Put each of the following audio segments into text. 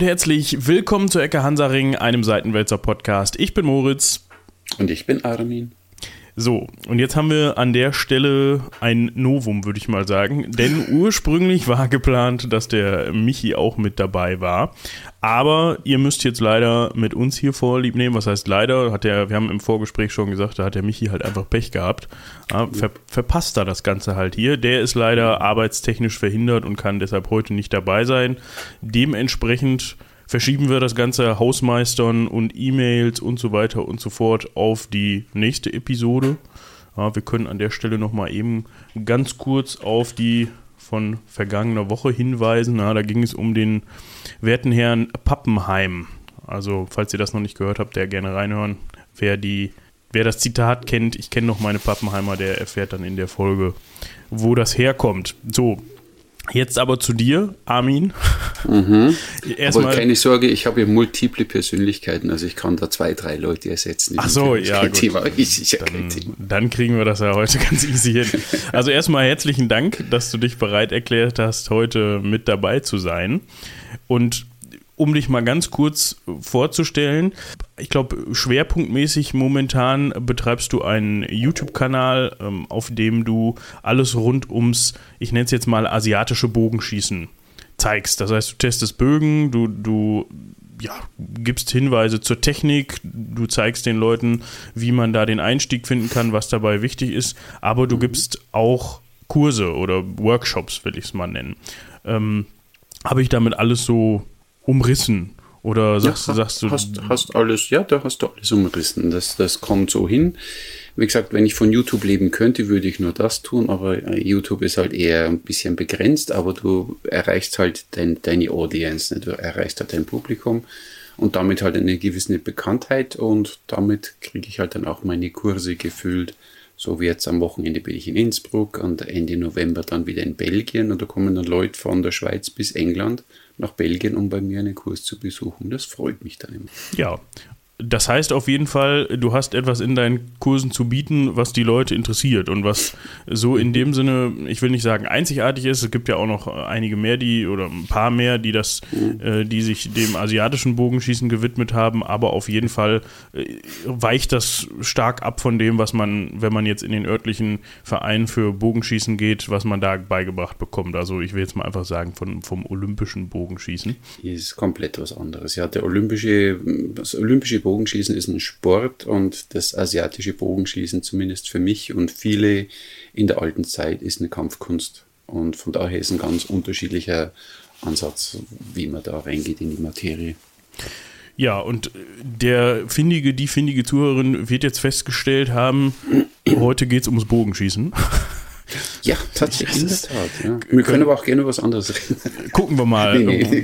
herzlich willkommen zu Ecke Hansaring, einem Seitenwälzer Podcast. Ich bin Moritz. Und ich bin Armin. So, und jetzt haben wir an der Stelle ein Novum, würde ich mal sagen. Denn ursprünglich war geplant, dass der Michi auch mit dabei war. Aber ihr müsst jetzt leider mit uns hier Vorlieb nehmen. Was heißt leider? Wir haben im Vorgespräch schon gesagt, da hat der Michi halt einfach Pech gehabt. Ja, verpasst er das Ganze halt hier. Der ist leider arbeitstechnisch verhindert und kann deshalb heute nicht dabei sein. Dementsprechend verschieben wir das ganze Hausmeistern und E-Mails und so weiter und so fort auf die nächste Episode. Ja, wir können an der Stelle nochmal eben ganz kurz auf die von vergangener Woche hinweisen. Ja, da ging es um den werten Herrn Pappenheim. Also, falls ihr das noch nicht gehört habt, der gerne reinhören. Wer das Zitat kennt, ich kenne noch meine Pappenheimer, der erfährt dann in der Folge, wo das herkommt. So, jetzt aber zu dir, Armin. Aber keine Sorge, ich habe ja multiple Persönlichkeiten, also ich kann da 2-3 Leute ersetzen. Ach so, ja gut. Dann kriegen wir das ja heute ganz easy hin. Also erstmal herzlichen Dank, dass du dich bereit erklärt hast, heute mit dabei zu sein. Und um dich mal ganz kurz vorzustellen, ich glaube, schwerpunktmäßig momentan betreibst du einen YouTube-Kanal, auf dem du alles rund ums, ich nenne es jetzt mal, asiatische Bogenschießen zeigst. Das heißt, du testest Bögen, du gibst Hinweise zur Technik, du zeigst den Leuten, wie man da den Einstieg finden kann, was dabei wichtig ist, aber du gibst auch Kurse oder Workshops, will ich es mal nennen. Habe ich damit alles so umrissen? Oder sagst du... Hast alles, ja, da hast du alles umrissen. Das kommt so hin. Wie gesagt, wenn ich von YouTube leben könnte, würde ich nur das tun, aber YouTube ist halt eher ein bisschen begrenzt, aber du erreichst halt deine Audience, du erreichst halt dein Publikum und damit halt eine gewisse Bekanntheit und damit kriege ich halt dann auch meine Kurse gefüllt. So wie jetzt am Wochenende bin ich in Innsbruck und Ende November dann wieder in Belgien und da kommen dann Leute von der Schweiz bis England nach Belgien, um bei mir einen Kurs zu besuchen. Das freut mich dann immer. Ja, das heißt auf jeden Fall, du hast etwas in deinen Kursen zu bieten, was die Leute interessiert und was so in dem Sinne, ich will nicht sagen einzigartig ist, es gibt ja auch noch einige mehr, oder ein paar mehr, die sich dem asiatischen Bogenschießen gewidmet haben, aber auf jeden Fall weicht das stark ab von dem, was man, wenn man jetzt in den örtlichen Verein für Bogenschießen geht, was man da beigebracht bekommt. Also ich will jetzt mal einfach sagen, vom olympischen Bogenschießen. Hier ist komplett was anderes. Ja, das olympische Bogenschießen ist ein Sport und das asiatische Bogenschießen, zumindest für mich und viele in der alten Zeit, ist eine Kampfkunst. Und von daher ist ein ganz unterschiedlicher Ansatz, wie man da reingeht in die Materie. Ja, und die findige Zuhörerin wird jetzt festgestellt haben, heute geht es ums Bogenschießen. Ja, tatsächlich, in der Tat. Ja. Wir können aber auch gerne was anderes reden. Gucken wir mal,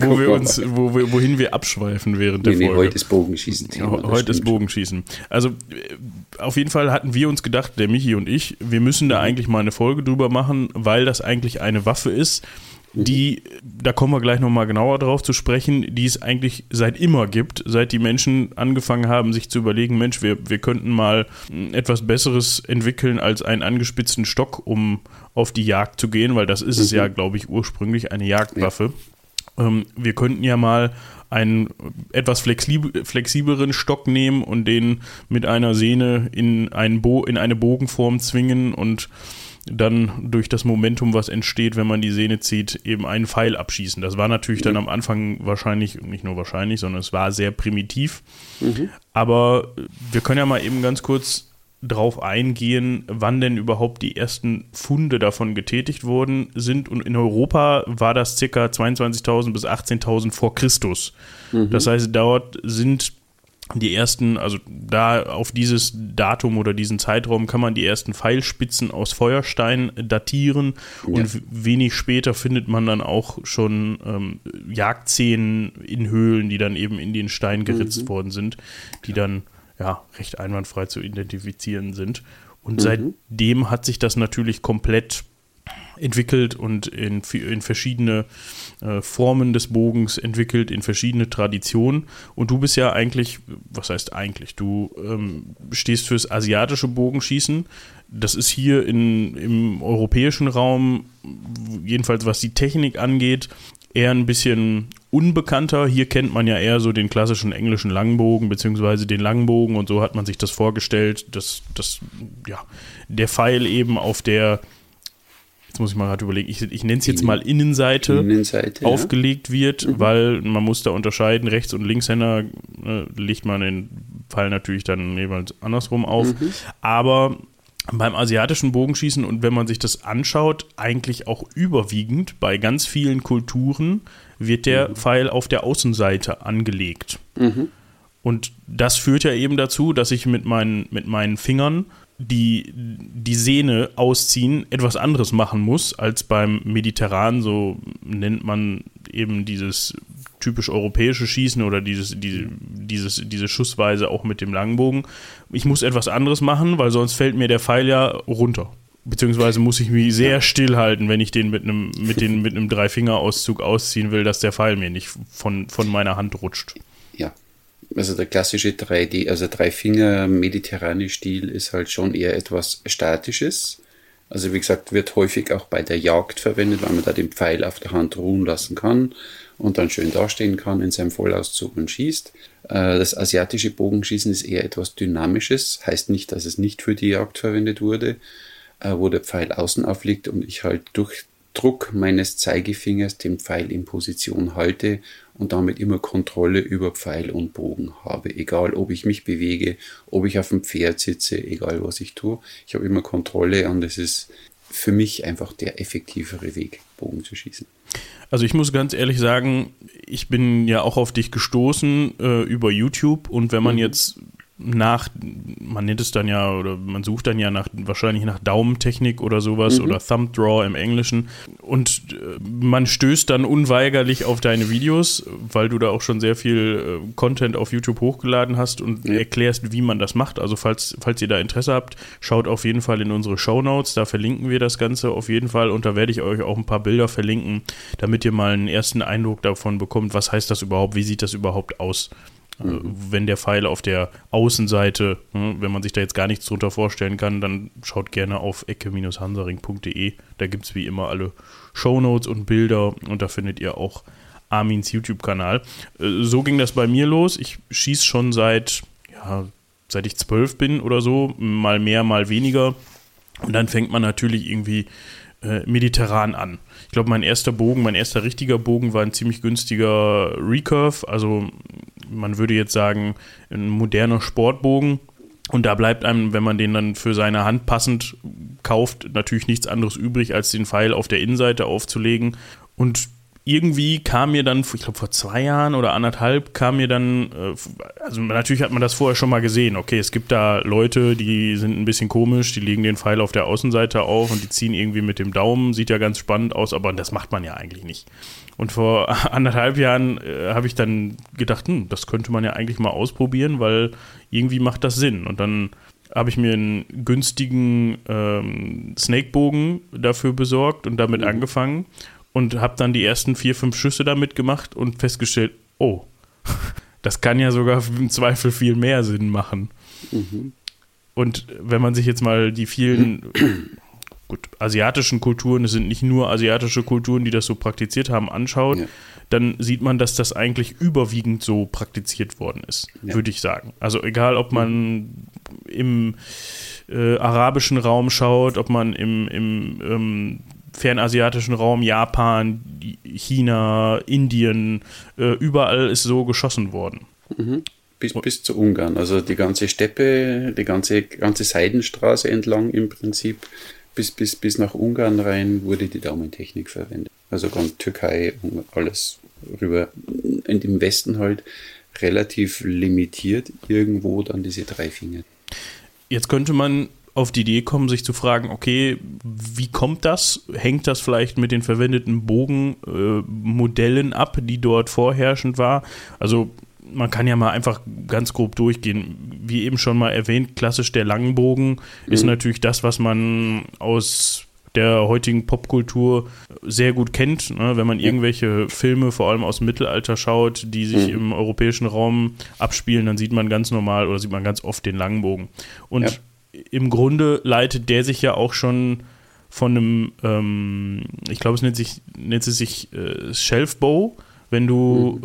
wohin wir abschweifen während der Folge. Heute ist Bogenschießen. Heute ist Bogenschießen. Also auf jeden Fall hatten wir uns gedacht, der Michi und ich, wir müssen da eigentlich mal eine Folge drüber machen, weil das eigentlich eine Waffe ist, die, da kommen wir gleich nochmal genauer drauf zu sprechen, die es eigentlich seit immer gibt, seit die Menschen angefangen haben, sich zu überlegen, Mensch, wir könnten mal etwas Besseres entwickeln als einen angespitzten Stock, um auf die Jagd zu gehen, weil das ist es ja, glaube ich, ursprünglich, eine Jagdwaffe. Ja. Wir könnten ja mal einen etwas flexibleren Stock nehmen und den mit einer Sehne in eine Bogenform zwingen und dann durch das Momentum, was entsteht, wenn man die Sehne zieht, eben einen Pfeil abschießen. Das war natürlich dann am Anfang wahrscheinlich, nicht nur wahrscheinlich, sondern es war sehr primitiv. Aber wir können ja mal eben ganz kurz drauf eingehen, wann denn überhaupt die ersten Funde davon getätigt worden sind. Und in Europa war das ca. 22.000 bis 18.000 vor Christus. Das heißt, dort sind die ersten, also da auf dieses Datum oder diesen Zeitraum kann man die ersten Pfeilspitzen aus Feuerstein datieren und wenig später findet man dann auch schon Jagdzähnen in Höhlen, die dann eben in den Stein geritzt worden sind, die dann recht einwandfrei zu identifizieren sind. Und seitdem hat sich das natürlich komplett entwickelt und in verschiedene Formen des Bogens entwickelt, in verschiedene Traditionen. Und du bist ja eigentlich, was heißt eigentlich, du stehst fürs asiatische Bogenschießen. Das ist hier im europäischen Raum, jedenfalls was die Technik angeht, eher ein bisschen unbekannter. Hier kennt man ja eher so den klassischen englischen Langbogen, beziehungsweise den Langbogen, und so hat man sich das vorgestellt, dass der Pfeil eben auf der, jetzt muss ich mal gerade überlegen, ich nenne es jetzt mal Innenseite aufgelegt wird, weil man muss da unterscheiden, Rechts- und Linkshänder legt man den Pfeil natürlich dann jeweils andersrum auf, aber beim asiatischen Bogenschießen, und wenn man sich das anschaut, eigentlich auch überwiegend bei ganz vielen Kulturen wird der Pfeil auf der Außenseite angelegt. Und das führt ja eben dazu, dass ich mit meinen Fingern die Sehne ausziehen etwas anderes machen muss als beim Mediterran, so nennt man eben dieses typisch europäische Schießen oder diese Schussweise auch mit dem Langbogen. Ich muss etwas anderes machen, weil sonst fällt mir der Pfeil ja runter. Beziehungsweise muss ich mich sehr still halten, wenn ich den mit einem Dreifingerauszug ausziehen will, dass der Pfeil mir nicht von meiner Hand rutscht. Ja, also der klassische 3D, also Dreifinger-mediterrane Stil ist halt schon eher etwas Statisches. Also wie gesagt, wird häufig auch bei der Jagd verwendet, weil man da den Pfeil auf der Hand ruhen lassen kann und dann schön dastehen kann in seinem Vollauszug und schießt. Das asiatische Bogenschießen ist eher etwas Dynamisches, heißt nicht, dass es nicht für die Jagd verwendet wurde, wo der Pfeil außen aufliegt und ich halt durch Druck meines Zeigefingers den Pfeil in Position halte und damit immer Kontrolle über Pfeil und Bogen habe. Egal, ob ich mich bewege, ob ich auf dem Pferd sitze, egal was ich tue. Ich habe immer Kontrolle und es ist für mich einfach der effektivere Weg, Bogen zu schießen. Also ich muss ganz ehrlich sagen, ich bin ja auch auf dich gestoßen über YouTube, und wenn man jetzt man nennt es dann ja, oder man sucht dann ja wahrscheinlich nach Daumentechnik oder sowas oder Thumb Draw im Englischen, und man stößt dann unweigerlich auf deine Videos, weil du da auch schon sehr viel Content auf YouTube hochgeladen hast und erklärst, wie man das macht. Also falls ihr da Interesse habt, schaut auf jeden Fall in unsere Shownotes, da verlinken wir das Ganze auf jeden Fall, und da werde ich euch auch ein paar Bilder verlinken, damit ihr mal einen ersten Eindruck davon bekommt, was heißt das überhaupt, wie sieht das überhaupt aus. Wenn der Pfeil auf der Außenseite, wenn man sich da jetzt gar nichts drunter vorstellen kann, dann schaut gerne auf ecke-hansaring.de. Da gibt es wie immer alle Shownotes und Bilder, und da findet ihr auch Armins YouTube-Kanal. So ging das bei mir los. Ich schieße schon seit ich 12 bin oder so, mal mehr, mal weniger. Und dann fängt man natürlich irgendwie mediterran an. Ich glaube, mein erster richtiger Bogen war ein ziemlich günstiger Recurve, also man würde jetzt sagen, ein moderner Sportbogen, und da bleibt einem, wenn man den dann für seine Hand passend kauft, natürlich nichts anderes übrig, als den Pfeil auf der Innenseite aufzulegen. Und irgendwie kam mir dann, ich glaube vor 2 Jahren oder 1,5, kam mir dann, also natürlich hat man das vorher schon mal gesehen, okay, es gibt da Leute, die sind ein bisschen komisch, die legen den Pfeil auf der Außenseite auf und die ziehen irgendwie mit dem Daumen, sieht ja ganz spannend aus, aber das macht man ja eigentlich nicht. Und vor 1,5 Jahren habe ich dann gedacht, das könnte man ja eigentlich mal ausprobieren, weil irgendwie macht das Sinn. Und dann habe ich mir einen günstigen Snakebogen dafür besorgt und damit angefangen. Und habe dann die ersten 4-5 Schüsse damit gemacht und festgestellt, oh, das kann ja sogar im Zweifel viel mehr Sinn machen. Und wenn man sich jetzt mal die vielen asiatischen Kulturen, es sind nicht nur asiatische Kulturen, die das so praktiziert haben, anschaut, dann sieht man, dass das eigentlich überwiegend so praktiziert worden ist, würde ich sagen. Also egal, ob man im arabischen Raum schaut, ob man im fernasiatischen Raum, Japan, China, Indien, überall ist so geschossen worden. Bis zu Ungarn, also die ganze Steppe, die ganze Seidenstraße entlang im Prinzip, bis nach Ungarn rein wurde die Daumentechnik verwendet. Also ganz Türkei und alles rüber. Und im Westen halt relativ limitiert, irgendwo dann diese 3 Finger. Jetzt könnte man auf die Idee kommen, sich zu fragen, okay, wie kommt das? Hängt das vielleicht mit den verwendeten Bogenmodellen ab, die dort vorherrschend war? Also man kann ja mal einfach ganz grob durchgehen. Wie eben schon mal erwähnt, klassisch der Langbogen ist natürlich das, was man aus der heutigen Popkultur sehr gut kennt, ne? Wenn man irgendwelche Filme, vor allem aus dem Mittelalter, schaut, die sich im europäischen Raum abspielen, dann sieht man ganz normal oder sieht man ganz oft den Langbogen. Und im Grunde leitet der sich ja auch schon von einem, ich glaube, es nennt sich Shelf-Bow, wenn du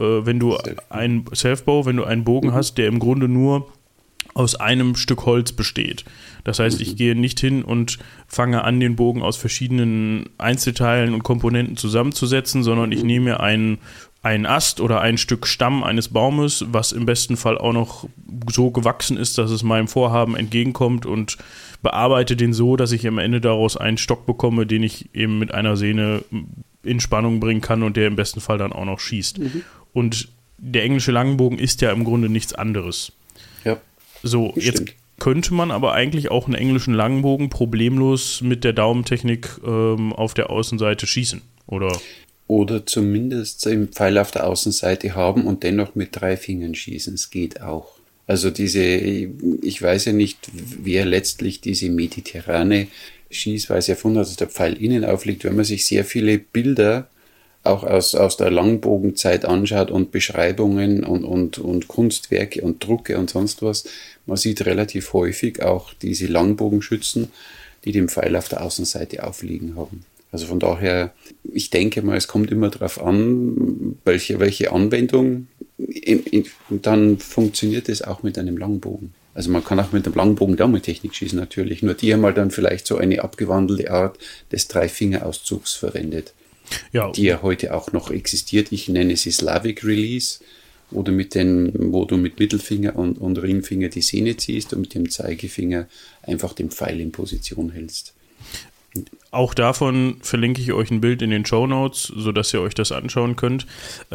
einen Bogen hast, der im Grunde nur aus einem Stück Holz besteht. Das heißt, ich gehe nicht hin und fange an, den Bogen aus verschiedenen Einzelteilen und Komponenten zusammenzusetzen, sondern ich nehme mir einen Ast oder ein Stück Stamm eines Baumes, was im besten Fall auch noch so gewachsen ist, dass es meinem Vorhaben entgegenkommt, und bearbeite den so, dass ich am Ende daraus einen Stock bekomme, den ich eben mit einer Sehne in Spannung bringen kann und der im besten Fall dann auch noch schießt. Und der englische Langenbogen ist ja im Grunde nichts anderes. Ja. So, jetzt könnte man aber eigentlich auch einen englischen Langenbogen problemlos mit der Daumentechnik auf der Außenseite schießen, oder? Oder zumindest im Pfeil auf der Außenseite haben und dennoch mit 3 Fingern schießen. Es geht auch. Also ich weiß ja nicht, wer letztlich diese mediterrane Schießweise erfunden hat, dass der Pfeil innen aufliegt. Wenn man sich sehr viele Bilder auch aus der Langbogenzeit anschaut und Beschreibungen und Kunstwerke und Drucke und sonst was, man sieht relativ häufig auch diese Langbogenschützen, die den Pfeil auf der Außenseite aufliegen haben. Also von daher, ich denke mal, es kommt immer darauf an, welche Anwendung, und dann funktioniert es auch mit einem Langbogen. Also man kann auch mit einem Langbogen Daumentechnik schießen natürlich, nur die haben halt dann vielleicht so eine abgewandelte Art des 3-Finger-Auszugs verwendet, die ja heute auch noch existiert. Ich nenne sie Slavic Release, wo du mit Mittelfinger und Ringfinger die Sehne ziehst und mit dem Zeigefinger einfach den Pfeil in Position hältst. Auch davon verlinke ich euch ein Bild in den Shownotes, sodass ihr euch das anschauen könnt.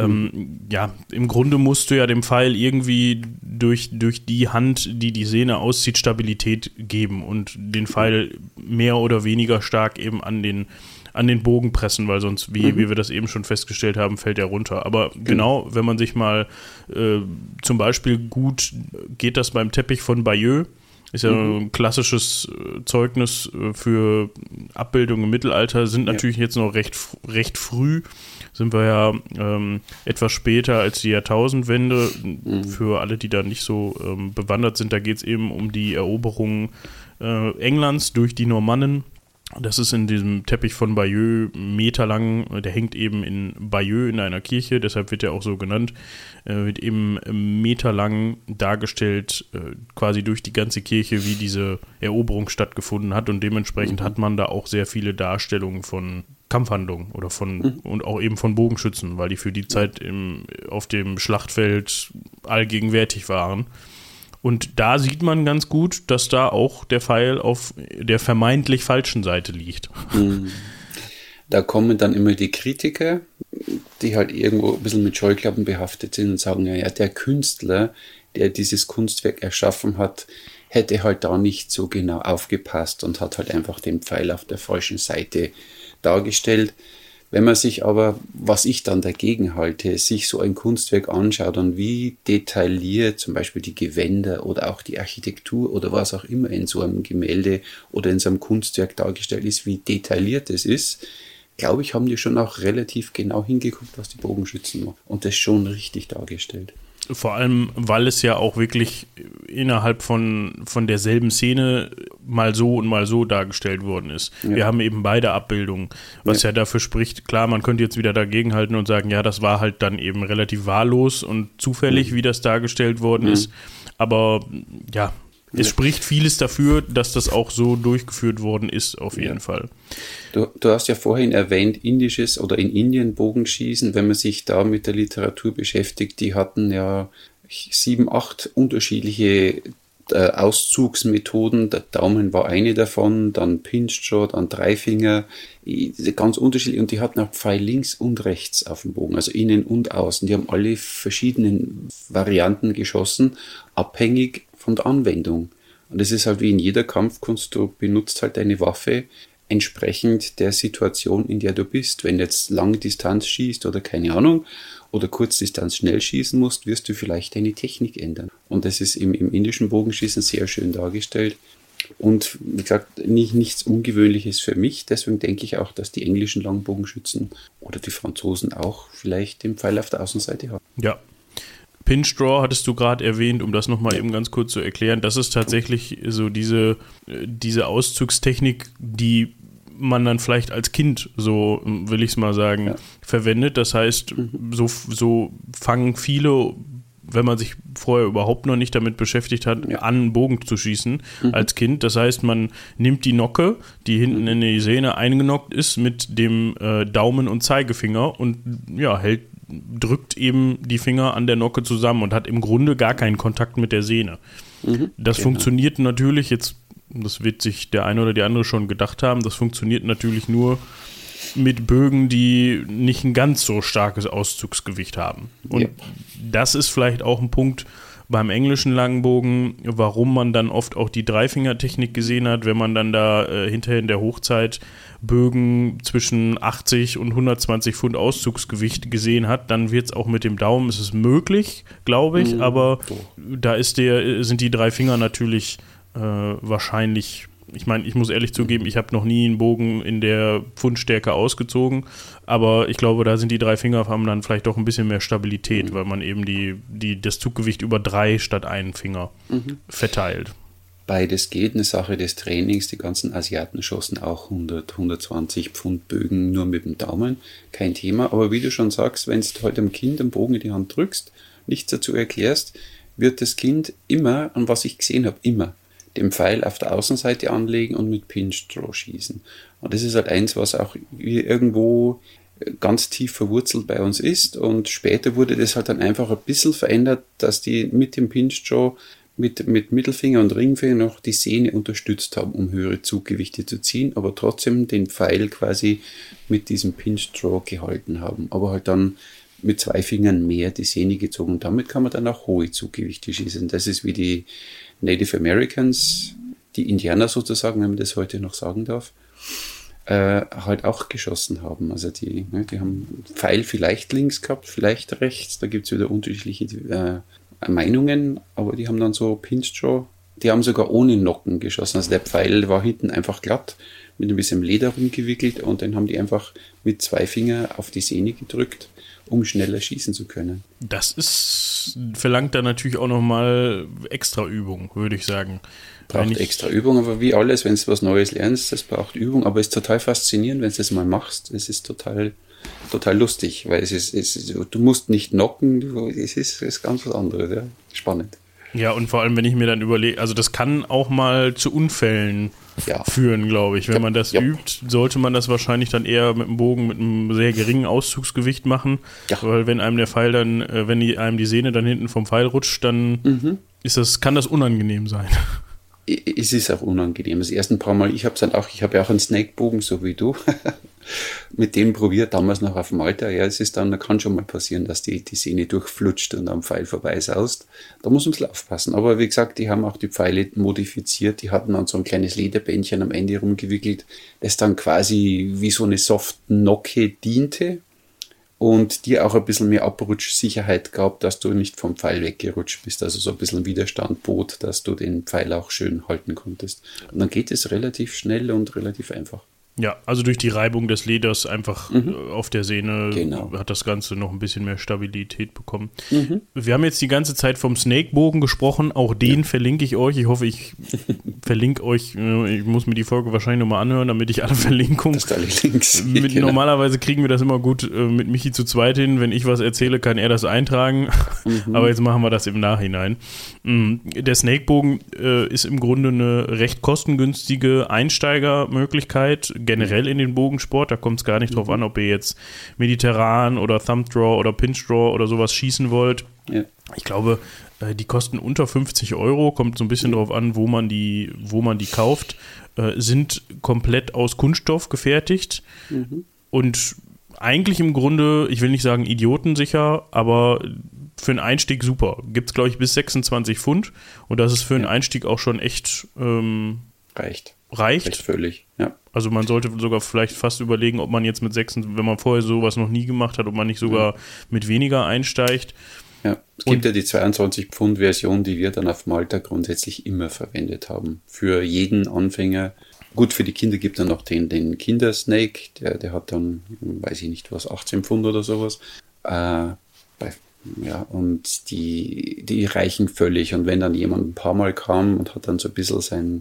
Im Grunde musst du ja dem Pfeil irgendwie durch die Hand, die die Sehne auszieht, Stabilität geben und den Pfeil mehr oder weniger stark eben an den Bogen pressen, weil sonst, wie wir das eben schon festgestellt haben, fällt er runter. Aber genau, wenn man sich mal zum Beispiel geht das beim Teppich von Bayeux, ist ja ein klassisches Zeugnis für Abbildungen im Mittelalter, sind natürlich jetzt noch recht früh, sind wir ja etwas später als die Jahrtausendwende. Für alle, die da nicht so bewandert sind, da geht es eben um die Eroberung Englands durch die Normannen. Das ist in diesem Teppich von Bayeux meterlang, der hängt eben in Bayeux in einer Kirche, deshalb wird er auch so genannt, wird eben meterlang dargestellt, quasi durch die ganze Kirche, wie diese Eroberung stattgefunden hat, und dementsprechend hat man da auch sehr viele Darstellungen von Kampfhandlungen oder und auch eben von Bogenschützen, weil die für die Zeit auf dem Schlachtfeld allgegenwärtig waren. Und da sieht man ganz gut, dass da auch der Pfeil auf der vermeintlich falschen Seite liegt. Da kommen dann immer die Kritiker, die halt irgendwo ein bisschen mit Scheuklappen behaftet sind und sagen, ja, der Künstler, der dieses Kunstwerk erschaffen hat, hätte halt da nicht so genau aufgepasst und hat halt einfach den Pfeil auf der falschen Seite dargestellt. Wenn man sich aber, was ich dann dagegen halte, sich so ein Kunstwerk anschaut und wie detailliert zum Beispiel die Gewänder oder auch die Architektur oder was auch immer in so einem Gemälde oder in so einem Kunstwerk dargestellt ist, wie detailliert es ist, glaube ich, haben die schon auch relativ genau hingeguckt, was die Bogenschützen machen und das schon richtig dargestellt. Vor allem, weil es ja auch wirklich innerhalb von derselben Szene mal so und mal so dargestellt worden ist. Ja. Wir haben eben beide Abbildungen, was ja dafür spricht, klar, man könnte jetzt wieder dagegenhalten und sagen, ja, das war halt dann eben relativ wahllos und zufällig, wie das dargestellt worden ist. Aber ja, es spricht vieles dafür, dass das auch so durchgeführt worden ist, auf jeden Fall. Du hast ja vorhin erwähnt, indisches oder in Indien Bogenschießen, wenn man sich da mit der Literatur beschäftigt, die hatten ja 7, 8 unterschiedliche Auszugsmethoden. Der Daumen war eine davon, dann Pinch Draw, dann Dreifinger, ganz unterschiedlich, und die hatten auch Pfeil links und rechts auf dem Bogen, also innen und außen. Die haben alle verschiedenen Varianten geschossen, abhängig von der Anwendung. Und es ist halt wie in jeder Kampfkunst, du benutzt halt deine Waffe entsprechend der Situation, in der du bist. Wenn du jetzt lange Distanz schießt oder keine Ahnung, oder Kurzdistanz schnell schießen musst, wirst du vielleicht deine Technik ändern. Und das ist im indischen Bogenschießen sehr schön dargestellt. Und wie gesagt, nichts Ungewöhnliches für mich. Deswegen denke ich auch, dass die englischen Langbogenschützen oder die Franzosen auch vielleicht den Pfeil auf der Außenseite haben. Ja. Pinch Draw hattest du gerade erwähnt, um das nochmal eben ganz kurz zu erklären. Das ist tatsächlich so diese Auszugstechnik, die man dann vielleicht als Kind, so will ich es mal sagen, verwendet. Das heißt, so fangen viele, wenn man sich vorher überhaupt noch nicht damit beschäftigt hat, an, Bogen zu schießen als Kind. Das heißt, man nimmt die Nocke, die hinten in die Sehne eingenockt ist, mit dem Daumen und Zeigefinger und drückt eben die Finger an der Nocke zusammen und hat im Grunde gar keinen Kontakt mit der Sehne. Das funktioniert natürlich jetzt, das wird sich der eine oder die andere schon gedacht haben, das funktioniert natürlich nur mit Bögen, die nicht ein ganz so starkes Auszugsgewicht haben. Und das ist vielleicht auch ein Punkt beim englischen Langbogen, warum man dann oft auch die Dreifingertechnik gesehen hat, wenn man dann da hinterher in der Hochzeit Bögen zwischen 80 und 120 Pfund Auszugsgewicht gesehen hat, dann wird es auch mit dem Daumen, ist es möglich, glaube ich, aber da sind die drei Finger natürlich wahrscheinlich. Ich meine, ich muss ehrlich zugeben, ich habe noch nie einen Bogen in der Pfundstärke ausgezogen, aber ich glaube, da sind die drei Finger, haben dann vielleicht doch ein bisschen mehr Stabilität, weil man eben das Zuggewicht über 3 statt einen Finger verteilt. Beides geht, eine Sache des Trainings. Die ganzen Asiaten schossen auch 100, 120 Pfund Bögen nur mit dem Daumen, kein Thema. Aber wie du schon sagst, wenn du heute dem Kind einen Bogen in die Hand drückst, nichts dazu erklärst, wird das Kind immer, an was ich gesehen habe, immer den Pfeil auf der Außenseite anlegen und mit Pinch Draw schießen. Und das ist halt eins, was auch irgendwo ganz tief verwurzelt bei uns ist. Und später wurde das halt dann einfach ein bisschen verändert, dass die mit dem Pinch Draw mit Mittelfinger und Ringfinger noch die Sehne unterstützt haben, um höhere Zuggewichte zu ziehen, aber trotzdem den Pfeil quasi mit diesem Pinch Draw gehalten haben. Aber halt dann mit 2 Fingern mehr die Sehne gezogen. Und damit kann man dann auch hohe Zuggewichte schießen. Das ist wie die Native Americans, die Indianer sozusagen, wenn man das heute noch sagen darf, halt auch geschossen haben. Also die haben Pfeil vielleicht links gehabt, vielleicht rechts, da gibt es wieder unterschiedliche Meinungen, aber die haben dann so Pinch Draw, die haben sogar ohne Nocken geschossen. Also der Pfeil war hinten einfach glatt, mit ein bisschen Leder rumgewickelt und dann haben die einfach mit 2 Fingern auf die Sehne gedrückt, um schneller schießen zu können. Das verlangt dann natürlich auch nochmal extra Übung, würde ich sagen. Braucht extra Übung, aber wie alles, wenn du was Neues lernst, das braucht Übung, aber es ist total faszinierend, wenn du das mal machst. Es ist total lustig, weil du musst nicht knocken, es ist ganz was anderes, ja. Spannend. Ja, und vor allem, wenn ich mir dann überlege, also das kann auch mal zu Unfällen führen, glaube ich. Wenn man das übt, sollte man das wahrscheinlich dann eher mit einem Bogen mit einem sehr geringen Auszugsgewicht machen, weil wenn einem der Pfeil dann, einem die Sehne dann hinten vom Pfeil rutscht, dann kann das unangenehm sein. Es ist auch unangenehm. Das erste paar Mal, ich habe ja auch einen Snake-Bogen, so wie du, mit dem probiert, damals noch auf Malta. Ja, kann schon mal passieren, dass die Sehne durchflutscht und am Pfeil vorbei saust. Da muss man ein bisschen aufpassen. Aber wie gesagt, die haben auch die Pfeile modifiziert. Die hatten dann so ein kleines Lederbändchen am Ende rumgewickelt, das dann quasi wie so eine Soft-Nocke diente. Und dir auch ein bisschen mehr Abrutschsicherheit gab, dass du nicht vom Pfeil weggerutscht bist, also so ein bisschen Widerstand bot, dass du den Pfeil auch schön halten konntest. Und dann geht es relativ schnell und relativ einfach. Ja, also durch die Reibung des Leders einfach auf der Sehne hat das Ganze noch ein bisschen mehr Stabilität bekommen. Wir haben jetzt die ganze Zeit vom Snake-Bogen gesprochen, auch den verlinke ich euch. Ich hoffe, ich verlinke euch, ich muss mir die Folge wahrscheinlich nochmal anhören, damit ich alle Verlinkungen... Links. Normalerweise kriegen wir das immer gut mit Michi zu zweit hin. Wenn ich was erzähle, kann er das eintragen. Aber jetzt machen wir das im Nachhinein. Der Snake-Bogen ist im Grunde eine recht kostengünstige Einsteigermöglichkeit, generell in den Bogensport. Da kommt es gar nicht drauf an, ob ihr jetzt mediterran oder Thumb Draw oder Pinch Draw oder sowas schießen wollt. Ja. Ich glaube, die kosten unter 50 €, kommt so ein bisschen drauf an, wo man die kauft, sind komplett aus Kunststoff gefertigt und eigentlich im Grunde, ich will nicht sagen idiotensicher, aber für einen Einstieg super. Gibt es, glaube ich, bis 26 Pfund und das ist für einen Einstieg auch schon echt reicht völlig, ja. Also man sollte sogar vielleicht fast überlegen, ob man jetzt mit 6, wenn man vorher sowas noch nie gemacht hat, ob man nicht sogar mit weniger einsteigt. Ja, es gibt ja die 22 Pfund Version, die wir dann auf Malta grundsätzlich immer verwendet haben. Für jeden Anfänger. Gut, für die Kinder gibt es dann noch den Kindersnake, der hat dann, weiß ich nicht was, 18 Pfund oder sowas. Und die reichen völlig. Und wenn dann jemand ein paar Mal kam und hat dann so ein bisschen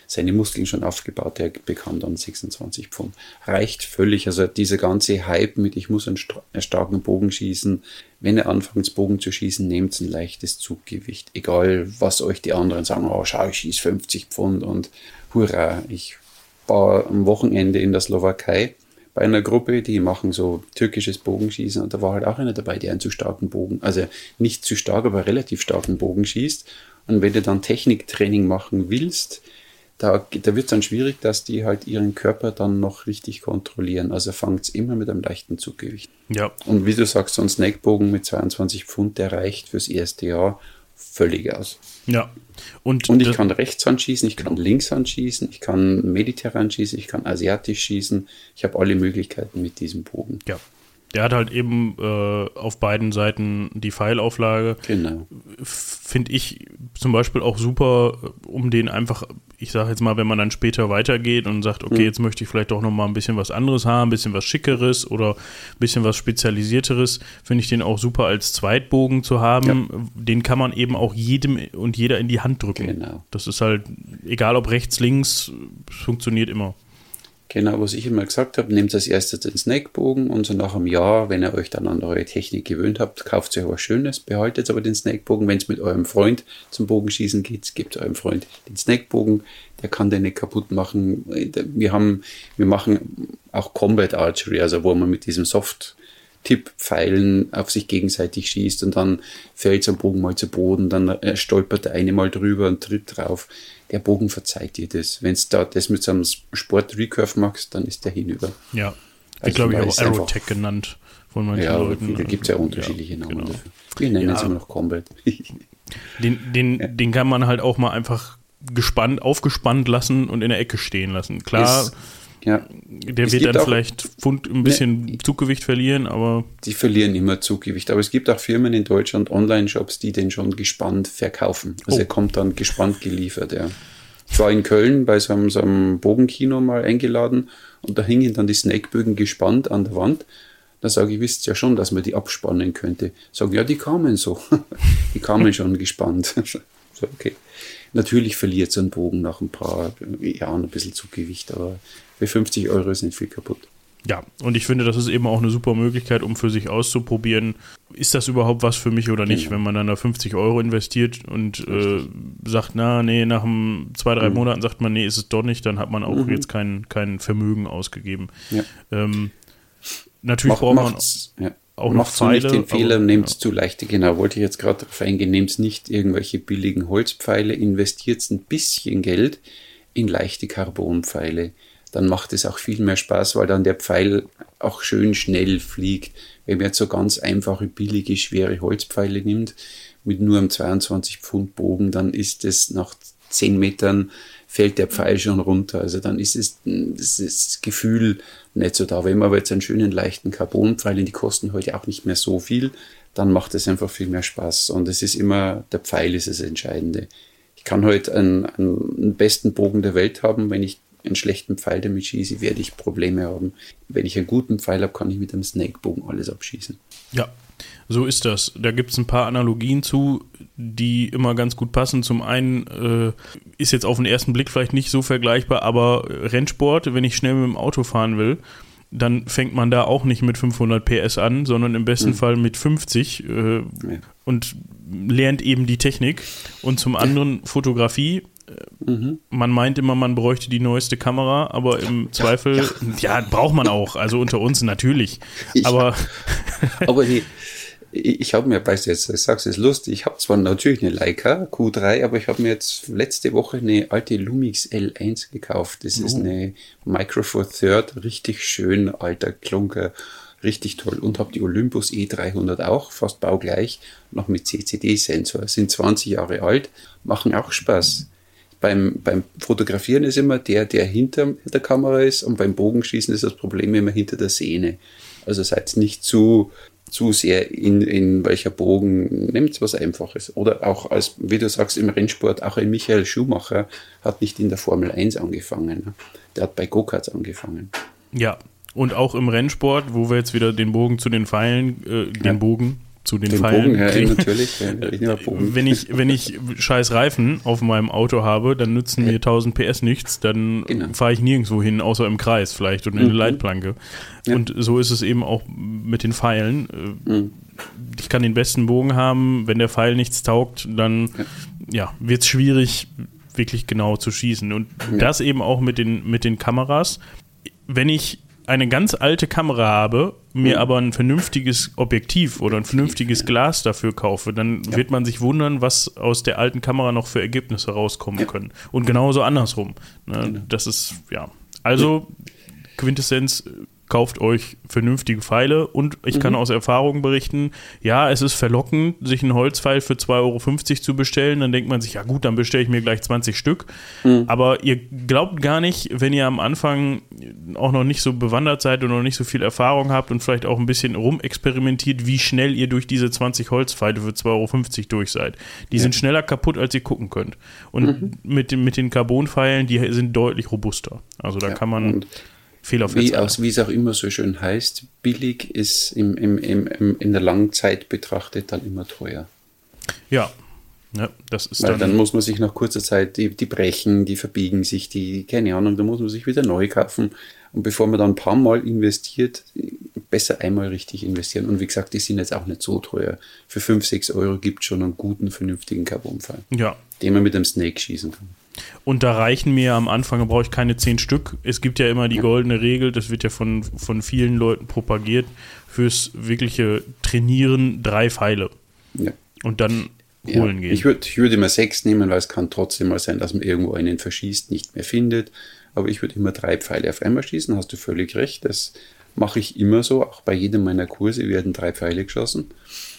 seine Muskeln schon aufgebaut, der bekam dann 26 Pfund. Reicht völlig, also dieser ganze Hype mit, ich muss einen starken Bogen schießen, wenn ihr anfangt, Bogen zu schießen, nehmt ein leichtes Zuggewicht. Egal, was euch die anderen sagen, oh, schau, ich schieße 50 Pfund und hurra. Ich war am Wochenende in der Slowakei bei einer Gruppe, die machen so türkisches Bogenschießen und da war halt auch einer dabei, der einen zu starken Bogen, also nicht zu stark, aber relativ starken Bogen schießt. Und wenn du dann Techniktraining machen willst, da wird es dann schwierig, dass die halt ihren Körper dann noch richtig kontrollieren. Also fangt es immer mit einem leichten Zuggewicht. Ja. Und wie du sagst, so ein Snakebogen mit 22 Pfund, der reicht fürs erste Jahr völlig aus. Ja. Und ich kann Rechtshand schießen, ich kann Linkshand schießen, ich kann mediterran schießen, ich kann asiatisch schießen. Ich habe alle Möglichkeiten mit diesem Bogen. Ja. Der hat halt eben auf beiden Seiten die Pfeilauflage. Genau. Finde ich zum Beispiel auch super, um den einfach, ich sage jetzt mal, wenn man dann später weitergeht und sagt, okay, jetzt möchte ich vielleicht doch nochmal ein bisschen was anderes haben, ein bisschen was Schickeres oder ein bisschen was Spezialisierteres, finde ich den auch super als Zweitbogen zu haben. Ja. Den kann man eben auch jedem und jeder in die Hand drücken. Genau. Das ist halt, egal ob rechts, links, funktioniert immer. Genau, was ich immer gesagt habe, nehmt als erstes den Snakebogen und so nach einem Jahr, wenn ihr euch dann an eure Technik gewöhnt habt, kauft euch was Schönes, behaltet aber den Snakebogen. Wenn es mit eurem Freund zum Bogenschießen geht, gebt eurem Freund den Snakebogen, der kann den nicht kaputt machen. Wir machen auch Combat Archery, also wo man mit diesem Soft-Tipp-Pfeilen auf sich gegenseitig schießt und dann fällt so ein Bogen mal zu Boden, dann stolpert der eine mal drüber und tritt drauf. Der Bogen verzeiht dir das. Wenn du da das mit so einem Sport-Recurve machst, dann ist der hinüber. Ja, also glaube ich auch Aerotech genannt von manchen Leuten. Da gibt es ja unterschiedliche Namen dafür. Wir nennen es immer noch Combat. Den kann man halt auch mal einfach aufgespannt lassen und in der Ecke stehen lassen. Klar, der wird dann vielleicht ein bisschen Zuggewicht verlieren, aber... Die verlieren immer Zuggewicht, aber es gibt auch Firmen in Deutschland, Online-Shops, die den schon gespannt verkaufen. Also er kommt dann gespannt geliefert, ja. Ich war in Köln bei so einem Bogenkino mal eingeladen und da hingen dann die Snakebögen gespannt an der Wand. Da sage ich, wisst ja schon, dass man die abspannen könnte. Sagen, ja, die kamen so. Die kamen schon gespannt. So, okay. Natürlich verliert so ein Bogen nach ein paar Jahren ein bisschen Zuggewicht, aber für 50 € ist nicht viel kaputt. Ja, und ich finde, das ist eben auch eine super Möglichkeit, um für sich auszuprobieren, ist das überhaupt was für mich oder nicht, wenn man dann da 50 € investiert und sagt, nach 2-3 Monaten sagt man, nee, ist es doch nicht, dann hat man auch jetzt kein Vermögen ausgegeben. Ja. Natürlich braucht man auch noch Pfeile. Nicht den Fehler, nehmt zu leichte, genau, wollte ich jetzt gerade darauf eingehen, nehmt nicht irgendwelche billigen Holzpfeile, investiert ein bisschen Geld in leichte Carbonpfeile. Dann macht es auch viel mehr Spaß, weil dann der Pfeil auch schön schnell fliegt. Wenn man jetzt so ganz einfache, billige, schwere Holzpfeile nimmt, mit nur einem 22 Pfund Bogen, dann ist es nach 10 Metern fällt der Pfeil schon runter. Also dann ist das Gefühl nicht so da. Wenn man aber jetzt einen schönen, leichten Carbonpfeil, die kosten heute auch nicht mehr so viel, dann macht es einfach viel mehr Spaß. Und es ist immer, der Pfeil ist das Entscheidende. Ich kann heute einen besten Bogen der Welt haben, wenn ich einen schlechten Pfeil damit schieße, werde ich Probleme haben. Wenn ich einen guten Pfeil habe, kann ich mit einem Snakebogen alles abschießen. Ja, so ist das. Da gibt es ein paar Analogien zu, die immer ganz gut passen. Zum einen ist jetzt auf den ersten Blick vielleicht nicht so vergleichbar, aber Rennsport, wenn ich schnell mit dem Auto fahren will, dann fängt man da auch nicht mit 500 PS an, sondern im besten Fall mit 50 und lernt eben die Technik. Und zum anderen Fotografie. Man meint immer, man bräuchte die neueste Kamera, aber im Zweifel, braucht man auch, also unter uns natürlich. Aber nee, ich habe mir, weißt du jetzt, ich sag's jetzt lustig, ich habe zwar natürlich eine Leica Q3, aber ich habe mir jetzt letzte Woche eine alte Lumix L1 gekauft. Das ist eine Micro Four Third, richtig schön, alter Klunker, richtig toll. Und habe die Olympus E300 auch, fast baugleich, noch mit CCD-Sensor, sind 20 Jahre alt, machen auch Spaß. Beim Fotografieren ist immer der hinter der Kamera ist und beim Bogenschießen ist das Problem immer hinter der Sehne. Also seid nicht zu sehr in welcher Bogen, nehmt was Einfaches. Oder auch als, wie du sagst, im Rennsport, auch ein Michael Schumacher hat nicht in der Formel 1 angefangen. Ne? Der hat bei Go-Karts angefangen. Ja, und auch im Rennsport, wo wir jetzt wieder den Bogen zu den Pfeilen, zu den Pfeilen Bogen, kriegen. Ja, natürlich. Ja, Bogen. Wenn ich scheiß Reifen auf meinem Auto habe, dann nützen mir 1000 PS nichts, dann fahre ich nirgendwo hin, außer im Kreis vielleicht und in eine Leitplanke. Ja. Und so ist es eben auch mit den Pfeilen. Ich kann den besten Bogen haben, wenn der Pfeil nichts taugt, dann wird es schwierig, wirklich genau zu schießen. Und das eben auch mit den Kameras. Wenn ich eine ganz alte Kamera habe, mir aber ein vernünftiges Objektiv oder ein vernünftiges Glas dafür kaufe, dann wird man sich wundern, was aus der alten Kamera noch für Ergebnisse rauskommen können. Und genauso andersrum. Ne? Das ist, also Quintessenz, kauft euch vernünftige Pfeile und ich kann aus Erfahrung berichten, es ist verlockend, sich einen Holzpfeil für 2,50 Euro zu bestellen, dann denkt man sich, ja gut, dann bestelle ich mir gleich 20 Stück, aber ihr glaubt gar nicht, wenn ihr am Anfang auch noch nicht so bewandert seid und noch nicht so viel Erfahrung habt und vielleicht auch ein bisschen rumexperimentiert, wie schnell ihr durch diese 20 Holzpfeile für 2,50 Euro durch seid. Die sind schneller kaputt, als ihr gucken könnt. Und mit den Carbonpfeilen, die sind deutlich robuster. Also da kann man wie es auch immer so schön heißt, billig ist in der langen Zeit betrachtet dann immer teuer. Ja, das ist dann muss man sich nach kurzer Zeit, die brechen, die verbiegen sich, keine Ahnung, da muss man sich wieder neu kaufen. Und bevor man dann ein paar Mal investiert, besser einmal richtig investieren. Und wie gesagt, die sind jetzt auch nicht so teuer. Für 5, 6 Euro gibt es schon einen guten, vernünftigen Carbonpfeil, den man mit einem Snake schießen kann. Und da reichen mir am Anfang, da brauche ich keine 10 Stück. Es gibt ja immer die goldene Regel, das wird ja von vielen Leuten propagiert, fürs wirkliche Trainieren 3 Pfeile. Ja. Und dann holen gehen. Ich würde immer 6 nehmen, weil es kann trotzdem mal sein, dass man irgendwo einen verschießt, nicht mehr findet. Aber ich würde immer 3 Pfeile auf einmal schießen, hast du völlig recht. Das mache ich immer so, auch bei jedem meiner Kurse werden 3 Pfeile geschossen.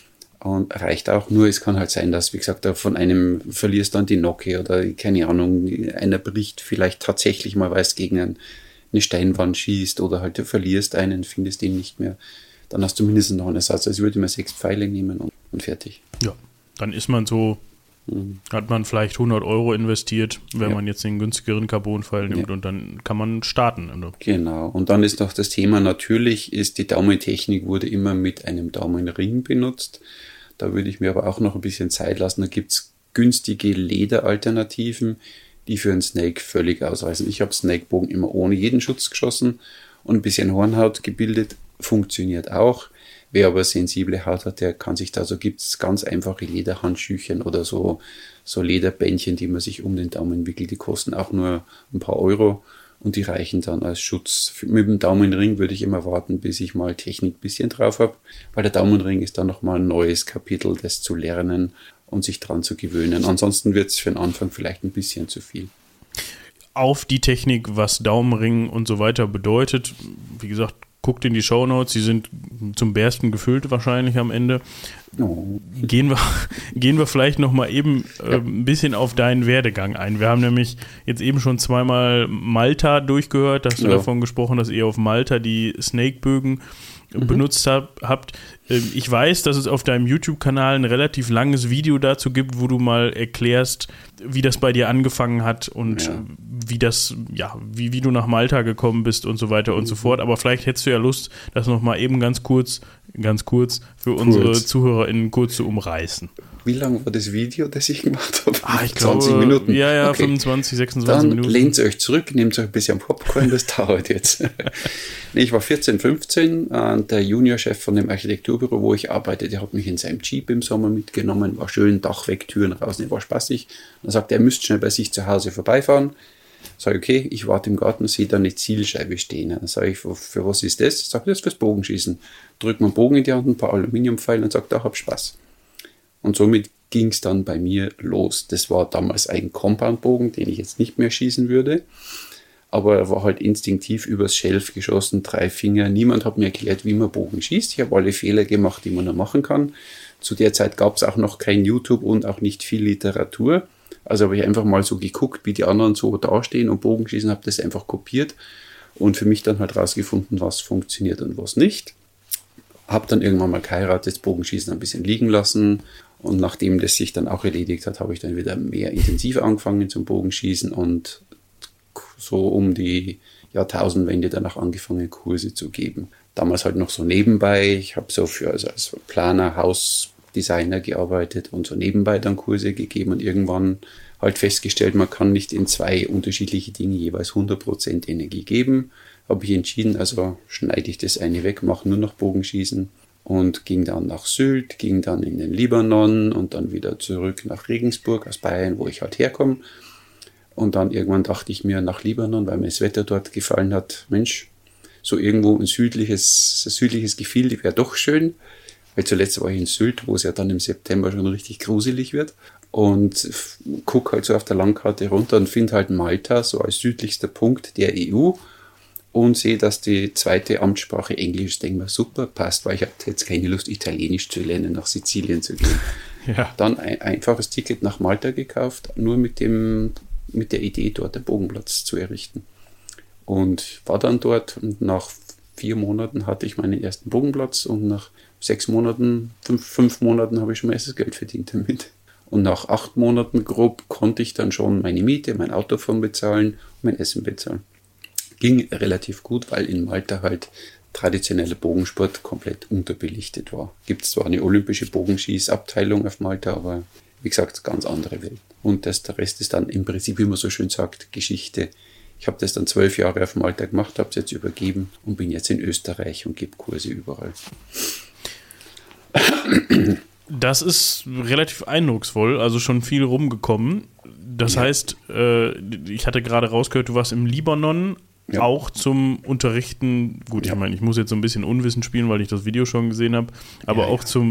Und reicht auch, nur es kann halt sein, dass, wie gesagt, von einem verlierst dann die Nocke oder keine Ahnung, einer bricht vielleicht tatsächlich mal, weil es gegen eine Steinwand schießt oder halt du verlierst einen, findest ihn nicht mehr. Dann hast du mindestens noch einen Ersatz. Also ich würde immer 6 Pfeile nehmen und fertig. Ja, dann ist man so, hat man vielleicht 100 Euro investiert, wenn man jetzt den günstigeren Carbonpfeil nimmt und dann kann man starten. Oder? Genau, und dann ist noch das Thema, natürlich ist die Daumentechnik wurde immer mit einem Daumenring benutzt. Da würde ich mir aber auch noch ein bisschen Zeit lassen. Da gibt es günstige Lederalternativen, die für einen Snake völlig ausreichen. Ich habe Snakebogen immer ohne jeden Schutz geschossen und ein bisschen Hornhaut gebildet. Funktioniert auch. Wer aber sensible Haut hat, der kann sich gibt es ganz einfache Lederhandschüchen oder so Lederbändchen, die man sich um den Daumen wickelt. Die kosten auch nur ein paar Euro und die reichen dann als Schutz. Mit dem Daumenring würde ich immer warten, bis ich mal Technik ein bisschen drauf habe, weil der Daumenring ist dann nochmal ein neues Kapitel, das zu lernen und sich dran zu gewöhnen. Ansonsten wird es für den Anfang vielleicht ein bisschen zu viel. Auf die Technik, was Daumenring und so weiter bedeutet, wie gesagt, guckt in die Shownotes, die sind zum Bersten gefüllt wahrscheinlich am Ende. Oh. Gehen wir vielleicht noch mal eben ein bisschen auf deinen Werdegang ein. Wir haben nämlich jetzt eben schon zweimal Malta durchgehört, da hast du davon gesprochen, dass ihr auf Malta die Snakebögen benutzt habt. Ich weiß, dass es auf deinem YouTube-Kanal ein relativ langes Video dazu gibt, wo du mal erklärst, wie das bei dir angefangen hat und wie du nach Malta gekommen bist und so weiter und so fort. Aber vielleicht hättest du ja Lust, das nochmal eben ganz kurz für unsere ZuhörerInnen kurz zu umreißen. Wie lang war das Video, das ich gemacht habe? Ich 20 glaube, Minuten? Ja, okay. 25, 26 Minuten. Dann lehnt euch zurück, nehmt euch ein bisschen Popcorn, das dauert jetzt. Ich war 14, 15 und der Juniorchef von dem Architekturbüro, wo ich arbeite, der hat mich in seinem Jeep im Sommer mitgenommen, war schön, Dach weg, Türen raus, war spaßig. Dann sagt er müsst schnell bei sich zu Hause vorbeifahren. Sag ich, okay, ich warte im Garten, sehe da eine Zielscheibe stehen. Dann sage ich, für was ist das? Sagt er, das ist fürs Bogenschießen. Drückt man einen Bogen in die Hand, ein paar Aluminiumpfeile und sagt, da hab Spaß. Und somit ging es dann bei mir los. Das war damals ein Compoundbogen, den ich jetzt nicht mehr schießen würde. Aber er war halt instinktiv übers Schelf geschossen, 3 Finger. Niemand hat mir erklärt, wie man Bogen schießt. Ich habe alle Fehler gemacht, die man da machen kann. Zu der Zeit gab es auch noch kein YouTube und auch nicht viel Literatur. Also habe ich einfach mal so geguckt, wie die anderen so dastehen und Bogenschießen, habe das einfach kopiert und für mich dann halt rausgefunden, was funktioniert und was nicht. Habe dann irgendwann mal geheiratet, das Bogenschießen ein bisschen liegen lassen und nachdem das sich dann auch erledigt hat, habe ich dann wieder mehr intensiv angefangen zum Bogenschießen und so um die Jahrtausendwende danach angefangen, Kurse zu geben. damals halt noch so nebenbei. Ich habe so als Planer, Hausdesigner gearbeitet und so nebenbei dann Kurse gegeben und irgendwann halt festgestellt, man kann nicht in 2 unterschiedliche Dinge jeweils 100% Energie geben. Habe ich entschieden, also schneide ich das eine weg, mache nur noch Bogenschießen und ging dann nach Sylt, ging dann in den Libanon und dann wieder zurück nach Regensburg aus Bayern, wo ich halt herkomme. Und dann irgendwann dachte ich mir nach Libanon, weil mir das Wetter dort gefallen hat, Mensch, so irgendwo ein südliches Gefilde wäre doch schön. Weil zuletzt war ich in Sylt, wo es ja dann im September schon richtig gruselig wird. Und gucke halt so auf der Landkarte runter und finde halt Malta so als südlichster Punkt der EU und sehe, dass die zweite Amtssprache Englisch ist. Denke mir, super, passt, weil ich hatte jetzt keine Lust, Italienisch zu lernen, nach Sizilien zu gehen. Ja. Dann ein einfaches Ticket nach Malta gekauft, nur mit der Idee, dort einen Bogenplatz zu errichten. Und war dann dort und nach 4 Monaten hatte ich meinen ersten Bogenplatz und nach 5 Monaten habe ich schon mein erstes Geld verdient damit. Und nach 8 Monaten grob konnte ich dann schon meine Miete, mein Auto davon bezahlen und mein Essen bezahlen. Ging relativ gut, weil in Malta halt traditioneller Bogensport komplett unterbelichtet war. Gibt es zwar eine olympische Bogenschießabteilung auf Malta, aber wie gesagt, ganz andere Welt. Und der Rest ist dann im Prinzip, wie man so schön sagt, Geschichte. Ich habe das dann 12 Jahre auf Malta gemacht, habe es jetzt übergeben und bin jetzt in Österreich und gebe Kurse überall. Das ist relativ eindrucksvoll, also schon viel rumgekommen. Das heißt, ich hatte gerade rausgehört, du warst im Libanon, auch zum Unterrichten. Gut, ich meine, ich muss jetzt so ein bisschen Unwissen spielen, weil ich das Video schon gesehen habe, aber auch zum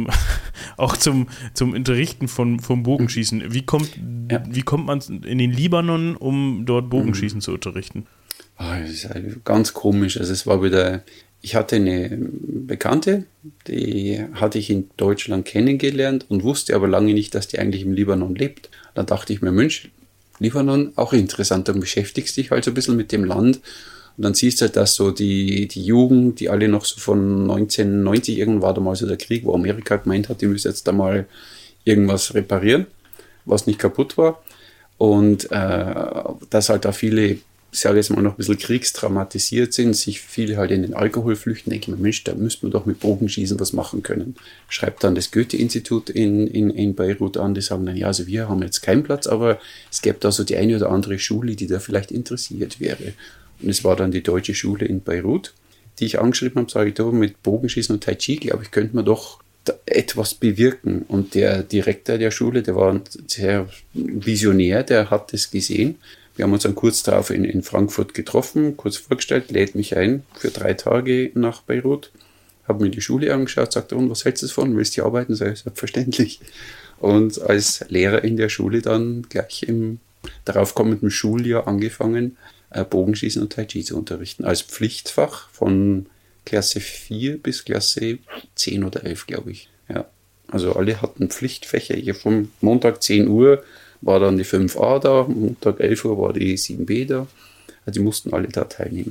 Unterrichten vom Bogenschießen. Wie kommt man in den Libanon, um dort Bogenschießen zu unterrichten? Das ist halt ganz komisch. Also es war wieder... Ich hatte eine Bekannte, die hatte ich in Deutschland kennengelernt und wusste aber lange nicht, dass die eigentlich im Libanon lebt. Dann dachte ich mir, Mensch, Libanon, auch interessant, dann beschäftigst dich halt so ein bisschen mit dem Land und dann siehst du halt, dass so die Jugend, die alle noch so von 1990, irgendwann war da mal so der Krieg, wo Amerika gemeint hat, die müssen jetzt da mal irgendwas reparieren, was nicht kaputt war und dass halt da viele, ich sage jetzt mal, noch ein bisschen kriegstraumatisiert sind, sich viele halt in den Alkohol flüchten, denke ich mir, Mensch, da müsste man doch mit Bogenschießen was machen können. Schreibt dann das Goethe-Institut in Beirut an, die sagen dann, ja, also wir haben jetzt keinen Platz, aber es gäbe da so die eine oder andere Schule, die da vielleicht interessiert wäre. Und es war dann die deutsche Schule in Beirut, die ich angeschrieben habe, sage ich, da mit Bogenschießen und Tai Chi, glaube ich, könnte man doch da etwas bewirken. Und der Direktor der Schule, der war sehr visionär, der hat das gesehen. Wir haben uns dann kurz darauf in Frankfurt getroffen, kurz vorgestellt, lädt mich ein für 3 Tage nach Beirut, habe mir die Schule angeschaut, sagte, und was hältst du davon, willst du hier arbeiten? Sag ich, selbstverständlich. Und als Lehrer in der Schule dann gleich im darauf kommenden Schuljahr angefangen, Bogenschießen und Tai Chi zu unterrichten, als Pflichtfach von Klasse 4 bis Klasse 10 oder 11, glaube ich. Ja. Also alle hatten Pflichtfächer, hier vom Montag 10 Uhr war dann die 5a da, Montag 11 Uhr war die 7b da. Also die mussten alle da teilnehmen.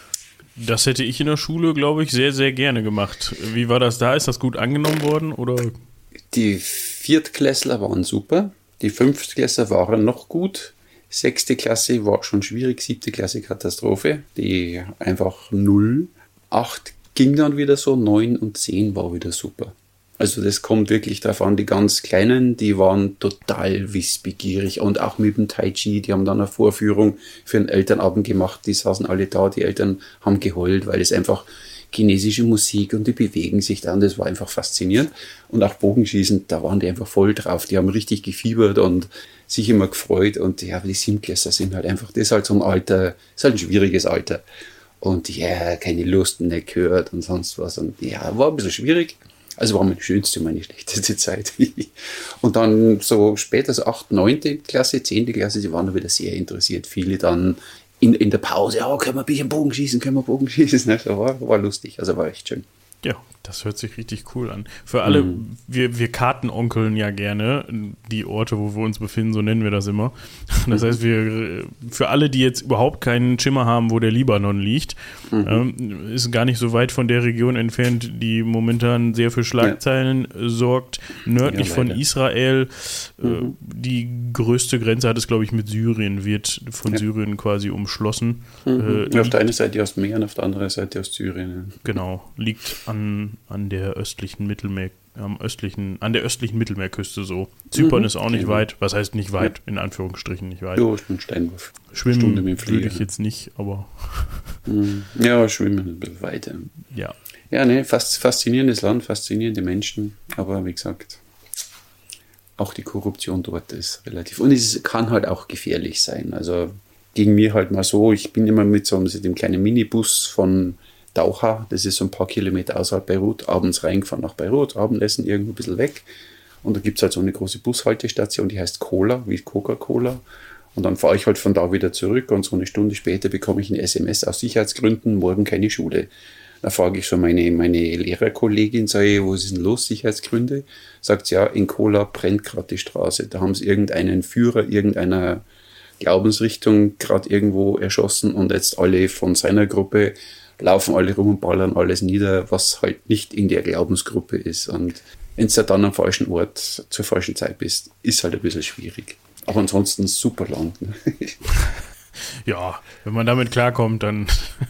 Das hätte ich in der Schule, glaube ich, sehr, sehr gerne gemacht. Wie war das da? Ist das gut angenommen worden? Oder? Die Viertklässler waren super, die Fünftklässler waren noch gut, 6. Klasse war schon schwierig, 7. Klasse Katastrophe, die einfach 0. 8 ging dann wieder so, 9 und 10 war wieder super. Also das kommt wirklich darauf an, die ganz Kleinen, die waren total wissbegierig und auch mit dem Tai Chi, die haben dann eine Vorführung für einen Elternabend gemacht, die saßen alle da, die Eltern haben geheult, weil es einfach chinesische Musik und die bewegen sich da und das war einfach faszinierend. Und auch Bogenschießen, da waren die einfach voll drauf, die haben richtig gefiebert und sich immer gefreut und ja, die Siebtklässler sind halt einfach, das ist halt so ein Alter, ist halt ein schwieriges Alter und ja, keine Lust nicht gehört und sonst was und ja, war ein bisschen schwierig. Also war meine schönste und meine schlechteste Zeit. Und dann so später, so 8., 9. Klasse, 10. Klasse, die waren da wieder sehr interessiert. Viele dann in der Pause, können wir ein bisschen Bogenschießen, können wir Bogenschießen. Also war lustig, also war echt schön. Ja, das hört sich richtig cool an. Für alle, wir kartenonkeln ja gerne die Orte, wo wir uns befinden, so nennen wir das immer. Das heißt, für alle, die jetzt überhaupt keinen Schimmer haben, wo der Libanon liegt, ist gar nicht so weit von der Region entfernt, die momentan sehr für Schlagzeilen sorgt. Nördlich von Israel, die größte Grenze hat es, glaube ich, mit Syrien, wird von Syrien quasi umschlossen. Auf der einen Seite aus Meer und auf der anderen Seite aus Syrien. Genau, liegt an der östlichen an der östlichen Mittelmeerküste so. Zypern ist auch nicht weit. Was heißt nicht weit? In Anführungsstrichen nicht weit. Ja, ist ein Steinwurf. Schwimmen würde ich jetzt nicht, aber... Ja, schwimmen ein bisschen weiter. Ja. Ja, ne, faszinierendes Land, faszinierende Menschen, aber wie gesagt, auch die Korruption dort ist relativ... Und es kann halt auch gefährlich sein. Also ging mir halt mal so, ich bin immer mit dem kleinen Minibus von Daucha, das ist so ein paar Kilometer außerhalb Beirut, abends reingefahren nach Beirut, Abendessen irgendwo ein bisschen weg. Und da gibt es halt so eine große Bushaltestation, die heißt Cola, wie Coca-Cola. Und dann fahre ich halt von da wieder zurück und so eine Stunde später bekomme ich eine SMS aus Sicherheitsgründen, morgen keine Schule. Da frage ich so meine Lehrerkollegin, sage ich, wo ist denn los, Sicherheitsgründe? Sagt sie, ja, in Cola brennt gerade die Straße. Da haben sie irgendeinen Führer irgendeiner Glaubensrichtung gerade irgendwo erschossen und jetzt alle von seiner Gruppe laufen alle rum und ballern alles nieder, was halt nicht in der Glaubensgruppe ist. Und wenn du dann am falschen Ort zur falschen Zeit bist, ist halt ein bisschen schwierig. Aber ansonsten super Land. Ne? Ja, wenn man damit klarkommt, dann...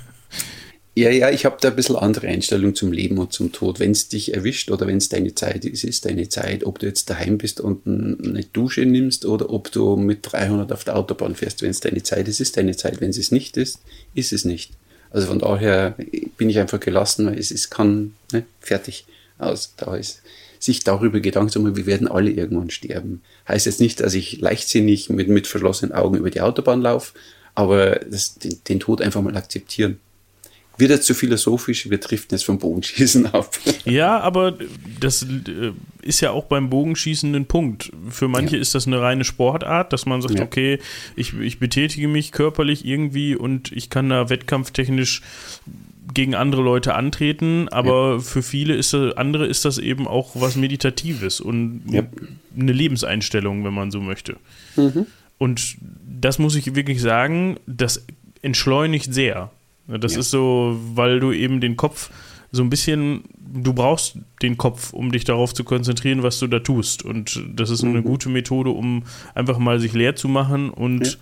Ja, ich habe da ein bisschen andere Einstellung zum Leben und zum Tod. Wenn es dich erwischt oder wenn es deine Zeit ist, ist deine Zeit. Ob du jetzt daheim bist und eine Dusche nimmst oder ob du mit 300 auf der Autobahn fährst. Wenn es deine Zeit ist, ist deine Zeit. Wenn es nicht ist, ist es nicht. Also von daher bin ich einfach gelassen, weil es kann, ne, fertig aus. Da ist sich darüber Gedanken zu machen, wir werden alle irgendwann sterben. Heißt jetzt nicht, dass ich leichtsinnig mit verschlossenen Augen über die Autobahn laufe, aber den Tod einfach mal akzeptieren. Wird jetzt zu philosophisch, wir driften jetzt vom Bogenschießen ab. Ja, aber das ist ja auch beim Bogenschießen ein Punkt. Für manche ist das eine reine Sportart, dass man sagt, okay, ich betätige mich körperlich irgendwie und ich kann da wettkampftechnisch gegen andere Leute antreten, aber für viele andere ist das eben auch was Meditatives und eine Lebenseinstellung, wenn man so möchte. Und das muss ich wirklich sagen, das entschleunigt sehr. Das ist so, weil du eben den Kopf so ein bisschen, du brauchst den Kopf, um dich darauf zu konzentrieren, was du da tust. Und das ist eine gute Methode, um einfach mal sich leer zu machen und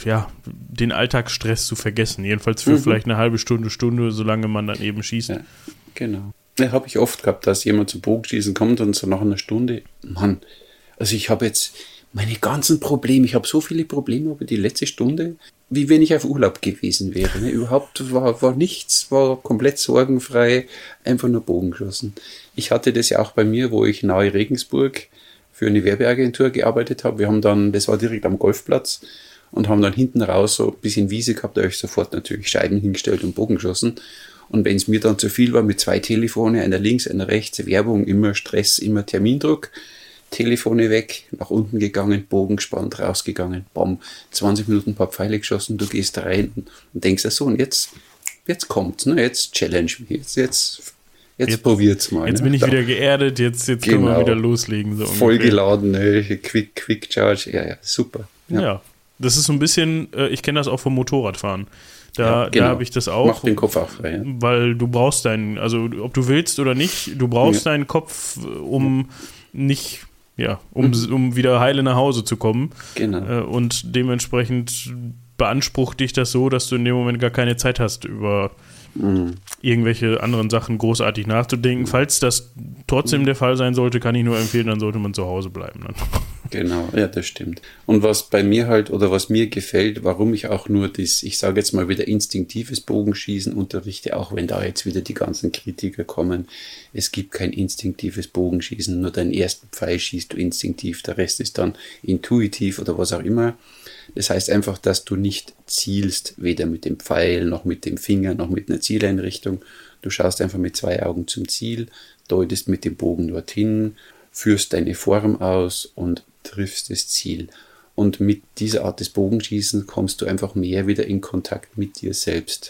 den Alltagsstress zu vergessen. Jedenfalls für vielleicht eine halbe Stunde, solange man dann eben schießt. Ja, genau. Ja, habe ich oft gehabt, dass jemand zum Bogenschießen kommt und so nach einer Stunde, Mann, also ich habe jetzt meine ganzen Probleme, ich habe so viele Probleme über die letzte Stunde, wie wenn ich auf Urlaub gewesen wäre. Ne? Überhaupt war nichts, war komplett sorgenfrei, einfach nur Bogen geschossen. Ich hatte das ja auch bei mir, wo ich nahe Regensburg für eine Werbeagentur gearbeitet habe. Wir haben dann, das war direkt am Golfplatz und haben dann hinten raus so ein bisschen Wiese gehabt, da habe ich sofort natürlich Scheiben hingestellt und Bogen geschossen. Und wenn es mir dann zu viel war mit 2 Telefone, einer links, einer rechts, Werbung, immer Stress, immer Termindruck, Telefone weg, nach unten gegangen, Bogen gespannt, rausgegangen, bam, 20 Minuten ein paar Pfeile geschossen, du gehst rein und denkst, so, und jetzt kommt's, ne? Jetzt challenge mich, jetzt probiert's mal. Jetzt bin ich wieder geerdet, jetzt können wir wieder loslegen. So vollgeladen, ne? Quick Charge, ja, super. Ja, das ist so ein bisschen, ich kenne das auch vom Motorradfahren. Da habe ich das auch. Mach den Kopf auch frei. Ja. Weil du brauchst also ob du willst oder nicht, du brauchst deinen Kopf, um nicht... Ja, um wieder heile nach Hause zu kommen. Genau. Und dementsprechend beansprucht dich das so, dass du in dem Moment gar keine Zeit hast, über irgendwelche anderen Sachen großartig nachzudenken. Falls das trotzdem der Fall sein sollte, kann ich nur empfehlen, dann sollte man zu Hause bleiben. Dann. Genau, ja, das stimmt. Und was bei mir halt, oder was mir gefällt, warum ich auch nur ich sage jetzt mal wieder instinktives Bogenschießen unterrichte, auch wenn da jetzt wieder die ganzen Kritiker kommen, es gibt kein instinktives Bogenschießen, nur deinen ersten Pfeil schießt du instinktiv, der Rest ist dann intuitiv oder was auch immer. Das heißt einfach, dass du nicht zielst, weder mit dem Pfeil, noch mit dem Finger, noch mit einer Zieleinrichtung. Du schaust einfach mit 2 Augen zum Ziel, deutest mit dem Bogen dorthin, führst deine Form aus und triffst das Ziel. Und mit dieser Art des Bogenschießens kommst du einfach mehr wieder in Kontakt mit dir selbst.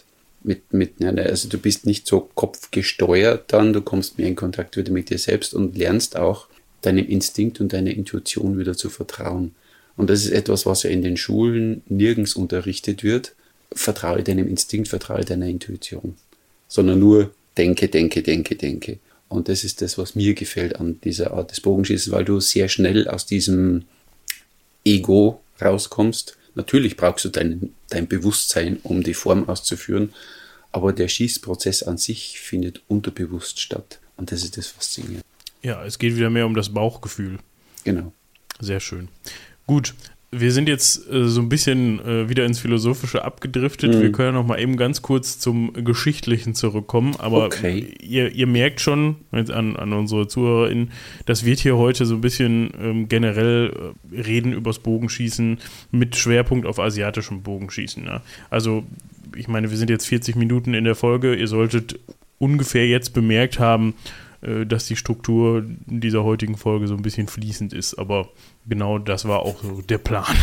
also du bist nicht so kopfgesteuert dann, du kommst mehr in Kontakt wieder mit dir selbst und lernst auch deinem Instinkt und deiner Intuition wieder zu vertrauen. Und das ist etwas, was ja in den Schulen nirgends unterrichtet wird. Vertraue deinem Instinkt, vertraue deiner Intuition. Sondern nur denke. Und das ist das, was mir gefällt an dieser Art des Bogenschießens, weil du sehr schnell aus diesem Ego rauskommst. Natürlich brauchst du dein Bewusstsein, um die Form auszuführen, aber der Schießprozess an sich findet unterbewusst statt. Und das ist das Faszinierende. Ja, es geht wieder mehr um das Bauchgefühl. Genau. Sehr schön. Gut, wir sind jetzt so ein bisschen wieder ins Philosophische abgedriftet. Wir können noch mal eben ganz kurz zum Geschichtlichen zurückkommen. Aber okay. Ihr merkt schon jetzt an unsere ZuhörerInnen, das wird hier heute so ein bisschen generell reden übers Bogenschießen mit Schwerpunkt auf asiatischem Bogenschießen. Ja. Also ich meine, wir sind jetzt 40 Minuten in der Folge. Ihr solltet ungefähr jetzt bemerkt haben, dass die Struktur dieser heutigen Folge so ein bisschen fließend ist, aber genau das war auch so der Plan.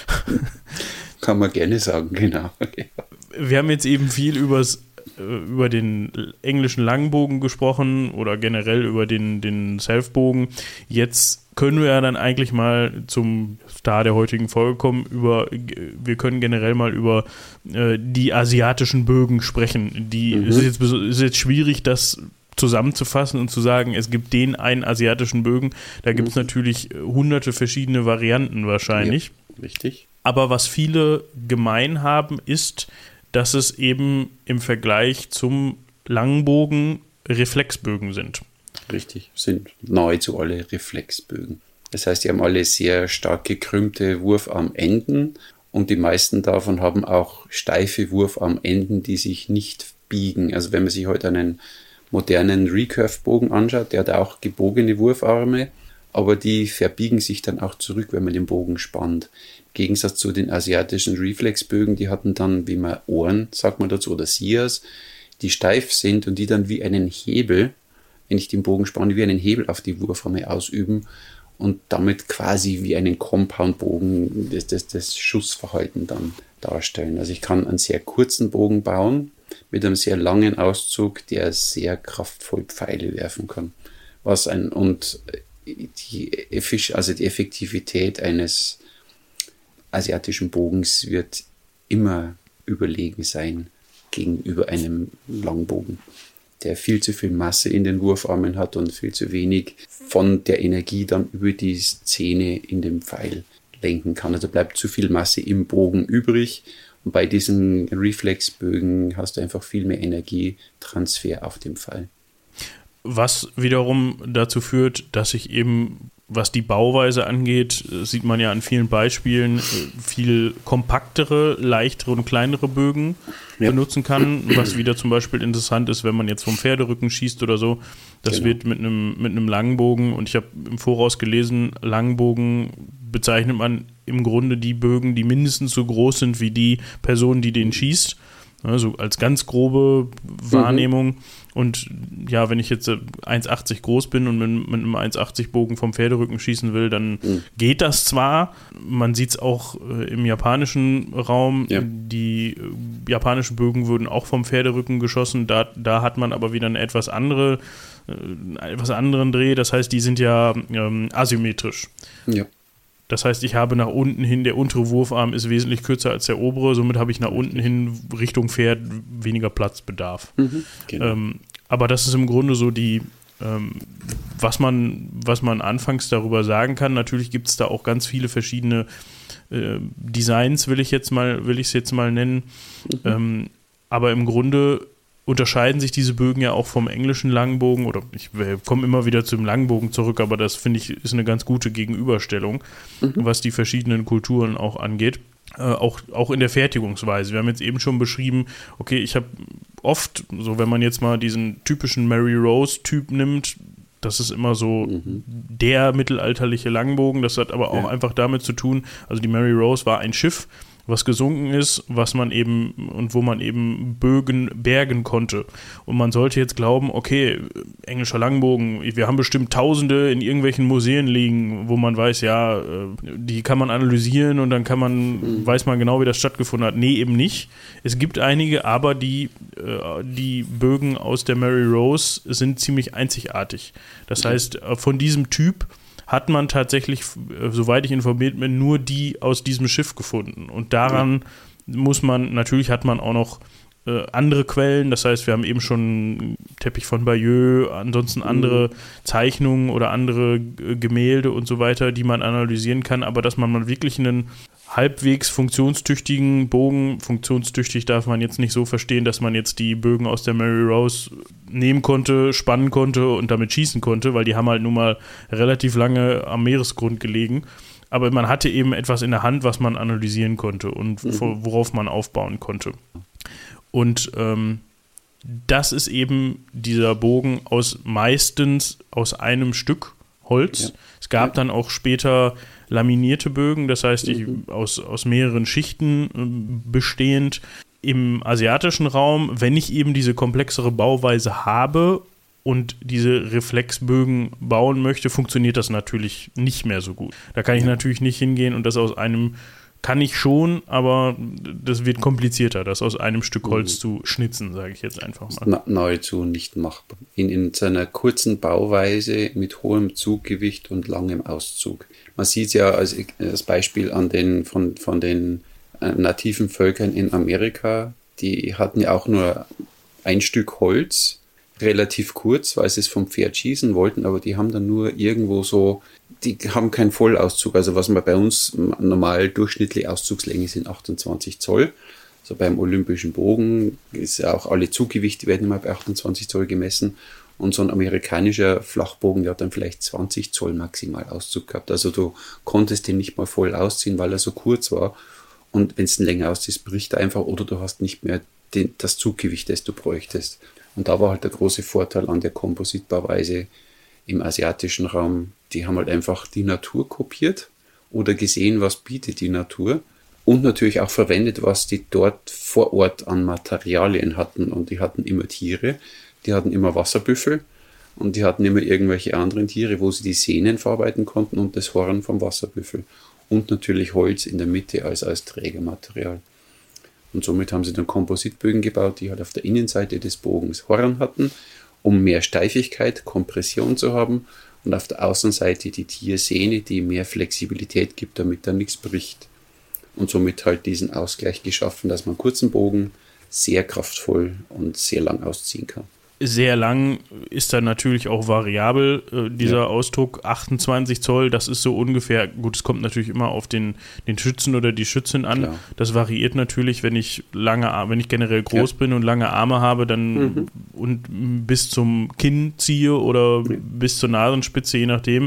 Kann man gerne sagen, genau. Wir haben jetzt eben viel über den englischen Langbogen gesprochen oder generell über den Selfbogen. Jetzt können wir ja dann eigentlich mal zum Star der heutigen Folge kommen. Wir können generell mal über die asiatischen Bögen sprechen. Es ist jetzt schwierig, das zusammenzufassen und zu sagen, es gibt den einen asiatischen Bögen. Da gibt es natürlich hunderte verschiedene Varianten wahrscheinlich. Ja, richtig. Aber was viele gemein haben, ist, dass es eben im Vergleich zum Langbogen Reflexbögen sind. Richtig, sind nahezu alle Reflexbögen. Das heißt, die haben alle sehr stark gekrümmte Wurfarmenden und die meisten davon haben auch steife Wurfarmenden, die sich nicht biegen. Also wenn man sich heute einen modernen Recurve-Bogen anschaut, der hat auch gebogene Wurfarme, aber die verbiegen sich dann auch zurück, wenn man den Bogen spannt. Im Gegensatz zu den asiatischen Reflexbögen, die hatten dann, wie man Ohren, sagt man dazu, oder Sias, die steif sind und die dann wie einen Hebel, wenn ich den Bogen spanne, wie einen Hebel auf die Wurfarme ausüben und damit quasi wie einen Compound-Bogen das Schussverhalten dann darstellen. Also ich kann einen sehr kurzen Bogen bauen, mit einem sehr langen Auszug, der sehr kraftvoll Pfeile werfen kann. Die Effektivität eines asiatischen Bogens wird immer überlegen sein gegenüber einem Langbogen, der viel zu viel Masse in den Wurfarmen hat und viel zu wenig von der Energie dann über die Szene in dem Pfeil lenken kann. Also bleibt zu viel Masse im Bogen übrig. Und bei diesen Reflexbögen hast du einfach viel mehr Energietransfer auf dem Pfeil. Was wiederum dazu führt, dass sich eben, was die Bauweise angeht, sieht man ja an vielen Beispielen, viel kompaktere, leichtere und kleinere Bögen benutzen kann, was wieder zum Beispiel interessant ist, wenn man jetzt vom Pferderücken schießt oder so. Das wird mit einem Langbogen, und ich habe im Voraus gelesen, Langbogen bezeichnet man im Grunde die Bögen, die mindestens so groß sind wie die Person, die den schießt. Also als ganz grobe Wahrnehmung. Und ja, wenn ich jetzt 1,80 groß bin und mit einem 1,80 Bogen vom Pferderücken schießen will, dann geht das zwar. Man sieht es auch im japanischen Raum. Ja. Die japanischen Bögen wurden auch vom Pferderücken geschossen. Da hat man aber wieder einen etwas anderen Dreh. Das heißt, die sind ja asymmetrisch. Ja. Das heißt, ich habe nach unten hin, der untere Wurfarm ist wesentlich kürzer als der obere, somit habe ich nach unten hin Richtung Pferd weniger Platzbedarf. Genau. Aber das ist im Grunde so was man anfangs darüber sagen kann. Natürlich gibt es da auch ganz viele verschiedene Designs, will ich es jetzt mal nennen. Aber im Grunde unterscheiden sich diese Bögen ja auch vom englischen Langbogen, oder ich komme immer wieder zum Langbogen zurück, aber das finde ich ist eine ganz gute Gegenüberstellung, was die verschiedenen Kulturen auch angeht. Auch in der Fertigungsweise. Wir haben jetzt eben schon beschrieben, okay, ich habe oft, so wenn man jetzt mal diesen typischen Mary Rose-Typ nimmt, das ist immer so der mittelalterliche Langbogen, das hat aber auch einfach damit zu tun, also die Mary Rose war ein Schiff, was gesunken ist, was man eben und wo man eben Bögen bergen konnte. Und man sollte jetzt glauben, okay, englischer Langbogen, wir haben bestimmt Tausende in irgendwelchen Museen liegen, wo man weiß, ja, die kann man analysieren und dann weiß man genau, wie das stattgefunden hat. Nee, eben nicht. Es gibt einige, aber die Bögen aus der Mary Rose sind ziemlich einzigartig. Das heißt, von diesem Typ hat man tatsächlich, soweit ich informiert bin, nur die aus diesem Schiff gefunden. Und daran natürlich hat man auch noch andere Quellen, das heißt, wir haben eben schon Teppich von Bayeux, ansonsten andere Zeichnungen oder andere Gemälde und so weiter, die man analysieren kann, aber dass man mal wirklich einen halbwegs funktionstüchtigen Bogen, funktionstüchtig darf man jetzt nicht so verstehen, dass man jetzt die Bögen aus der Mary Rose nehmen konnte, spannen konnte und damit schießen konnte, weil die haben halt nun mal relativ lange am Meeresgrund gelegen. Aber man hatte eben etwas in der Hand, was man analysieren konnte und worauf man aufbauen konnte. Und das ist eben dieser Bogen meistens aus einem Stück Holz. Ja. Es gab dann auch später laminierte Bögen, das heißt aus mehreren Schichten bestehend. Im asiatischen Raum, wenn ich eben diese komplexere Bauweise habe und diese Reflexbögen bauen möchte, funktioniert das natürlich nicht mehr so gut. Da kann ich natürlich nicht hingehen und das aus einem kann ich schon, aber das wird komplizierter, das aus einem Stück Holz zu schnitzen, sage ich jetzt einfach mal. Nahezu nicht machbar. In seiner kurzen Bauweise mit hohem Zuggewicht und langem Auszug. Man sieht es ja als Beispiel von den nativen Völkern in Amerika, die hatten ja auch nur ein Stück Holz, relativ kurz, weil sie es vom Pferd schießen wollten, aber die haben dann nur irgendwo so, die haben keinen Vollauszug, also was man bei uns normal durchschnittliche Auszugslänge sind 28 Zoll. So beim olympischen Bogen ist ja auch alle Zuggewichte werden immer bei 28 Zoll gemessen und so ein amerikanischer Flachbogen, der hat dann vielleicht 20 Zoll maximal Auszug gehabt. Also du konntest den nicht mal voll ausziehen, weil er so kurz war und wenn es ihn länger ausziehst, bricht er einfach oder du hast nicht mehr das Zuggewicht, das du bräuchtest. Und da war halt der große Vorteil an der Kompositbauweise im asiatischen Raum. Die haben halt einfach die Natur kopiert oder gesehen, was bietet die Natur und natürlich auch verwendet, was die dort vor Ort an Materialien hatten. Und die hatten immer Tiere, die hatten immer Wasserbüffel und die hatten immer irgendwelche anderen Tiere, wo sie die Sehnen verarbeiten konnten und das Horn vom Wasserbüffel. Und natürlich Holz in der Mitte als Trägermaterial. Und somit haben sie dann Kompositbögen gebaut, die halt auf der Innenseite des Bogens Horn hatten, um mehr Steifigkeit, Kompression zu haben. Und auf der Außenseite die Tiersehne, die mehr Flexibilität gibt, damit da nichts bricht. Und somit halt diesen Ausgleich geschaffen, dass man einen kurzen Bogen sehr kraftvoll und sehr lang ausziehen kann. Sehr lang ist dann natürlich auch variabel, dieser Ausdruck 28 Zoll, das ist so ungefähr, gut, es kommt natürlich immer auf den Schützen oder die Schützin an. Klar. Das variiert natürlich, wenn ich generell groß bin und lange Arme habe, dann und bis zum Kinn ziehe oder bis zur Nasenspitze, je nachdem,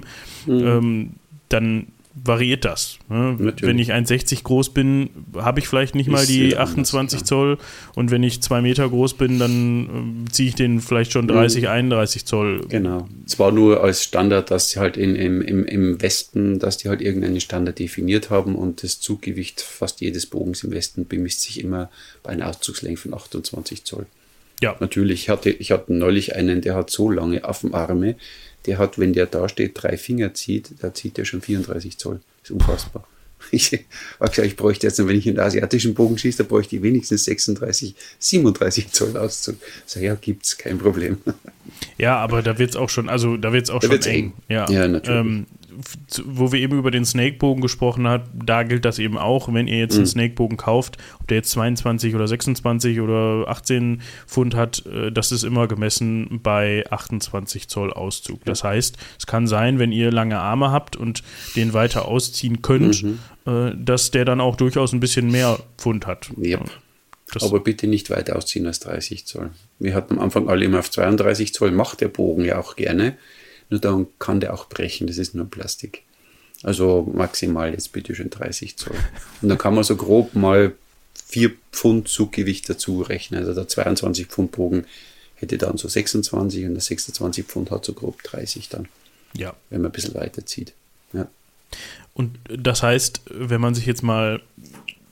dann variiert das. Ne? Wenn ich 1,60 groß bin, habe ich vielleicht nicht mal die 28 Zoll und wenn ich 2 Meter groß bin, dann ziehe ich den vielleicht schon 30, 31 Zoll. Genau. Es war nur als Standard, dass sie halt im Westen, dass die halt irgendeinen Standard definiert haben und das Zuggewicht fast jedes Bogens im Westen bemisst sich immer bei einer Auszugslänge von 28 Zoll. Ja. Natürlich, ich hatte neulich einen, der hat so lange Affenarme, der hat, wenn der da steht, 3 Finger zieht, da zieht der schon 34 Zoll. Das ist unfassbar. Ich habe gesagt, ich bräuchte jetzt, wenn ich einen asiatischen Bogen schieße, da bräuchte ich wenigstens 36, 37 Zoll Auszug. So, ja, gibt's, kein Problem. Ja, aber da wird's auch schon, eng. Ja, natürlich. Wo wir eben über den Snakebogen gesprochen haben, da gilt das eben auch, wenn ihr jetzt einen Snakebogen kauft, ob der jetzt 22 oder 26 oder 18 Pfund hat, das ist immer gemessen bei 28 Zoll Auszug. Das heißt, es kann sein, wenn ihr lange Arme habt und den weiter ausziehen könnt, dass der dann auch durchaus ein bisschen mehr Pfund hat. Yep. Aber bitte nicht weiter ausziehen als 30 Zoll. Wir hatten am Anfang alle immer auf 32 Zoll, macht der Bogen ja auch gerne. Nur dann kann der auch brechen, das ist nur Plastik. Also maximal jetzt bitte schon 30 Zoll. Und dann kann man so grob mal 4 Pfund Zuggewicht dazu rechnen. Also der 22 Pfund Bogen hätte dann so 26 und der 26 Pfund hat so grob 30 dann. Ja. Wenn man ein bisschen weiter zieht. Ja. Und das heißt, wenn man sich jetzt mal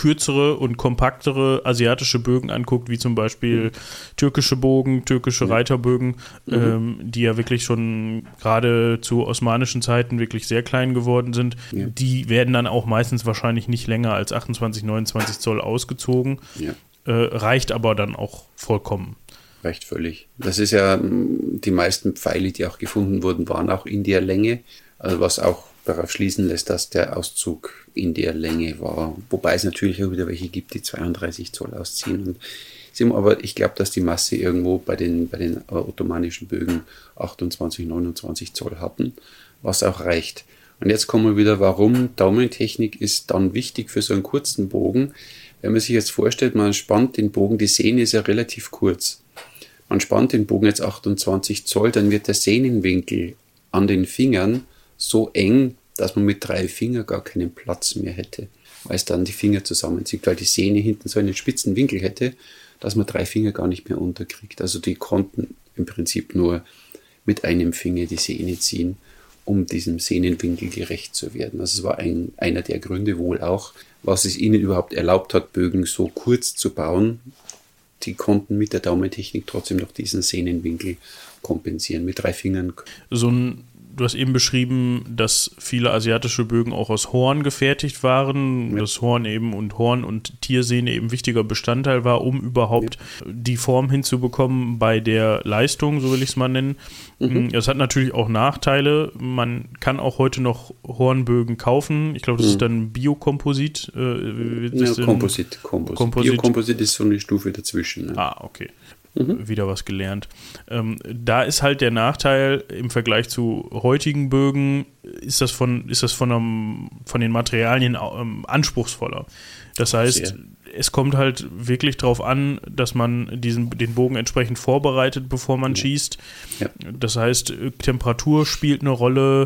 kürzere und kompaktere asiatische Bögen anguckt, wie zum Beispiel türkische Bogen, türkische Reiterbögen, die ja wirklich schon gerade zu osmanischen Zeiten wirklich sehr klein geworden sind, die werden dann auch meistens wahrscheinlich nicht länger als 28, 29 Zoll ausgezogen, reicht aber dann auch vollkommen. Reicht völlig. Das ist ja, die meisten Pfeile, die auch gefunden wurden, waren auch in der Länge, also was auch darauf schließen lässt, dass der Auszug in der Länge war. Wobei es natürlich auch wieder welche gibt, die 32 Zoll ausziehen. Aber ich glaube, dass die Masse irgendwo bei den ottomanischen Bögen 28, 29 Zoll hatten, was auch reicht. Und jetzt kommen wir wieder, warum Daumentechnik ist dann wichtig für so einen kurzen Bogen. Wenn man sich jetzt vorstellt, man spannt den Bogen, die Sehne ist ja relativ kurz. Man spannt den Bogen jetzt 28 Zoll, dann wird der Sehnenwinkel an den Fingern so eng, dass man mit 3 Fingern gar keinen Platz mehr hätte, weil es dann die Finger zusammenzieht, weil die Sehne hinten so einen spitzen Winkel hätte, dass man 3 Finger gar nicht mehr unterkriegt. Also die konnten im Prinzip nur mit einem Finger die Sehne ziehen, um diesem Sehnenwinkel gerecht zu werden. Also es war einer der Gründe wohl auch, was es ihnen überhaupt erlaubt hat, Bögen so kurz zu bauen. Die konnten mit der Daumentechnik trotzdem noch diesen Sehnenwinkel kompensieren mit 3 Fingern. Du hast eben beschrieben, dass viele asiatische Bögen auch aus Horn gefertigt waren, dass Horn und Tiersehne eben wichtiger Bestandteil war, um überhaupt die Form hinzubekommen bei der Leistung, so will ich es mal nennen. Das hat natürlich auch Nachteile. Man kann auch heute noch Hornbögen kaufen. Ich glaube, das ist dann Biokomposit. Komposit. Biokomposit ist so eine Stufe dazwischen. Ne? Ah, okay. Wieder was gelernt. Da ist halt der Nachteil im Vergleich zu heutigen Bögen, ist das von den Materialien anspruchsvoller. Das heißt, es kommt halt wirklich darauf an, dass man den Bogen entsprechend vorbereitet, bevor man schießt. Ja. Das heißt, Temperatur spielt eine Rolle.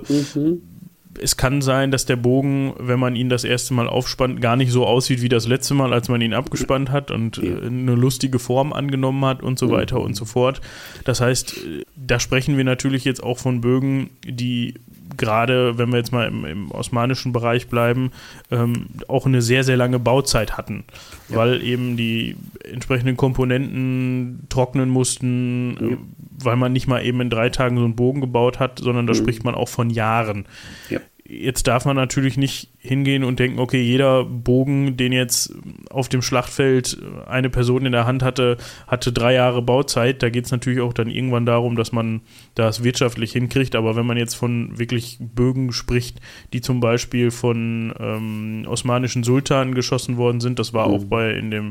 Es kann sein, dass der Bogen, wenn man ihn das erste Mal aufspannt, gar nicht so aussieht wie das letzte Mal, als man ihn abgespannt hat und eine lustige Form angenommen hat und so weiter und so fort. Das heißt, da sprechen wir natürlich jetzt auch von Bögen, die gerade, wenn wir jetzt mal im osmanischen Bereich bleiben, auch eine sehr, sehr lange Bauzeit hatten, weil eben die entsprechenden Komponenten trocknen mussten, weil man nicht mal eben in 3 Tagen so einen Bogen gebaut hat, sondern da spricht man auch von Jahren. Ja. Jetzt darf man natürlich nicht hingehen und denken, okay, jeder Bogen, den jetzt auf dem Schlachtfeld eine Person in der Hand hatte 3 Jahre Bauzeit. Da geht es natürlich auch dann irgendwann darum, dass man das wirtschaftlich hinkriegt. Aber wenn man jetzt von wirklich Bögen spricht, die zum Beispiel von osmanischen Sultanen geschossen worden sind, das war auch in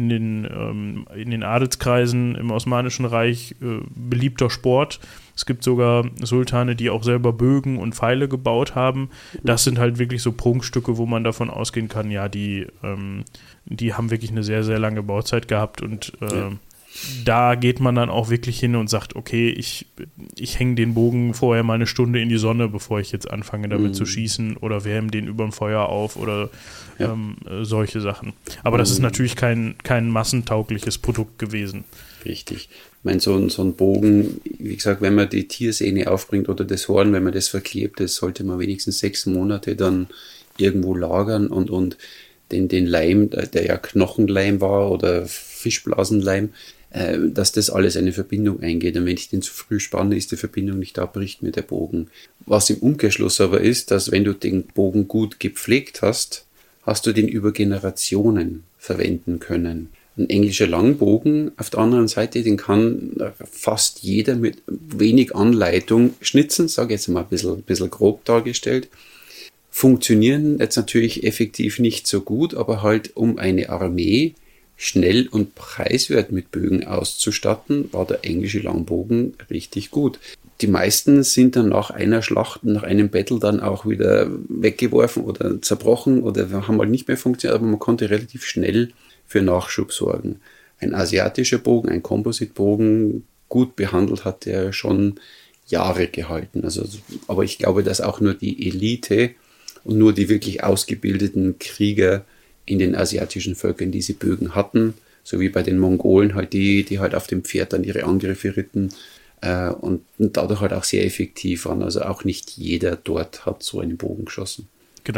den Adelskreisen im Osmanischen Reich beliebter Sport. Es gibt sogar Sultane, die auch selber Bögen und Pfeile gebaut haben. Das sind halt wirklich so Prunkstücke, wo man davon ausgehen kann, ja, die haben wirklich eine sehr, sehr lange Bauzeit gehabt und da geht man dann auch wirklich hin und sagt, okay, ich hänge den Bogen vorher mal eine Stunde in die Sonne, bevor ich jetzt anfange damit zu schießen oder wärme den überm Feuer auf oder solche Sachen. Aber das ist natürlich kein massentaugliches Produkt gewesen. Richtig. Ich meine, so ein Bogen, wie gesagt, wenn man die Tiersehne aufbringt oder das Horn, wenn man das verklebt, das sollte man wenigstens 6 Monate dann irgendwo lagern und den Leim, der ja Knochenleim war oder Fischblasenleim, dass das alles eine Verbindung eingeht. Und wenn ich den zu früh spanne, ist die Verbindung nicht da, bricht mir der Bogen. Was im Umkehrschluss aber ist, dass wenn du den Bogen gut gepflegt hast, hast du den über Generationen verwenden können. Ein englischer Langbogen auf der anderen Seite, den kann fast jeder mit wenig Anleitung schnitzen, sage ich jetzt mal ein bisschen grob dargestellt. Funktionieren jetzt natürlich effektiv nicht so gut, aber halt um eine Armee schnell und preiswert mit Bögen auszustatten, war der englische Langbogen richtig gut. Die meisten sind dann nach einer Schlacht, nach einem Battle dann auch wieder weggeworfen oder zerbrochen oder haben halt nicht mehr funktioniert, aber man konnte relativ schnell für Nachschub sorgen. Ein asiatischer Bogen, ein Kompositbogen, gut behandelt hat der schon Jahre gehalten. Also, aber ich glaube, dass auch nur die Elite und nur die wirklich ausgebildeten Krieger in den asiatischen Völkern diese Bögen hatten, so wie bei den Mongolen halt die halt auf dem Pferd dann ihre Angriffe ritten und dadurch halt auch sehr effektiv waren. Also auch nicht jeder dort hat so einen Bogen geschossen. Genau.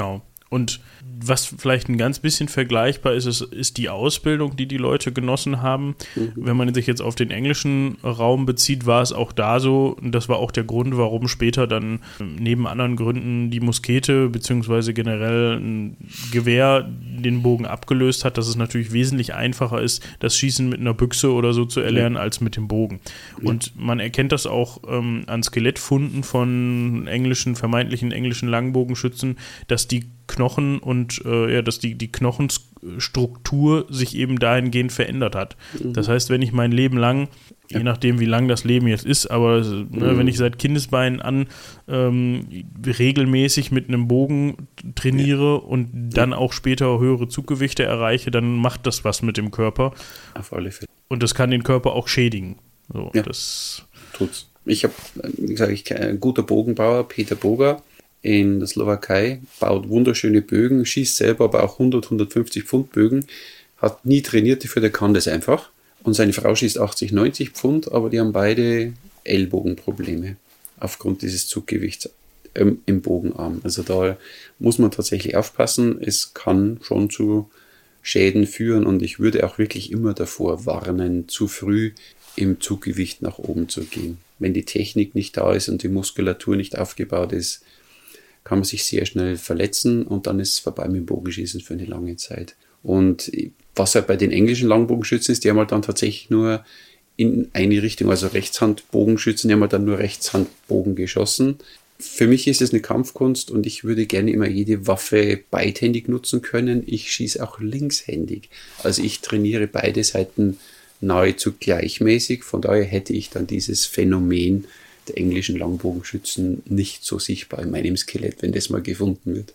Und was vielleicht ein ganz bisschen vergleichbar ist, ist die Ausbildung, die Leute genossen haben. Wenn man sich jetzt auf den englischen Raum bezieht, war es auch da so. Und das war auch der Grund, warum später dann neben anderen Gründen die Muskete beziehungsweise generell ein Gewehr den Bogen abgelöst hat, dass es natürlich wesentlich einfacher ist, das Schießen mit einer Büchse oder so zu erlernen, als mit dem Bogen. Und man erkennt das auch an Skelettfunden von vermeintlichen englischen Langbogenschützen, dass die Knochen und dass die Knochenstruktur sich eben dahingehend verändert hat. Das heißt, wenn ich mein Leben lang, je nachdem wie lang das Leben jetzt ist, aber wenn ich seit Kindesbeinen an regelmäßig mit einem Bogen trainiere und dann auch später höhere Zuggewichte erreiche, dann macht das was mit dem Körper. Auf alle Fälle. Und das kann den Körper auch schädigen. So, das tut's. Ich habe, wie gesagt, ein guter Bogenbauer, Peter Boger, in der Slowakei, baut wunderschöne Bögen, schießt selber aber auch 150 Pfund Bögen, hat nie trainiert dafür, der kann das einfach. Und seine Frau schießt 80, 90 Pfund, aber die haben beide Ellbogenprobleme aufgrund dieses Zuggewichts im Bogenarm. Also da muss man tatsächlich aufpassen, es kann schon zu Schäden führen und ich würde auch wirklich immer davor warnen, zu früh im Zuggewicht nach oben zu gehen. Wenn die Technik nicht da ist und die Muskulatur nicht aufgebaut ist, kann man sich sehr schnell verletzen und dann ist es vorbei mit dem Bogenschießen für eine lange Zeit. Und was halt bei den englischen Langbogenschützen ist, die haben halt dann tatsächlich nur in eine Richtung, also Rechtshandbogenschützen, die haben halt dann nur Rechtshandbogen geschossen. Für mich ist es eine Kampfkunst und ich würde gerne immer jede Waffe beidhändig nutzen können. Ich schieße auch linkshändig. Also ich trainiere beide Seiten nahezu gleichmäßig. Von daher hätte ich dann dieses Phänomen der englischen Langbogenschützen nicht so sichtbar in meinem Skelett, wenn das mal gefunden wird.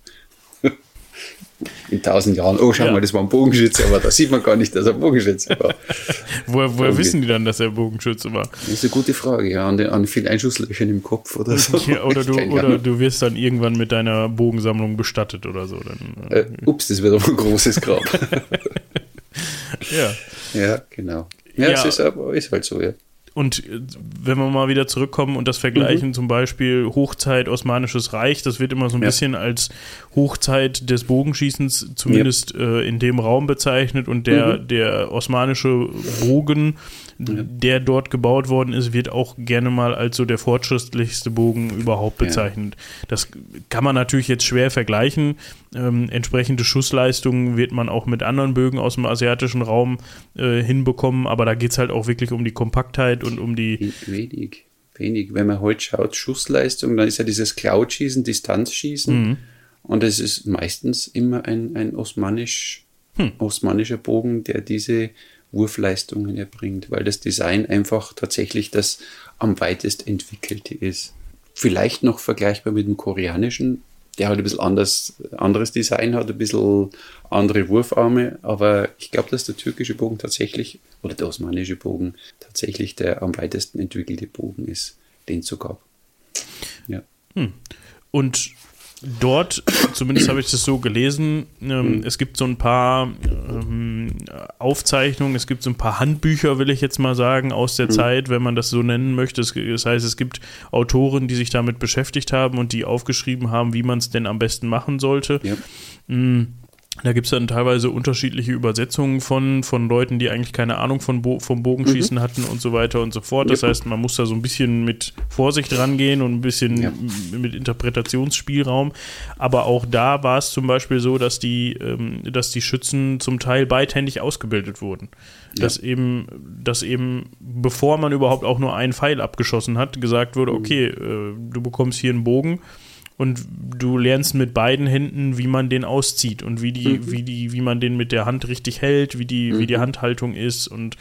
In 1000 Jahren, oh, schau mal, das war ein Bogenschütze, aber da sieht man gar nicht, dass er Bogenschütze war. Woher wissen die dann, dass er Bogenschütze war? Das ist eine gute Frage, ja, an vielen Einschusslöchern im Kopf oder so. Ja, oder du wirst dann irgendwann mit deiner Bogensammlung bestattet oder so. Dann, ups, das wird aber ein großes Grab. Ja. Ja, genau. Ja, es ist halt so, ja. Und wenn wir mal wieder zurückkommen und das vergleichen, zum Beispiel Hochzeit Osmanisches Reich, das wird immer so ein bisschen als Hochzeit des Bogenschießens zumindest in dem Raum bezeichnet und der osmanische Bogen, der dort gebaut worden ist, wird auch gerne mal als so der fortschrittlichste Bogen überhaupt bezeichnet. Das kann man natürlich jetzt schwer vergleichen. Entsprechende Schussleistungen wird man auch mit anderen Bögen aus dem asiatischen Raum hinbekommen, aber da geht es halt auch wirklich um die Kompaktheit und um die... Wenig. Wenn man heute schaut, Schussleistung, dann ist ja dieses Cloud-Schießen, Distanzschießen und es ist meistens immer ein osmanischer Bogen, der diese Wurfleistungen erbringt, weil das Design einfach tatsächlich das am weitest entwickelte ist. Vielleicht noch vergleichbar mit dem koreanischen, der halt ein bisschen anderes Design hat, ein bisschen andere Wurfarme, aber ich glaube, dass der türkische Bogen tatsächlich, oder der osmanische Bogen, tatsächlich der am weitesten entwickelte Bogen ist, den es so gab. Ja. Und dort, zumindest habe ich das so gelesen, es gibt so ein paar Aufzeichnungen, es gibt so ein paar Handbücher, will ich jetzt mal sagen, aus der Zeit, wenn man das so nennen möchte. Das heißt, es gibt Autoren, die sich damit beschäftigt haben und die aufgeschrieben haben, wie man es denn am besten machen sollte. Ja. Da gibt es dann teilweise unterschiedliche Übersetzungen von Leuten, die eigentlich keine Ahnung vom Bogenschießen hatten und so weiter und so fort. Das heißt, man muss da so ein bisschen mit Vorsicht rangehen und ein bisschen mit Interpretationsspielraum. Aber auch da war es zum Beispiel so, dass die Schützen zum Teil beidhändig ausgebildet wurden. Ja. Dass eben, bevor man überhaupt auch nur einen Pfeil abgeschossen hat, gesagt wurde, okay, du bekommst hier einen Bogen, und du lernst mit beiden Händen, wie man den auszieht und wie man den mit der Hand richtig hält, wie die Handhaltung ist. Und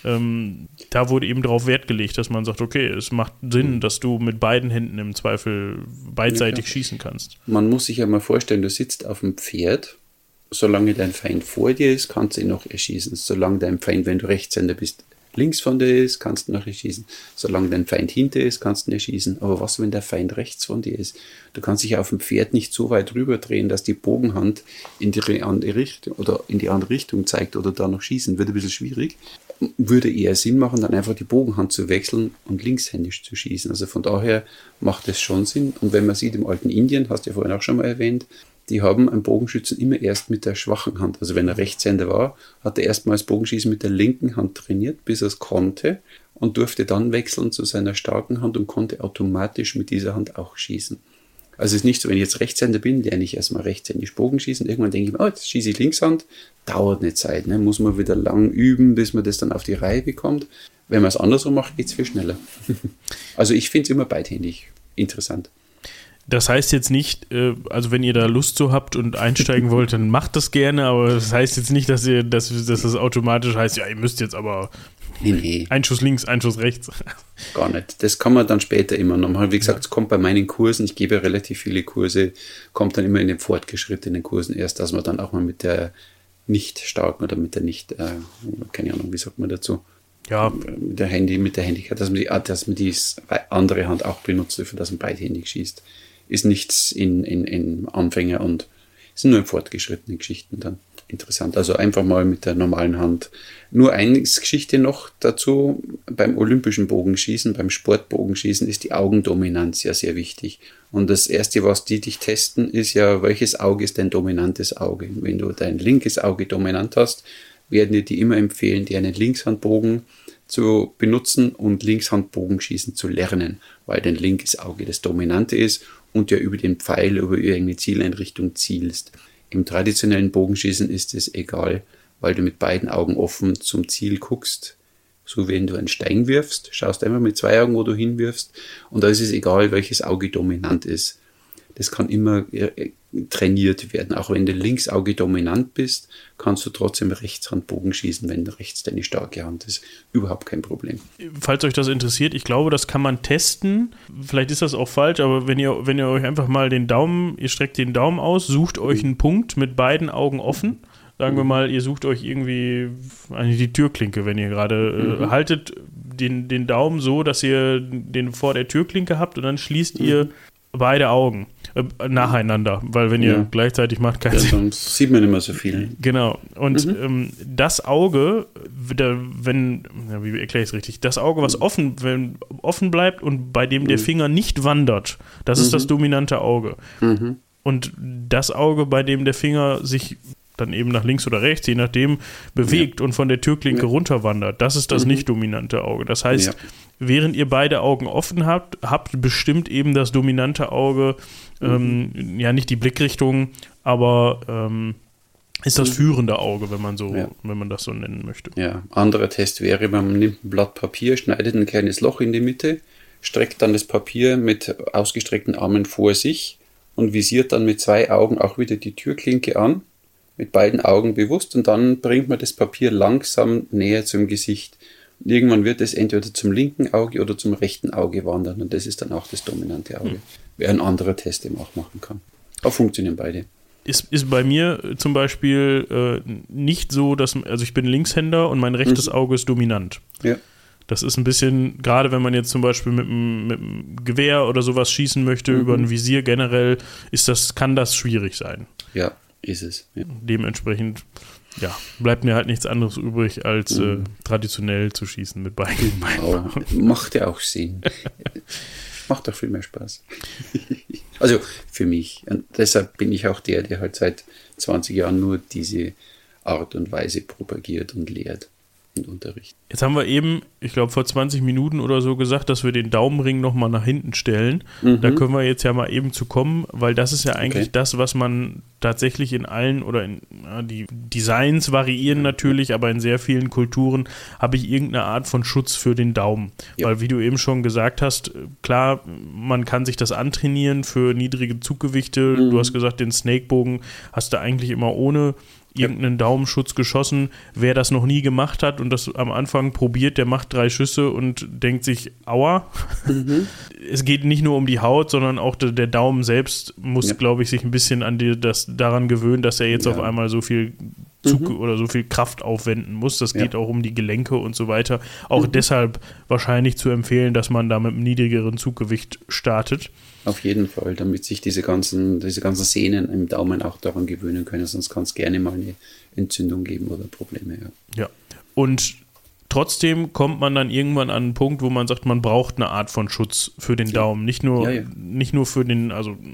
da wurde eben darauf Wert gelegt, dass man sagt, okay, es macht Sinn, dass du mit beiden Händen im Zweifel beidseitig schießen kannst. Man muss sich ja mal vorstellen, du sitzt auf dem Pferd, solange dein Feind vor dir ist, kannst du ihn noch erschießen. Solange dein Feind, wenn du Rechtshänder bist, links von dir ist, kannst du noch erschießen. Solange dein Feind hinter ist, kannst du ihn erschießen. Aber was, wenn der Feind rechts von dir ist? Du kannst dich auf dem Pferd nicht so weit rüberdrehen, dass die Bogenhand in die andere Richtung oder in die andere Richtung zeigt oder da noch schießen. Wird ein bisschen schwierig. Würde eher Sinn machen, dann einfach die Bogenhand zu wechseln und linkshändisch zu schießen. Also von daher macht es schon Sinn. Und wenn man sieht, im alten Indien, hast du ja vorhin auch schon mal erwähnt, die haben einen Bogenschützen immer erst mit der schwachen Hand. Also wenn er Rechtshänder war, hat er erstmals Bogenschießen mit der linken Hand trainiert, bis er es konnte und durfte dann wechseln zu seiner starken Hand und konnte automatisch mit dieser Hand auch schießen. Also es ist nicht so, wenn ich jetzt Rechtshänder bin, lerne ich erstmal rechtshändisch Bogenschießen. Irgendwann denke ich mir, jetzt schieße ich Linkshand. Dauert eine Zeit, ne? Muss man wieder lang üben, bis man das dann auf die Reihe bekommt. Wenn man es andersrum macht, geht es viel schneller. Also ich finde es immer beidhändig interessant. Das heißt jetzt nicht, also wenn ihr da Lust so habt und einsteigen wollt, dann macht das gerne, aber das heißt jetzt nicht, dass das automatisch heißt, ja, ihr müsst jetzt aber Nee. Einschuss links, Einschuss rechts. Gar nicht. Das kann man dann später immer nochmal. Wie gesagt, es kommt bei meinen Kursen, ich gebe relativ viele Kurse, kommt dann immer in den fortgeschrittenen Kursen erst, dass man dann auch mal mit der nicht starken oder mit der nicht, keine Ahnung, wie sagt man dazu? Ja. Mit der Händigkeit, dass man die andere Hand auch benutzt, für das man beidhändig schießt. Ist nichts in Anfänger und sind nur in fortgeschrittenen Geschichten dann interessant. Also einfach mal mit der normalen Hand. Nur eine Geschichte noch dazu, beim olympischen Bogenschießen, beim Sportbogenschießen ist die Augendominanz ja sehr wichtig. Und das Erste, was die dich testen, ist ja, welches Auge ist dein dominantes Auge? Wenn du dein linkes Auge dominant hast, werden die immer empfehlen, dir einen Linkshandbogen zu benutzen und Linkshandbogenschießen zu lernen, weil dein linkes Auge das Dominante ist und ja über den Pfeil, über irgendeine Zieleinrichtung zielst. Im traditionellen Bogenschießen ist es egal, weil du mit beiden Augen offen zum Ziel guckst. So wie wenn du einen Stein wirfst, schaust einfach mit zwei Augen, wo du hinwirfst. Und da ist es egal, welches Auge dominant ist. Das kann immer trainiert werden. Auch wenn du Linksauge dominant bist, kannst du trotzdem Rechtshand-Bogen schießen, wenn rechts deine starke Hand ist. Überhaupt kein Problem. Falls euch das interessiert, ich glaube, das kann man testen. Vielleicht ist das auch falsch, aber wenn ihr euch einfach mal ihr streckt den Daumen aus, sucht euch einen Punkt mit beiden Augen offen. Sagen wir mal, ihr sucht euch irgendwie die Türklinke, wenn ihr gerade haltet den Daumen so, dass ihr den vor der Türklinke habt und dann schließt ihr beide Augen nacheinander, weil wenn ihr gleichzeitig macht, keinen Sinn. Sonst sieht man immer so viel. Genau. Und das Auge, wie erkläre ich es richtig? Das Auge, was offen bleibt und bei dem der Finger nicht wandert, das ist das dominante Auge. Und das Auge, bei dem der Finger sich dann eben nach links oder rechts, je nachdem, bewegt und von der Türklinke runterwandert, das ist das nicht dominante Auge. Das heißt, während ihr beide Augen offen habt bestimmt eben das dominante Auge, nicht die Blickrichtung, aber ist das führende Auge, wenn man das so nennen möchte. Ja, anderer Test wäre, man nimmt ein Blatt Papier, schneidet ein kleines Loch in die Mitte, streckt dann das Papier mit ausgestreckten Armen vor sich und visiert dann mit zwei Augen auch wieder die Türklinke an, mit beiden Augen bewusst, und dann bringt man das Papier langsam näher zum Gesicht. Und irgendwann wird es entweder zum linken Auge oder zum rechten Auge wandern, und das ist dann auch das dominante Auge. Wäre ein anderer Test, den man auch machen kann. Aber funktionieren beide. Ist bei mir zum Beispiel nicht so, also ich bin Linkshänder und mein rechtes Auge ist dominant. Ja. Das ist ein bisschen, gerade wenn man jetzt zum Beispiel mit einem Gewehr oder sowas schießen möchte, über ein Visier generell, kann das schwierig sein. Ja, ist es. Ja. Dementsprechend, bleibt mir halt nichts anderes übrig, als traditionell zu schießen mit beiden Beinen. Macht ja auch Sinn. Macht doch viel mehr Spaß. Also für mich. Und deshalb bin ich auch der halt seit 20 Jahren nur diese Art und Weise propagiert und lehrt und unterrichtet. Jetzt haben wir eben, ich glaube vor 20 Minuten oder so gesagt, dass wir den Daumenring nochmal nach hinten stellen. Da können wir jetzt ja mal eben zu kommen, weil das ist ja eigentlich das, was man tatsächlich in allen die Designs variieren natürlich, aber in sehr vielen Kulturen habe ich irgendeine Art von Schutz für den Daumen. Ja. Weil wie du eben schon gesagt hast, klar, man kann sich das antrainieren für niedrige Zuggewichte. Du hast gesagt, den Snakebogen hast du eigentlich immer ohne irgendeinen Daumenschutz geschossen. Wer das noch nie gemacht hat und das am Anfang probiert, der macht 3 Schüsse und denkt sich, aua. Es geht nicht nur um die Haut, sondern auch der Daumen selbst muss, glaube ich, sich ein bisschen daran gewöhnen, dass er jetzt auf einmal so viel oder so viel Kraft aufwenden muss. Das geht auch um die Gelenke und so weiter. Auch deshalb wahrscheinlich zu empfehlen, dass man da mit einem niedrigeren Zuggewicht startet. Auf jeden Fall, damit sich diese ganzen Sehnen im Daumen auch daran gewöhnen können, sonst kann es gerne mal eine Entzündung geben oder Probleme. Ja, und trotzdem kommt man dann irgendwann an einen Punkt, wo man sagt, man braucht eine Art von Schutz für den Daumen. Nicht nur für den,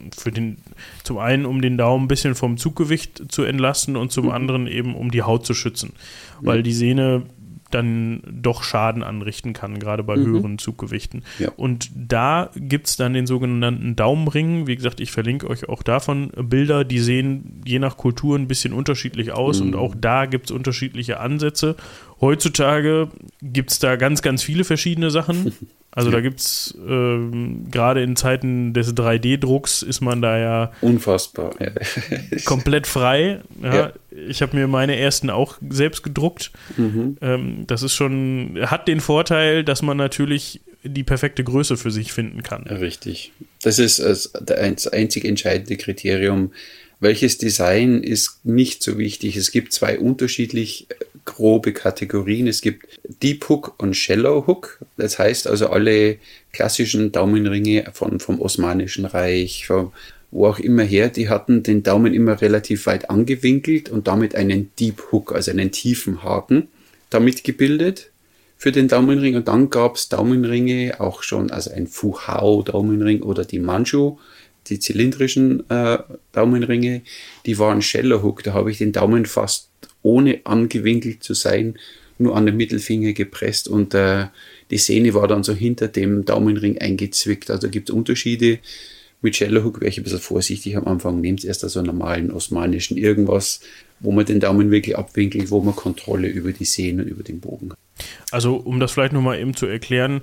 zum einen, um den Daumen ein bisschen vom Zuggewicht zu entlasten und zum anderen eben, um die Haut zu schützen. Weil die Sehne dann doch Schaden anrichten kann, gerade bei höheren Zuggewichten. Ja. Und da gibt es dann den sogenannten Daumenring. Wie gesagt, ich verlinke euch auch davon Bilder, die sehen je nach Kultur ein bisschen unterschiedlich aus und auch da gibt es unterschiedliche Ansätze. Heutzutage gibt es da ganz, ganz viele verschiedene Sachen. Also da gibt es, gerade in Zeiten des 3D-Drucks ist man da ja unfassbar komplett frei. Ja. Ich habe mir meine ersten auch selbst gedruckt. Das ist schon, hat den Vorteil, dass man natürlich die perfekte Größe für sich finden kann. Richtig. Das ist das einzig entscheidende Kriterium. Welches Design ist nicht so wichtig? Es gibt zwei unterschiedlich grobe Kategorien. Es gibt Deep Hook und Shallow Hook. Das heißt also alle klassischen Daumenringe vom Osmanischen Reich, wo auch immer her, die hatten den Daumen immer relativ weit angewinkelt und damit einen Deep Hook, also einen tiefen Haken, damit gebildet für den Daumenring. Und dann gab es Daumenringe auch schon, also ein Fu-Hao-Daumenring oder die Manchu, die zylindrischen Daumenringe, die waren Shallow Hook. Da habe ich den Daumen fast ohne angewinkelt zu sein, nur an den Mittelfinger gepresst und die Sehne war dann so hinter dem Daumenring eingezwickt. Also gibt es Unterschiede. Mit Shallow Hook wäre ich ein bisschen vorsichtig am Anfang. Nehmt erst also einen normalen osmanischen irgendwas, wo man den Daumen wirklich abwinkelt, wo man Kontrolle über die Sehne und über den Bogen hat. Also um das vielleicht nochmal eben zu erklären,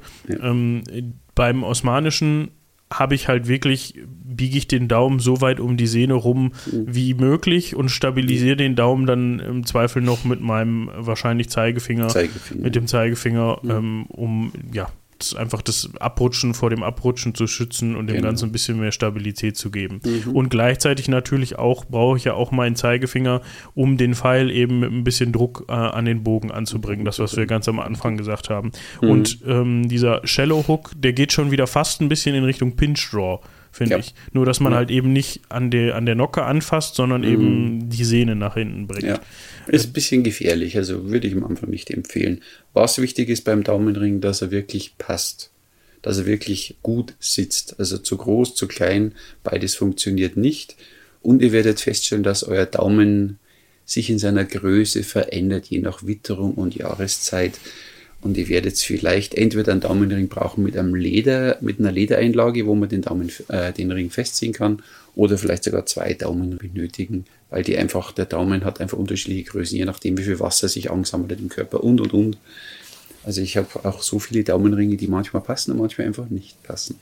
beim osmanischen habe ich halt wirklich, biege ich den Daumen so weit um die Sehne rum wie möglich und stabilisiere den Daumen dann im Zweifel noch mit meinem wahrscheinlich Zeigefinger. Mit dem Zeigefinger, um einfach das Abrutschen vor dem Abrutschen zu schützen und dem Ganzen ein bisschen mehr Stabilität zu geben. Und gleichzeitig natürlich auch, brauche ich ja auch meinen Zeigefinger, um den Pfeil eben mit ein bisschen Druck an den Bogen anzubringen, das, was wir ganz am Anfang gesagt haben. Und dieser Shallow Hook, der geht schon wieder fast ein bisschen in Richtung Pinch Draw, finde ich. Nur, dass man halt eben nicht an der Nocke anfasst, sondern eben die Sehne nach hinten bringt. Ja. Ist ein bisschen gefährlich, also würde ich am Anfang nicht empfehlen. Was wichtig ist beim Daumenring, dass er wirklich passt, dass er wirklich gut sitzt. Also zu groß, zu klein, beides funktioniert nicht. Und ihr werdet feststellen, dass euer Daumen sich in seiner Größe verändert, je nach Witterung und Jahreszeit. Und ihr werdet vielleicht entweder einen Daumenring brauchen mit einer Ledereinlage, wo man den Ring festziehen kann, oder vielleicht sogar 2 Daumen benötigen, weil der Daumen hat einfach unterschiedliche Größen, je nachdem, wie viel Wasser sich angesammelt hat im Körper und. Also ich habe auch so viele Daumenringe, die manchmal passen und manchmal einfach nicht passen.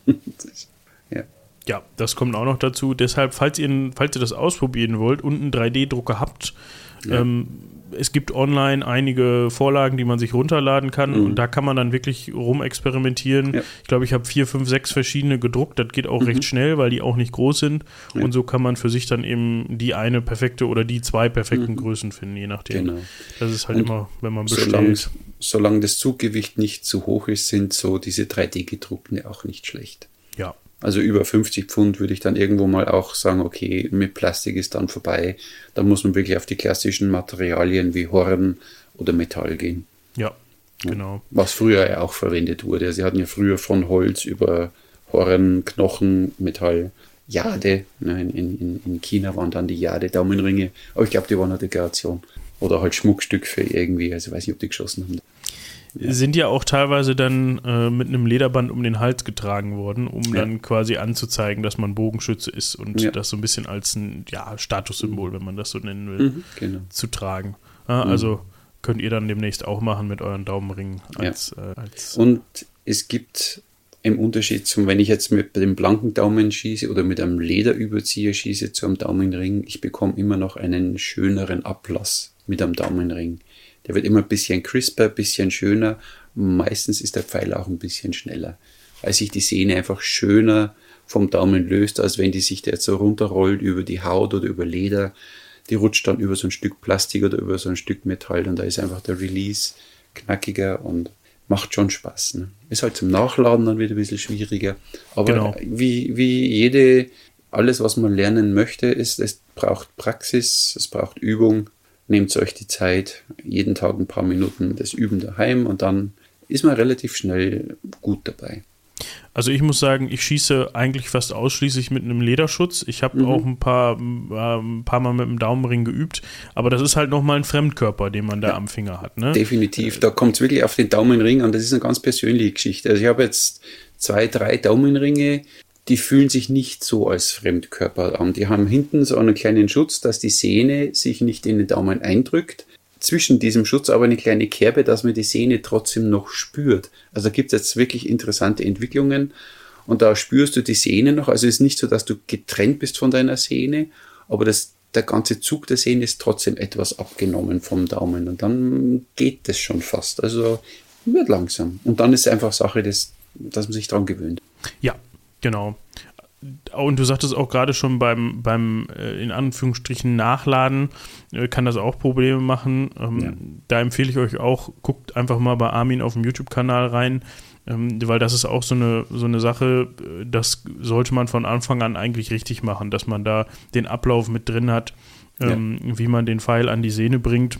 Ja, das kommt auch noch dazu. Deshalb, falls ihr das ausprobieren wollt und einen 3D-Drucker habt, es gibt online einige Vorlagen, die man sich runterladen kann und da kann man dann wirklich rumexperimentieren. Ja. Ich glaube, ich habe 4, 5, 6 verschiedene gedruckt. Das geht auch recht schnell, weil die auch nicht groß sind. Ja. Und so kann man für sich dann eben die eine perfekte oder die 2 perfekten Größen finden, je nachdem. Genau. Das ist halt immer, wenn man bestellt. Solange das Zuggewicht nicht zu hoch ist, sind so diese 3D-gedruckten auch nicht schlecht. Ja. Also über 50 Pfund würde ich dann irgendwo mal auch sagen, okay, mit Plastik ist dann vorbei. Da muss man wirklich auf die klassischen Materialien wie Horn oder Metall gehen. Ja, genau. Was früher ja auch verwendet wurde. Sie hatten ja früher von Holz über Horn, Knochen, Metall, Jade. In China waren dann die Jade-Daumenringe. Aber ich glaube, die waren eine Dekoration. Oder halt Schmuckstück für irgendwie, also ich weiß nicht, ob die geschossen haben. Sind ja auch teilweise dann mit einem Lederband um den Hals getragen worden, um dann quasi anzuzeigen, dass man Bogenschütze ist und das so ein bisschen als ein Statussymbol, wenn man das so nennen will, zu tragen. Also könnt ihr dann demnächst auch machen mit euren Daumenringen. Und es gibt im Unterschied zum, wenn ich jetzt mit dem blanken Daumen schieße oder mit einem Lederüberzieher schieße zu einem Daumenring, ich bekomme immer noch einen schöneren Ablass mit einem Daumenring. Der wird immer ein bisschen crisper, ein bisschen schöner. Meistens ist der Pfeil auch ein bisschen schneller, weil sich die Sehne einfach schöner vom Daumen löst, als wenn die sich da jetzt so runterrollt über die Haut oder über Leder. Die rutscht dann über so ein Stück Plastik oder über so ein Stück Metall und da ist einfach der Release knackiger und macht schon Spaß. Ne? Ist halt zum Nachladen dann wieder ein bisschen schwieriger. Aber wie alles, was man lernen möchte, es braucht Praxis, es braucht Übung. nehmt euch die Zeit, jeden Tag ein paar Minuten das Üben daheim und dann ist man relativ schnell gut dabei. Also ich muss sagen, ich schieße eigentlich fast ausschließlich mit einem Lederschutz. Ich habe auch ein paar Mal mit dem Daumenring geübt, aber das ist halt nochmal ein Fremdkörper, den man da am Finger hat. Ne? Definitiv, da kommt es wirklich auf den Daumenring an. Das ist eine ganz persönliche Geschichte. Also ich habe jetzt 2, 3 Daumenringe, die fühlen sich nicht so als Fremdkörper an. Die haben hinten so einen kleinen Schutz, dass die Sehne sich nicht in den Daumen eindrückt. Zwischen diesem Schutz aber eine kleine Kerbe, dass man die Sehne trotzdem noch spürt. Also da gibt es jetzt wirklich interessante Entwicklungen und da spürst du die Sehne noch. Also es ist nicht so, dass du getrennt bist von deiner Sehne, aber der ganze Zug der Sehne ist trotzdem etwas abgenommen vom Daumen und dann geht das schon fast. Also wird langsam. Und dann ist es einfach Sache, dass man sich dran gewöhnt. Ja, genau. Und du sagtest auch gerade schon beim in Anführungsstrichen Nachladen kann das auch Probleme machen. Da empfehle ich euch auch, guckt einfach mal bei Armin auf dem YouTube-Kanal rein, weil das ist auch so eine Sache, das sollte man von Anfang an eigentlich richtig machen, dass man da den Ablauf mit drin hat, wie man den Pfeil an die Sehne bringt.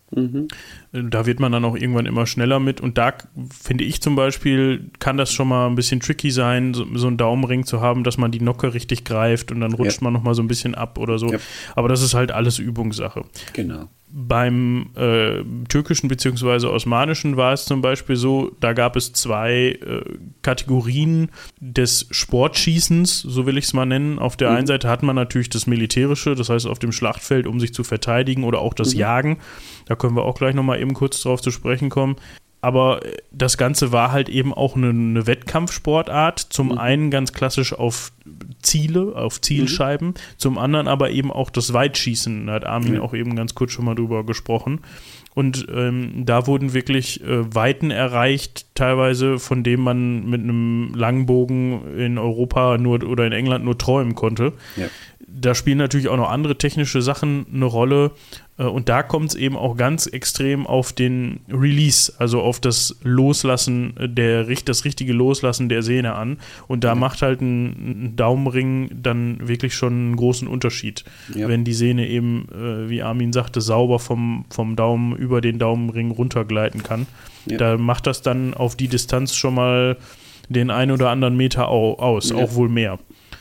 Da wird man dann auch irgendwann immer schneller mit und da finde ich zum Beispiel, kann das schon mal ein bisschen tricky sein, so einen Daumenring zu haben, dass man die Nocke richtig greift und dann rutscht man nochmal so ein bisschen ab oder so, aber das ist halt alles Übungssache. Genau. Beim türkischen bzw. osmanischen war es zum Beispiel so, da gab es 2 Kategorien des Sportschießens, so will ich es mal nennen. Auf der einen Seite hat man natürlich das Militärische, das heißt auf dem Schlachtfeld, um sich zu verteidigen oder auch das Jagen. Da können wir auch gleich nochmal eben kurz drauf zu sprechen kommen. Aber das Ganze war halt eben auch eine Wettkampfsportart. Zum einen ganz klassisch auf Ziele, auf Zielscheiben. Zum anderen aber eben auch das Weitschießen. Da hat Armin auch eben ganz kurz schon mal drüber gesprochen. Und da wurden wirklich Weiten erreicht, teilweise von denen man mit einem Langbogen in Europa oder in England nur träumen konnte. Ja. Da spielen natürlich auch noch andere technische Sachen eine Rolle. Und da kommt es eben auch ganz extrem auf den Release, also auf das Loslassen, das richtige Loslassen der Sehne an. Und da macht halt ein Daumenring dann wirklich schon einen großen Unterschied. Ja. Wenn die Sehne eben, wie Armin sagte, sauber vom Daumen über den Daumenring runtergleiten kann. Ja. Da macht das dann auf die Distanz schon mal den ein oder anderen Meter aus, auch wohl mehr.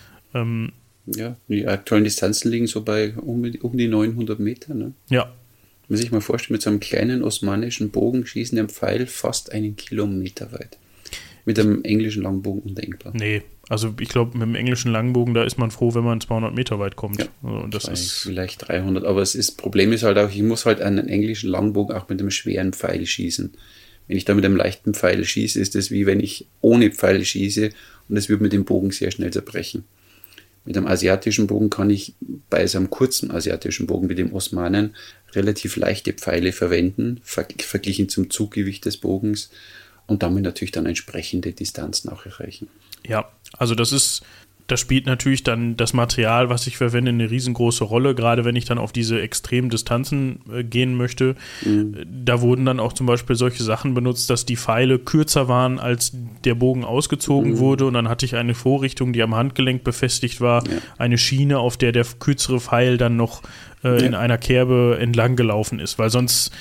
Ja, die aktuellen Distanzen liegen so bei um die 900 Meter. Ne? Ja. Wenn man sich mal vorstellt, mit so einem kleinen osmanischen Bogen schießen den Pfeil fast 1 Kilometer weit. Mit einem englischen Langbogen undenkbar. Nee, also ich glaube, mit dem englischen Langbogen, da ist man froh, wenn man 200 Meter weit kommt. Ja, also das ist vielleicht 300, aber Problem ist halt auch, ich muss halt einen englischen Langbogen auch mit einem schweren Pfeil schießen. Wenn ich da mit einem leichten Pfeil schieße, ist das wie wenn ich ohne Pfeil schieße und es wird mit dem Bogen sehr schnell zerbrechen. Mit einem asiatischen Bogen kann ich bei so einem kurzen asiatischen Bogen wie dem Osmanen relativ leichte Pfeile verwenden, verglichen zum Zuggewicht des Bogens und damit natürlich dann entsprechende Distanzen auch erreichen. Ja, also das spielt natürlich dann das Material, was ich verwende, eine riesengroße Rolle, gerade wenn ich dann auf diese extremen Distanzen gehen möchte. Da wurden dann auch zum Beispiel solche Sachen benutzt, dass die Pfeile kürzer waren, als der Bogen ausgezogen wurde und dann hatte ich eine Vorrichtung, die am Handgelenk befestigt war, eine Schiene, auf der kürzere Pfeil dann noch in einer Kerbe entlang gelaufen ist, weil sonst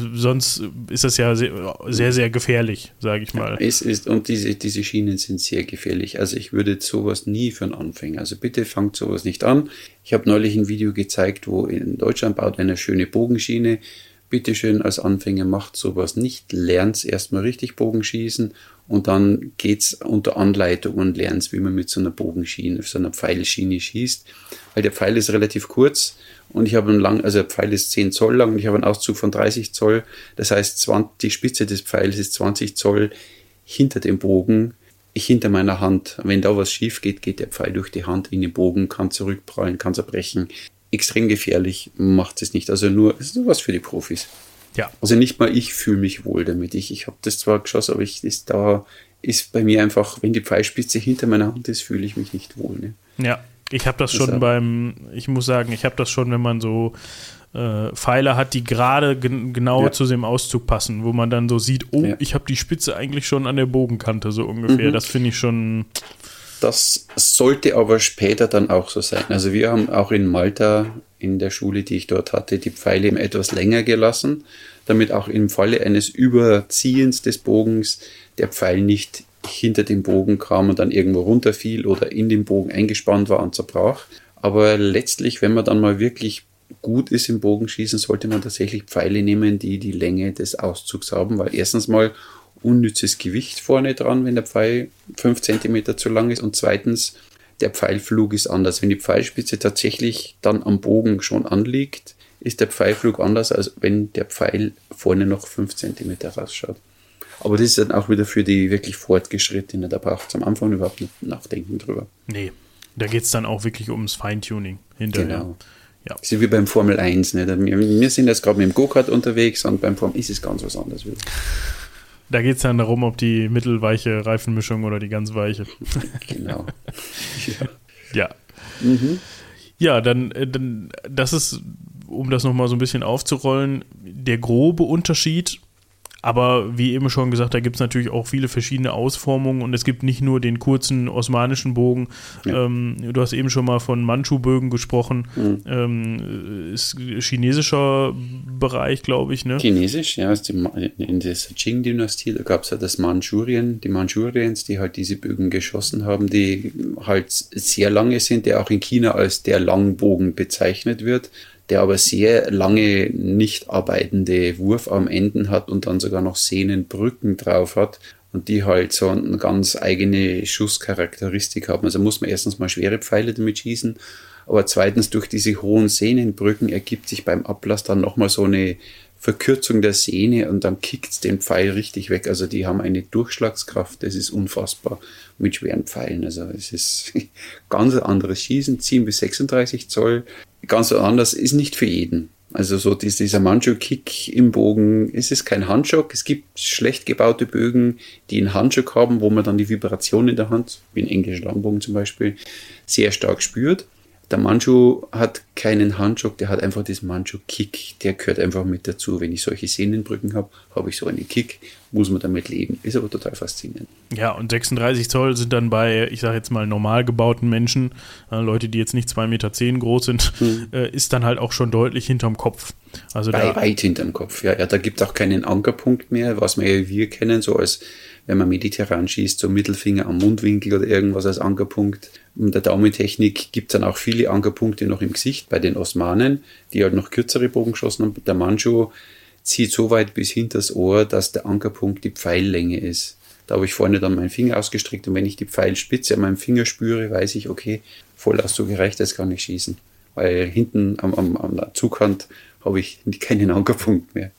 ist das ja sehr, sehr, sehr gefährlich, sage ich mal. Ja, und diese Schienen sind sehr gefährlich. Also ich würde sowas nie für einen Anfänger. Also bitte fangt sowas nicht an. Ich habe neulich ein Video gezeigt, wo in Deutschland baut eine schöne Bogenschiene. Bitte schön als Anfänger macht sowas nicht. Lernt erstmal richtig Bogenschießen und dann geht's unter Anleitung und lernt, wie man mit so einer Bogenschiene, so einer Pfeilschiene schießt. Weil der Pfeil ist relativ kurz. Und ich habe der Pfeil ist 10 Zoll lang und ich habe einen Auszug von 30 Zoll. Das heißt, die Spitze des Pfeils ist 20 Zoll hinter dem Bogen, hinter meiner Hand. Wenn da was schief geht, geht der Pfeil durch die Hand in den Bogen, kann zurückprallen, kann zerbrechen. Extrem gefährlich, macht es nicht. Also es ist nur was für die Profis. Ja. Also nicht mal ich fühle mich wohl damit. Ich habe das zwar geschossen, aber da ist bei mir einfach, wenn die Pfeilspitze hinter meiner Hand ist, fühle ich mich nicht wohl. Ne? Ja. Ich habe das schon ich muss sagen, ich habe das schon, wenn man so Pfeile hat, die gerade genau zu dem Auszug passen, wo man dann so sieht, ich habe die Spitze eigentlich schon an der Bogenkante, so ungefähr. Das finde ich schon, Das sollte aber später dann auch so sein. Also wir haben auch in Malta, in der Schule, die ich dort hatte, die Pfeile etwas länger gelassen, damit auch im Falle eines Überziehens des Bogens der Pfeil nicht hinter dem Bogen kam und dann irgendwo runterfiel oder in den Bogen eingespannt war und zerbrach. Aber letztlich, wenn man dann mal wirklich gut ist im Bogenschießen, sollte man tatsächlich Pfeile nehmen, die die Länge des Auszugs haben, weil erstens mal unnützes Gewicht vorne dran, wenn der Pfeil 5 cm zu lang ist, und zweitens, der Pfeilflug ist anders. Wenn die Pfeilspitze tatsächlich dann am Bogen schon anliegt, ist der Pfeilflug anders, als wenn der Pfeil vorne noch 5 cm rausschaut. Aber das ist dann auch wieder für die wirklich Fortgeschrittenen, da braucht es am Anfang überhaupt nicht nachdenken drüber. Nee, da geht es dann auch wirklich ums Feintuning hinterher. Genau. Ja. Das ist wie beim Formel 1. Nicht? Wir sind jetzt gerade mit dem Go-Kart unterwegs und beim Formel ist es ganz was anderes. Da geht es dann darum, ob die mittelweiche Reifenmischung oder die ganz weiche. Genau. Ja. Ja, dann, das ist, um das nochmal so ein bisschen aufzurollen, der grobe Unterschied. Aber wie eben schon gesagt, da gibt es natürlich auch viele verschiedene Ausformungen und es gibt nicht nur den kurzen osmanischen Bogen. Ja. Du hast eben schon mal von Mandschu-Bögen gesprochen. Ist chinesischer Bereich, glaube ich, ne? Chinesisch, ja. In der Qing-Dynastie, da gab es ja die Mandschuriens, die halt diese Bögen geschossen haben, die halt sehr lange sind, der auch in China als der Langbogen bezeichnet wird, der aber sehr lange nicht arbeitende Wurfarmenden hat und dann sogar noch Sehnenbrücken drauf hat und die halt so eine ganz eigene Schusscharakteristik haben. Also muss man erstens mal schwere Pfeile damit schießen, aber zweitens durch diese hohen Sehnenbrücken ergibt sich beim Ablass dann nochmal so eine Verkürzung der Sehne und dann kickt es den Pfeil richtig weg. Also die haben eine Durchschlagskraft, das ist unfassbar mit schweren Pfeilen. Also es ist ganz ein anderes Schießen, 10 bis 36 Zoll. Ganz anders, ist nicht für jeden. Also so dieser Mandschu-Kick im Bogen, es ist kein Handschock. Es gibt schlecht gebaute Bögen, die einen Handschock haben, wo man dann die Vibration in der Hand, wie ein englischer Langbogen zum Beispiel, sehr stark spürt. Der Mandschu hat keinen Handschock, der hat einfach diesen Mandschu-Kick, der gehört einfach mit dazu. Wenn ich solche Sehnenbrücken habe, habe ich so einen Kick, muss man damit leben. Ist aber total faszinierend. Ja, und 36 Zoll sind dann bei, ich sage jetzt mal, normal gebauten Menschen, Leute, die jetzt nicht 2,10 Meter groß sind, ist dann halt auch schon deutlich hinterm Kopf. Also weit hinterm Kopf, ja. Da gibt es auch keinen Ankerpunkt mehr, was wir kennen, so als wenn man mediterran schießt, so Mittelfinger am Mundwinkel oder irgendwas als Ankerpunkt. In der Daumentechnik gibt es dann auch viele Ankerpunkte noch im Gesicht bei den Osmanen, die halt noch kürzere Bogen geschossen haben. Der Mandschu zieht so weit bis hinters Ohr, dass der Ankerpunkt die Pfeillänge ist. Da habe ich vorne dann meinen Finger ausgestreckt und wenn ich die Pfeilspitze an meinem Finger spüre, weiß ich, okay, Vollauszug gereicht, jetzt kann ich schießen. Weil hinten an der Zugkant habe ich keinen Ankerpunkt mehr.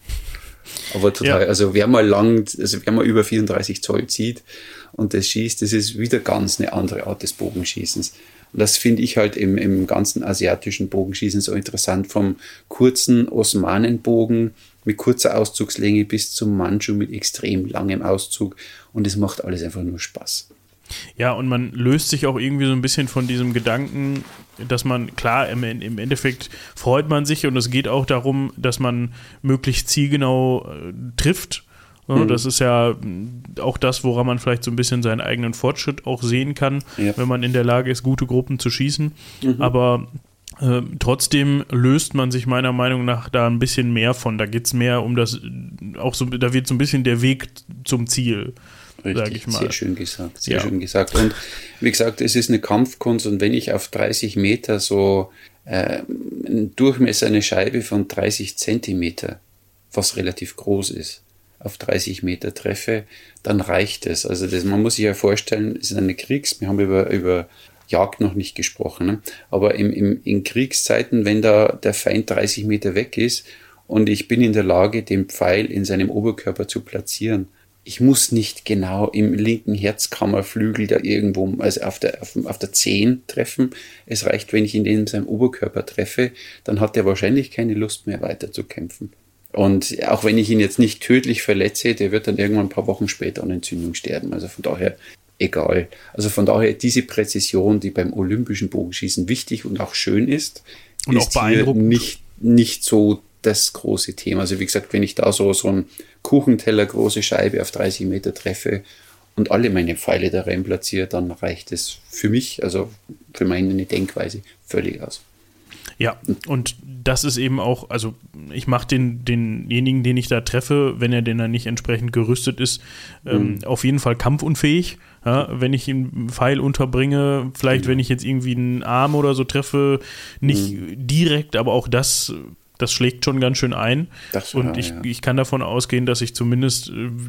Aber total, ja. Also wer mal über 34 Zoll zieht und das schießt, das ist wieder ganz eine andere Art des Bogenschießens. Und das finde ich halt im ganzen asiatischen Bogenschießen so interessant, vom kurzen Osmanenbogen mit kurzer Auszugslänge bis zum Mandschu mit extrem langem Auszug und es macht alles einfach nur Spaß. Ja, und man löst sich auch irgendwie so ein bisschen von diesem Gedanken, dass man, klar, im Endeffekt freut man sich und es geht auch darum, dass man möglichst zielgenau trifft. Ja, das ist ja auch das, woran man vielleicht so ein bisschen seinen eigenen Fortschritt auch sehen kann, wenn man in der Lage ist, gute Gruppen zu schießen. Aber trotzdem löst man sich meiner Meinung nach da ein bisschen mehr von. Da geht es mehr um das, auch so, da wird so ein bisschen der Weg zum Ziel. Richtig, sehr schön gesagt, schön gesagt. Und wie gesagt, es ist eine Kampfkunst und wenn ich auf 30 Meter so einen Durchmesser, eine Scheibe von 30 Zentimeter, was relativ groß ist, auf 30 Meter treffe, dann reicht es. Also man muss sich ja vorstellen, es ist eine wir haben über Jagd noch nicht gesprochen, ne? Aber in Kriegszeiten, wenn da der Feind 30 Meter weg ist und ich bin in der Lage, den Pfeil in seinem Oberkörper zu platzieren, ich muss nicht genau im linken Herzkammerflügel da irgendwo, also auf der 10 treffen. Es reicht, wenn ich ihn in seinem Oberkörper treffe, dann hat er wahrscheinlich keine Lust mehr weiter zu kämpfen. Und auch wenn ich ihn jetzt nicht tödlich verletze, der wird dann irgendwann ein paar Wochen später an Entzündung sterben. Also von daher egal. Also von daher diese Präzision, die beim olympischen Bogenschießen wichtig und auch schön ist, und ist auch beeindruckend. Hier nicht so das große Thema. Also wie gesagt, wenn ich da so einen Kuchenteller große Scheibe auf 30 Meter treffe und alle meine Pfeile da rein platziere, dann reicht es für mich, also für meine Denkweise, völlig aus. Ja, und das ist eben auch, also ich mache denjenigen, den ich da treffe, wenn er denn dann nicht entsprechend gerüstet ist, auf jeden Fall kampfunfähig. Ja, wenn ich einen Pfeil unterbringe, vielleicht wenn ich jetzt irgendwie einen Arm oder so treffe, nicht direkt, aber auch das schlägt schon ganz schön ein. Und ich kann davon ausgehen, dass ich zumindest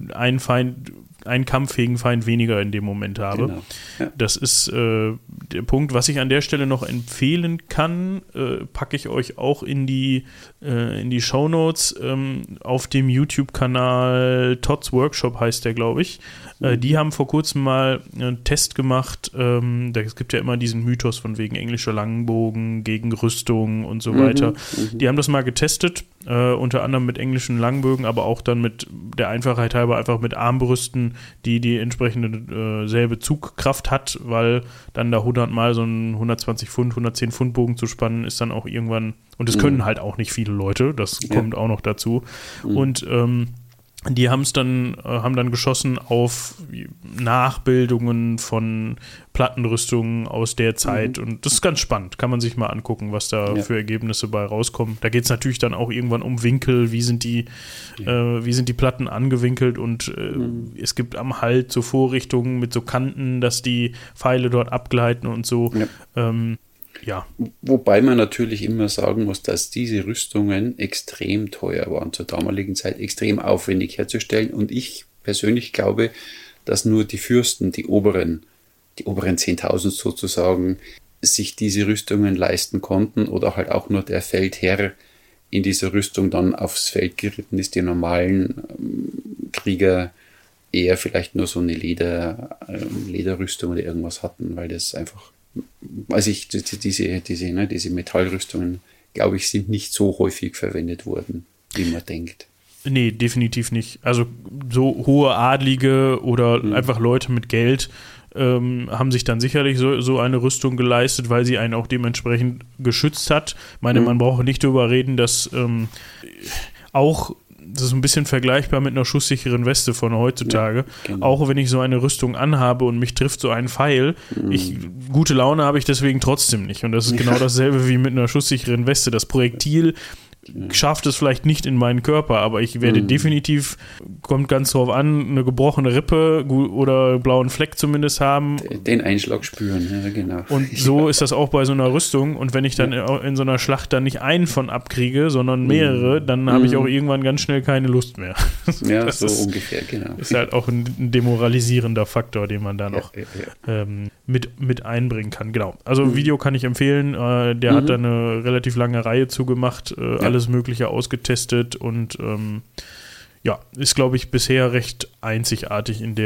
einen kampffähigen Feind weniger in dem Moment habe. Genau. Ja. Das ist der Punkt. Was ich an der Stelle noch empfehlen kann, packe ich euch auch in die Shownotes auf dem YouTube-Kanal Todd's Workshop heißt der, glaube ich. Die haben vor kurzem mal einen Test gemacht. Es gibt ja immer diesen Mythos von wegen englischer Langbogen gegen Rüstung und so weiter. Die haben das mal getestet, unter anderem mit englischen Langbögen, aber auch dann mit der Einfachheit halber einfach mit Armbrüsten, die entsprechende selbe Zugkraft hat, weil dann da 100 Mal so ein 120 Pfund, 110 Pfund Bogen zu spannen, ist dann auch irgendwann, und das können halt auch nicht viele Leute, das kommt auch noch dazu. Und die haben dann geschossen auf Nachbildungen von Plattenrüstungen aus der Zeit und das ist ganz spannend, kann man sich mal angucken, was da für Ergebnisse bei rauskommen. Da geht es natürlich dann auch irgendwann um Winkel, wie sind die Platten angewinkelt und es gibt am Halt so Vorrichtungen mit so Kanten, dass die Pfeile dort abgleiten und so. Ja. Wobei man natürlich immer sagen muss, dass diese Rüstungen extrem teuer waren, zur damaligen Zeit extrem aufwendig herzustellen. Und ich persönlich glaube, dass nur die Fürsten, die oberen 10.000 sozusagen, sich diese Rüstungen leisten konnten oder halt auch nur der Feldherr in dieser Rüstung dann aufs Feld geritten ist. Die normalen Krieger eher vielleicht nur so eine Lederrüstung oder irgendwas hatten, weil das einfach, also diese Metallrüstungen, glaube ich, sind nicht so häufig verwendet worden, wie man denkt. Nee, definitiv nicht. Also so hohe Adlige oder einfach Leute mit Geld haben sich dann sicherlich so eine Rüstung geleistet, weil sie einen auch dementsprechend geschützt hat. Ich meine, man braucht nicht darüber reden, dass auch, das ist ein bisschen vergleichbar mit einer schusssicheren Weste von heutzutage. Ja, genau. Auch wenn ich so eine Rüstung anhabe und mich trifft so ein Pfeil, gute Laune habe ich deswegen trotzdem nicht. Und das ist genau dasselbe wie mit einer schusssicheren Weste. Das Projektil schafft es vielleicht nicht in meinen Körper, aber ich werde definitiv, kommt ganz drauf an, eine gebrochene Rippe oder blauen Fleck zumindest haben. Den Einschlag spüren, ja, genau. Und so ist das auch bei so einer Rüstung. Und wenn ich dann in so einer Schlacht dann nicht einen von abkriege, sondern mehrere, dann habe ich auch irgendwann ganz schnell keine Lust mehr. Ja, das so ist, ungefähr, genau. Ist halt auch ein demoralisierender Faktor, den man da noch mit einbringen kann. Genau. Also Video kann ich empfehlen. Der hat da eine relativ lange Reihe zugemacht, alles Mögliche ausgetestet und ist, glaube ich, bisher recht einzigartig in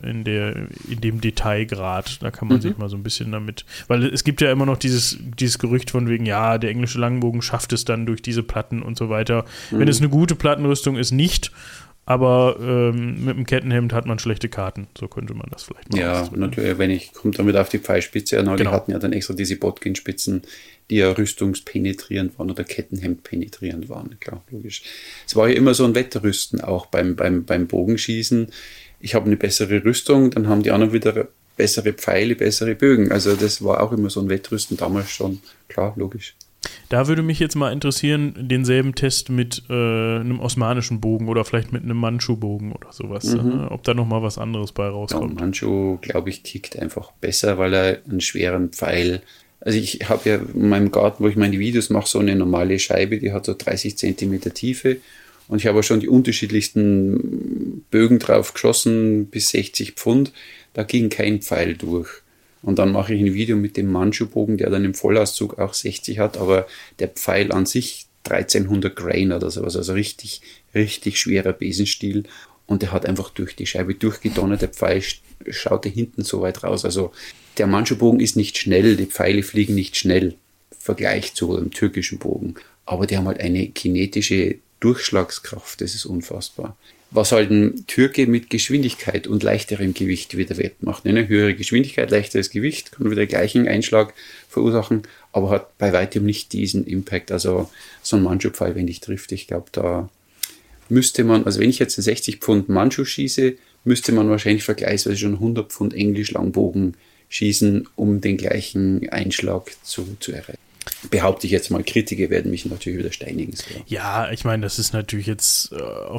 dem Detailgrad. Da kann man sich mal so ein bisschen damit, weil es gibt ja immer noch dieses Gerücht von wegen, ja, der englische Langbogen schafft es dann durch diese Platten und so weiter. Wenn es eine gute Plattenrüstung ist, nicht. Aber mit dem Kettenhemd hat man schlechte Karten. So könnte man das vielleicht machen. Ja, natürlich, kommt damit auf die Pfeilspitze an. Die hatten ja dann extra diese Botkin-Spitzen, die ja rüstungspenetrierend waren oder Kettenhemd-penetrierend waren. Klar, logisch. Es war ja immer so ein Wettrüsten auch beim Bogenschießen. Ich habe eine bessere Rüstung, dann haben die anderen wieder bessere Pfeile, bessere Bögen. Also das war auch immer so ein Wettrüsten damals schon. Klar, logisch. Da würde mich jetzt mal interessieren, denselben Test mit einem osmanischen Bogen oder vielleicht mit einem Mandschu-Bogen oder sowas. Ob da nochmal was anderes bei rauskommt. Ja, Mandschu, glaube ich, kickt einfach besser, weil er einen schweren Pfeil. Also ich habe ja in meinem Garten, wo ich meine Videos mache, so eine normale Scheibe, die hat so 30 Zentimeter Tiefe. Und ich habe schon die unterschiedlichsten Bögen drauf geschossen, bis 60 Pfund. Da ging kein Pfeil durch. Und dann mache ich ein Video mit dem Mandschu-Bogen, der dann im Vollauszug auch 60 hat, aber der Pfeil an sich 1300 Grain oder sowas, also richtig, richtig schwerer Besenstiel. Und der hat einfach durch die Scheibe durchgedonnert, der Pfeil schaute hinten so weit raus. Also der Mandschu-Bogen ist nicht schnell, die Pfeile fliegen nicht schnell im Vergleich zu einem türkischen Bogen. Aber die haben halt eine kinetische Durchschlagskraft, das ist unfassbar. Was halt ein Türke mit Geschwindigkeit und leichterem Gewicht wieder wettmacht. Eine höhere Geschwindigkeit, leichteres Gewicht, kann wieder gleichen Einschlag verursachen, aber hat bei weitem nicht diesen Impact. Also so ein Mandschu-Pfeil, wenn dich trifft, ich glaube, da müsste man, also wenn ich jetzt einen 60 Pfund Mandschu schieße, müsste man wahrscheinlich vergleichsweise schon 100 Pfund Englisch Langbogen schießen, um den gleichen Einschlag zu erreichen. Behaupte ich jetzt mal, Kritiker werden mich natürlich wieder steinigen. So. Ja, ich meine, das ist natürlich jetzt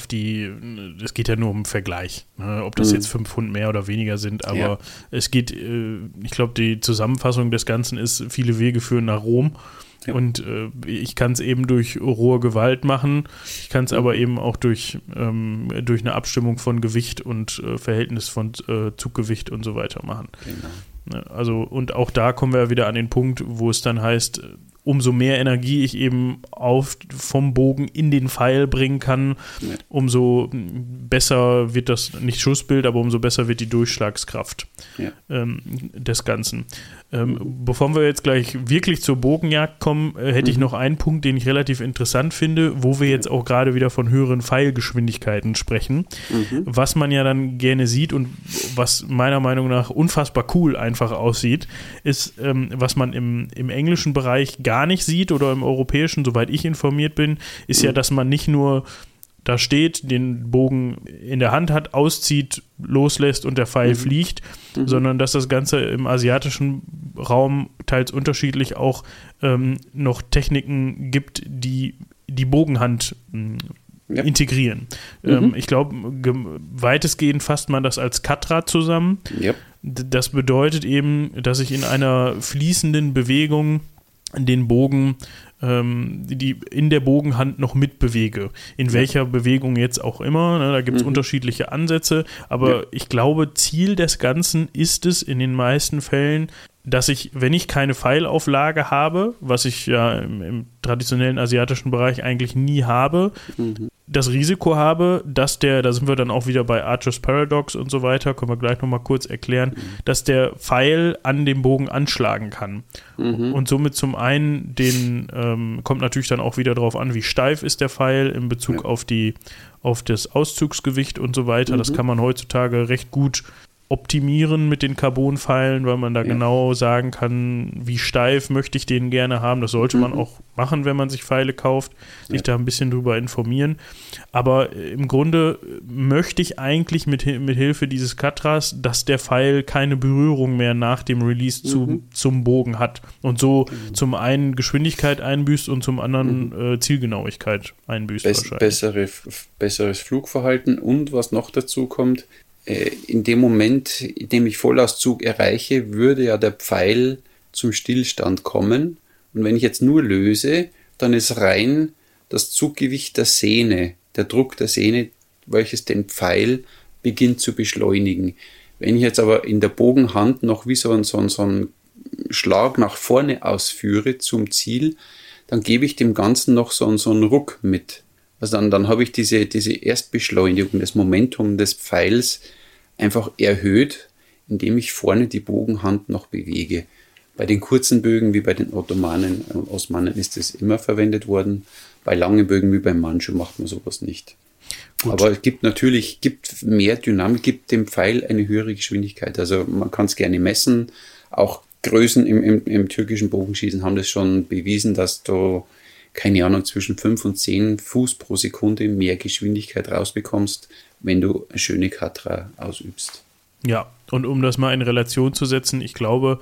es geht ja nur um Vergleich, ne? Ob das jetzt 5 Pfund mehr oder weniger sind, aber es geht, ich glaube, die Zusammenfassung des Ganzen ist, viele Wege führen nach Rom. Ja. Und ich kann es eben durch rohe Gewalt machen, ich kann es aber eben auch durch eine Abstimmung von Gewicht und Verhältnis von Zuggewicht und so weiter machen. Genau. Also, und auch da kommen wir wieder an den Punkt, wo es dann heißt, umso mehr Energie ich eben vom Bogen in den Pfeil bringen kann, umso besser wird das, nicht Schussbild, aber umso besser wird die Durchschlagskraft des Ganzen. Bevor wir jetzt gleich wirklich zur Bogenjagd kommen, hätte ich noch einen Punkt, den ich relativ interessant finde, wo wir jetzt auch gerade wieder von höheren Pfeilgeschwindigkeiten sprechen. Was man ja dann gerne sieht und was meiner Meinung nach unfassbar cool einfach aussieht, ist, was man im englischen Bereich gar nicht sieht oder im europäischen, soweit ich informiert bin, ist ja, dass man nicht nur da steht, den Bogen in der Hand hat, auszieht, loslässt und der Pfeil fliegt, sondern dass das Ganze im asiatischen Raum teils unterschiedlich auch noch Techniken gibt, die die Bogenhand integrieren. Ich glaube, weitestgehend fasst man das als Katra zusammen. Das bedeutet eben, dass ich in einer fließenden Bewegung den Bogen die in der Bogenhand noch mitbewege. In welcher Bewegung jetzt auch immer. Ne, da gibt es unterschiedliche Ansätze. Aber ich glaube, Ziel des Ganzen ist es in den meisten Fällen, dass ich, wenn ich keine Pfeilauflage habe, was ich ja im traditionellen asiatischen Bereich eigentlich nie habe, das Risiko habe, dass da sind wir dann auch wieder bei Archer's Paradox und so weiter, können wir gleich nochmal kurz erklären, dass der Pfeil an dem Bogen anschlagen kann. Und somit zum einen kommt natürlich dann auch wieder darauf an, wie steif ist der Pfeil in Bezug auf das Auszugsgewicht und so weiter. Das kann man heutzutage recht gut optimieren mit den Carbonpfeilen, weil man da genau sagen kann, wie steif möchte ich den gerne haben. Das sollte man auch machen, wenn man sich Pfeile kauft, sich da ein bisschen drüber informieren. Aber im Grunde möchte ich eigentlich mit Hilfe dieses Katras, dass der Pfeil keine Berührung mehr nach dem Release zum Bogen hat und so zum einen Geschwindigkeit einbüßt und zum anderen Zielgenauigkeit einbüßt. Besseres Flugverhalten und was noch dazu kommt, in dem Moment, in dem ich Vollauszug erreiche, würde ja der Pfeil zum Stillstand kommen. Und wenn ich jetzt nur löse, dann ist rein das Zuggewicht der Sehne, der Druck der Sehne, welches den Pfeil beginnt zu beschleunigen. Wenn ich jetzt aber in der Bogenhand noch wie so einen Schlag nach vorne ausführe zum Ziel, dann gebe ich dem Ganzen noch so einen Ruck mit. Also dann habe ich diese Erstbeschleunigung, das Momentum des Pfeils einfach erhöht, indem ich vorne die Bogenhand noch bewege. Bei den kurzen Bögen wie bei den Ottomanen und Osmanen ist das immer verwendet worden. Bei langen Bögen wie beim Manchu macht man sowas nicht. Gut. Aber es gibt mehr Dynamik, gibt dem Pfeil eine höhere Geschwindigkeit. Also man kann es gerne messen. Auch Größen im türkischen Bogenschießen haben das schon bewiesen, dass du keine Ahnung, zwischen 5 und 10 Fuß pro Sekunde mehr Geschwindigkeit rausbekommst, wenn du eine schöne Katra ausübst. Ja, und um das mal in Relation zu setzen, ich glaube,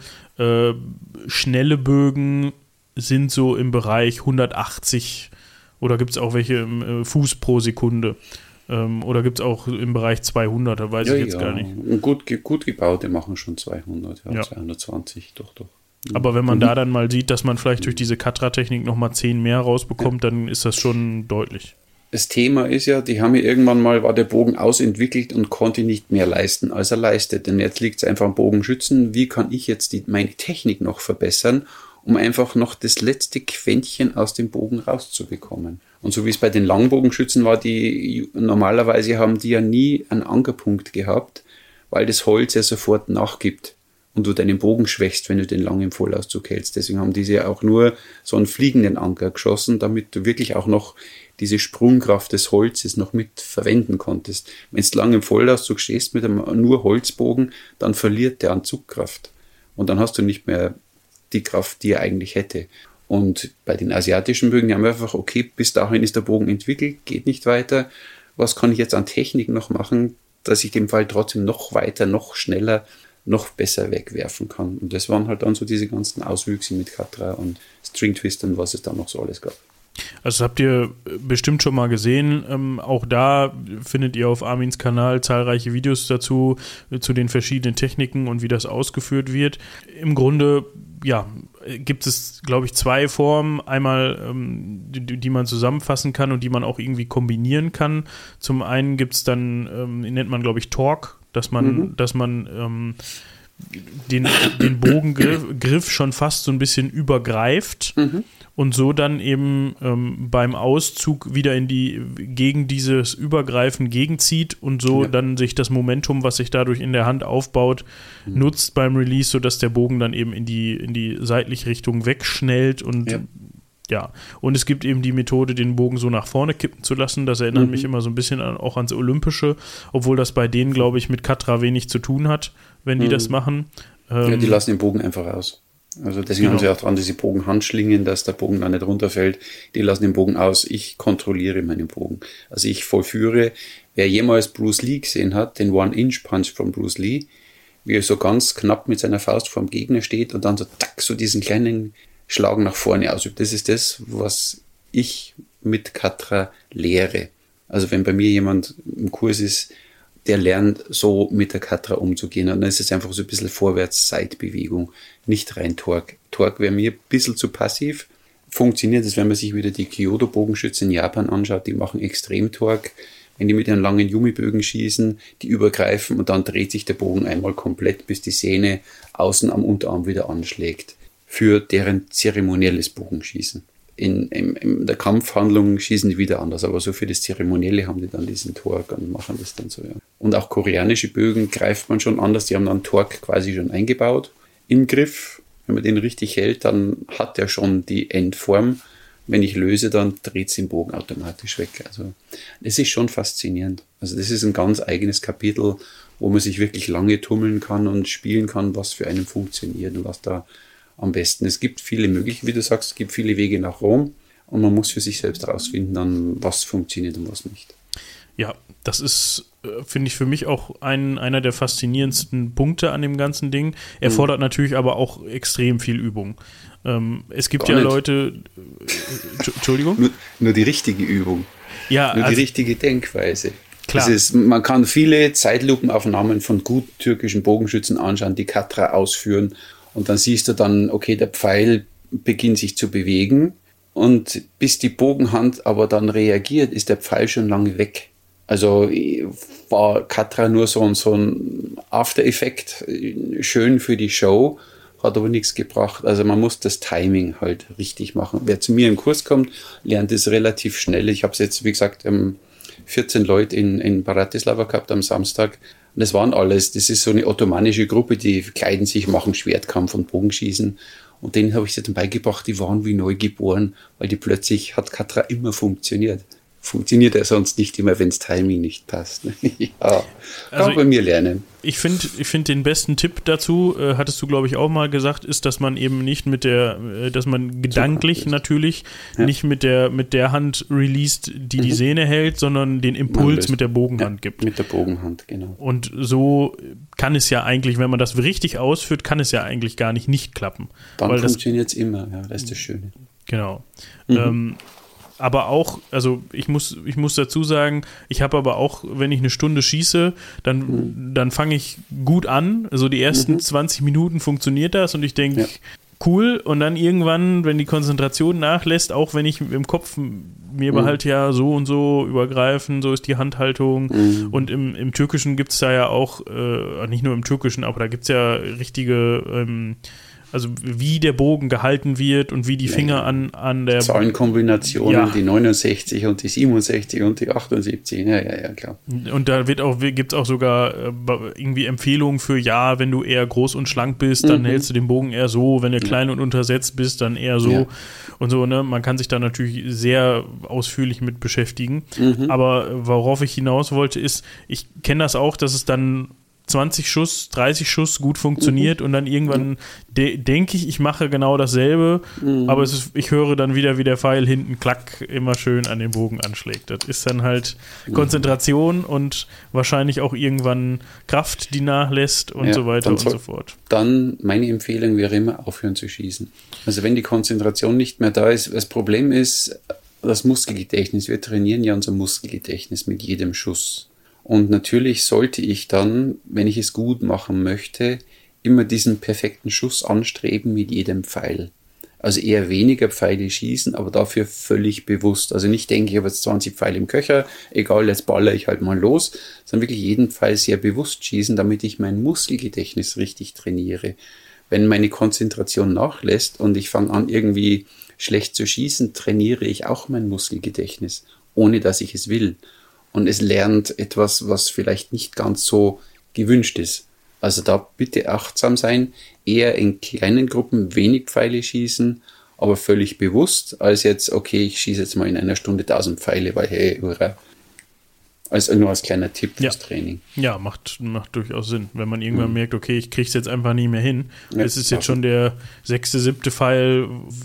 schnelle Bögen sind so im Bereich 180 oder gibt es auch welche im Fuß pro Sekunde oder gibt es auch im Bereich 200, da weiß ich jetzt gar nicht. Gut gebaute machen schon 200, 220, doch. Aber wenn man da dann mal sieht, dass man vielleicht durch diese Katra-Technik nochmal 10 mehr rausbekommt, dann ist das schon deutlich. Das Thema ist ja, war der Bogen ausentwickelt und konnte nicht mehr leisten, als er leistet. Denn jetzt liegt es einfach am Bogenschützen. Wie kann ich jetzt meine Technik noch verbessern, um einfach noch das letzte Quäntchen aus dem Bogen rauszubekommen? Und so wie es bei den Langbogenschützen war, normalerweise haben die ja nie einen Ankerpunkt gehabt, weil das Holz ja sofort nachgibt. Und du deinen Bogen schwächst, wenn du den lang im Vollauszug hältst. Deswegen haben diese ja auch nur so einen fliegenden Anker geschossen, damit du wirklich auch noch diese Sprungkraft des Holzes noch mit verwenden konntest. Wenn du lang im Vollauszug stehst mit einem nur Holzbogen, dann verliert der an Zugkraft. Und dann hast du nicht mehr die Kraft, die er eigentlich hätte. Und bei den asiatischen Bögen, die haben wir einfach, okay, bis dahin ist der Bogen entwickelt, geht nicht weiter. Was kann ich jetzt an Technik noch machen, dass ich den Pfeil trotzdem noch weiter, noch schneller, noch besser wegwerfen kann. Und das waren halt dann so diese ganzen Auswüchse mit Katra und String Twist und was es da noch so alles gab. Also das habt ihr bestimmt schon mal gesehen. Auch da findet ihr auf Armins Kanal zahlreiche Videos dazu, zu den verschiedenen Techniken und wie das ausgeführt wird. Im Grunde, ja, gibt es, glaube ich, zwei Formen. Einmal, die man zusammenfassen kann und die man auch irgendwie kombinieren kann. Zum einen gibt es dann, nennt man, glaube ich, Torque, dass man den Bogengriff schon fast so ein bisschen übergreift und so dann eben beim Auszug wieder gegen dieses Übergreifen gegenzieht und so dann sich das Momentum, was sich dadurch in der Hand aufbaut, nutzt beim Release, sodass der Bogen dann eben in die seitliche Richtung wegschnellt und und es gibt eben die Methode, den Bogen so nach vorne kippen zu lassen. Das erinnert mich immer so ein bisschen auch ans Olympische, obwohl das bei denen, glaube ich, mit Katra wenig zu tun hat, wenn die das machen. Die lassen den Bogen einfach aus. Also deswegen haben sie auch dran diese Bogenhandschlingen, dass der Bogen da nicht runterfällt. Die lassen den Bogen aus. Ich kontrolliere meinen Bogen. Also ich vollführe, wer jemals Bruce Lee gesehen hat, den One-Inch-Punch von Bruce Lee, wie er so ganz knapp mit seiner Faust vor dem Gegner steht und dann so tack, so diesen kleinen Schlag nach vorne ausübt. Das ist das, was ich mit Katra lehre. Also wenn bei mir jemand im Kurs ist, der lernt so mit der Katra umzugehen. Und dann ist es einfach so ein bisschen Vorwärts-Seitbewegung, nicht rein Torque. Torque wäre mir ein bisschen zu passiv. Funktioniert es, wenn man sich wieder die Kyoto-Bogenschützen in Japan anschaut, die machen extrem Torque. Wenn die mit ihren langen Yumi-Bögen schießen, die übergreifen und dann dreht sich der Bogen einmal komplett, bis die Sehne außen am Unterarm wieder anschlägt. Für deren zeremonielles Bogenschießen. In der Kampfhandlung schießen die wieder anders, aber so für das Zeremonielle haben die dann diesen Torque und machen das dann so. Ja. Und auch koreanische Bögen greift man schon anders, die haben dann Torque quasi schon eingebaut im Griff. Wenn man den richtig hält, dann hat er schon die Endform. Wenn ich löse, dann dreht es den Bogen automatisch weg. Also das ist schon faszinierend. Also das ist ein ganz eigenes Kapitel, wo man sich wirklich lange tummeln kann und spielen kann, was für einen funktioniert und was da am besten. Es gibt viele Möglichkeiten, wie du sagst, es gibt viele Wege nach Rom und man muss für sich selbst herausfinden, dann was funktioniert und was nicht. Ja, das ist, finde ich, für mich auch einer der faszinierendsten Punkte an dem ganzen Ding. Erfordert natürlich aber auch extrem viel Übung. Es gibt Leute, Entschuldigung? Nur die richtige Übung. Ja, nur die richtige Denkweise. Klar. Man kann viele Zeitlupenaufnahmen von guten türkischen Bogenschützen anschauen, die Katra ausführen. Und dann siehst du dann, okay, der Pfeil beginnt sich zu bewegen und bis die Bogenhand aber dann reagiert, ist der Pfeil schon lange weg. Also war Katra nur so ein After-Effekt, schön für die Show, hat aber nichts gebracht. Also man muss das Timing halt richtig machen. Wer zu mir im Kurs kommt, lernt es relativ schnell. Ich habe es jetzt, wie gesagt, 14 Leute in Bratislava gehabt am Samstag. Und das waren alles, das ist so eine ottomanische Gruppe, die kleiden sich, machen Schwertkampf und Bogenschießen. Und denen habe ich sie dann beigebracht, die waren wie neu geboren, weil die plötzlich hat Katra immer funktioniert. Funktioniert er sonst nicht immer, wenn das Timing nicht passt. Ja, kann bei mir lernen. Ich finde den besten Tipp dazu, hattest du, glaube ich, auch mal gesagt, ist, dass man eben nicht dass man gedanklich natürlich nicht mit der Hand released, die Sehne hält, sondern den Impuls mit der Bogenhand gibt. Mit der Bogenhand, genau. Und so kann es ja eigentlich, wenn man das richtig ausführt, kann es ja eigentlich gar nicht klappen. Dann funktioniert es immer, ja, das ist das Schöne. Genau. Aber auch, also ich muss dazu sagen, ich habe aber auch, wenn ich eine Stunde schieße, dann fange ich gut an. Also die ersten 20 Minuten funktioniert das und ich denke, cool. Und dann irgendwann, wenn die Konzentration nachlässt, auch wenn ich im Kopf mir behalte, ja, so und so übergreifen, so ist die Handhaltung. Und im Türkischen gibt es da ja auch, nicht nur im Türkischen, aber da gibt es ja richtige also wie der Bogen gehalten wird und wie die Finger an der Zahlenkombinationen, die 69 und die 67 und die 78, ja, klar. Und da gibt es auch sogar irgendwie Empfehlungen für, wenn du eher groß und schlank bist, dann hältst du den Bogen eher so, wenn du klein und untersetzt bist, dann eher so und so, ne? Man kann sich da natürlich sehr ausführlich mit beschäftigen, aber worauf ich hinaus wollte ist, ich kenne das auch, dass es dann 20 Schuss, 30 Schuss gut funktioniert und dann irgendwann denke ich mache genau dasselbe, aber ich höre dann wieder, wie der Pfeil hinten klack immer schön an den Bogen anschlägt. Das ist dann halt Konzentration und wahrscheinlich auch irgendwann Kraft, die nachlässt und so weiter und so fort. Dann meine Empfehlung wäre immer, aufhören zu schießen. Also wenn die Konzentration nicht mehr da ist, das Problem ist das Muskelgedächtnis. Wir trainieren ja unser Muskelgedächtnis mit jedem Schuss. Und natürlich sollte ich dann, wenn ich es gut machen möchte, immer diesen perfekten Schuss anstreben mit jedem Pfeil. Also eher weniger Pfeile schießen, aber dafür völlig bewusst. Also nicht denke, ich habe jetzt 20 Pfeile im Köcher, egal, jetzt baller ich halt mal los, sondern wirklich jeden Pfeil sehr bewusst schießen, damit ich mein Muskelgedächtnis richtig trainiere. Wenn meine Konzentration nachlässt und ich fange an, irgendwie schlecht zu schießen, trainiere ich auch mein Muskelgedächtnis, ohne dass ich es will. Und es lernt etwas, was vielleicht nicht ganz so gewünscht ist. Also da bitte achtsam sein, eher in kleinen Gruppen wenig Pfeile schießen, aber völlig bewusst, als jetzt, okay, ich schieße jetzt mal in einer Stunde 1000 Pfeile, weil hey, hurra. Also nur als kleiner Tipp fürs Training. Ja, macht durchaus Sinn. Wenn man irgendwann merkt, okay, ich kriege es jetzt einfach nie mehr hin. Ja, es ist jetzt schon der 6., 7. Pfeil,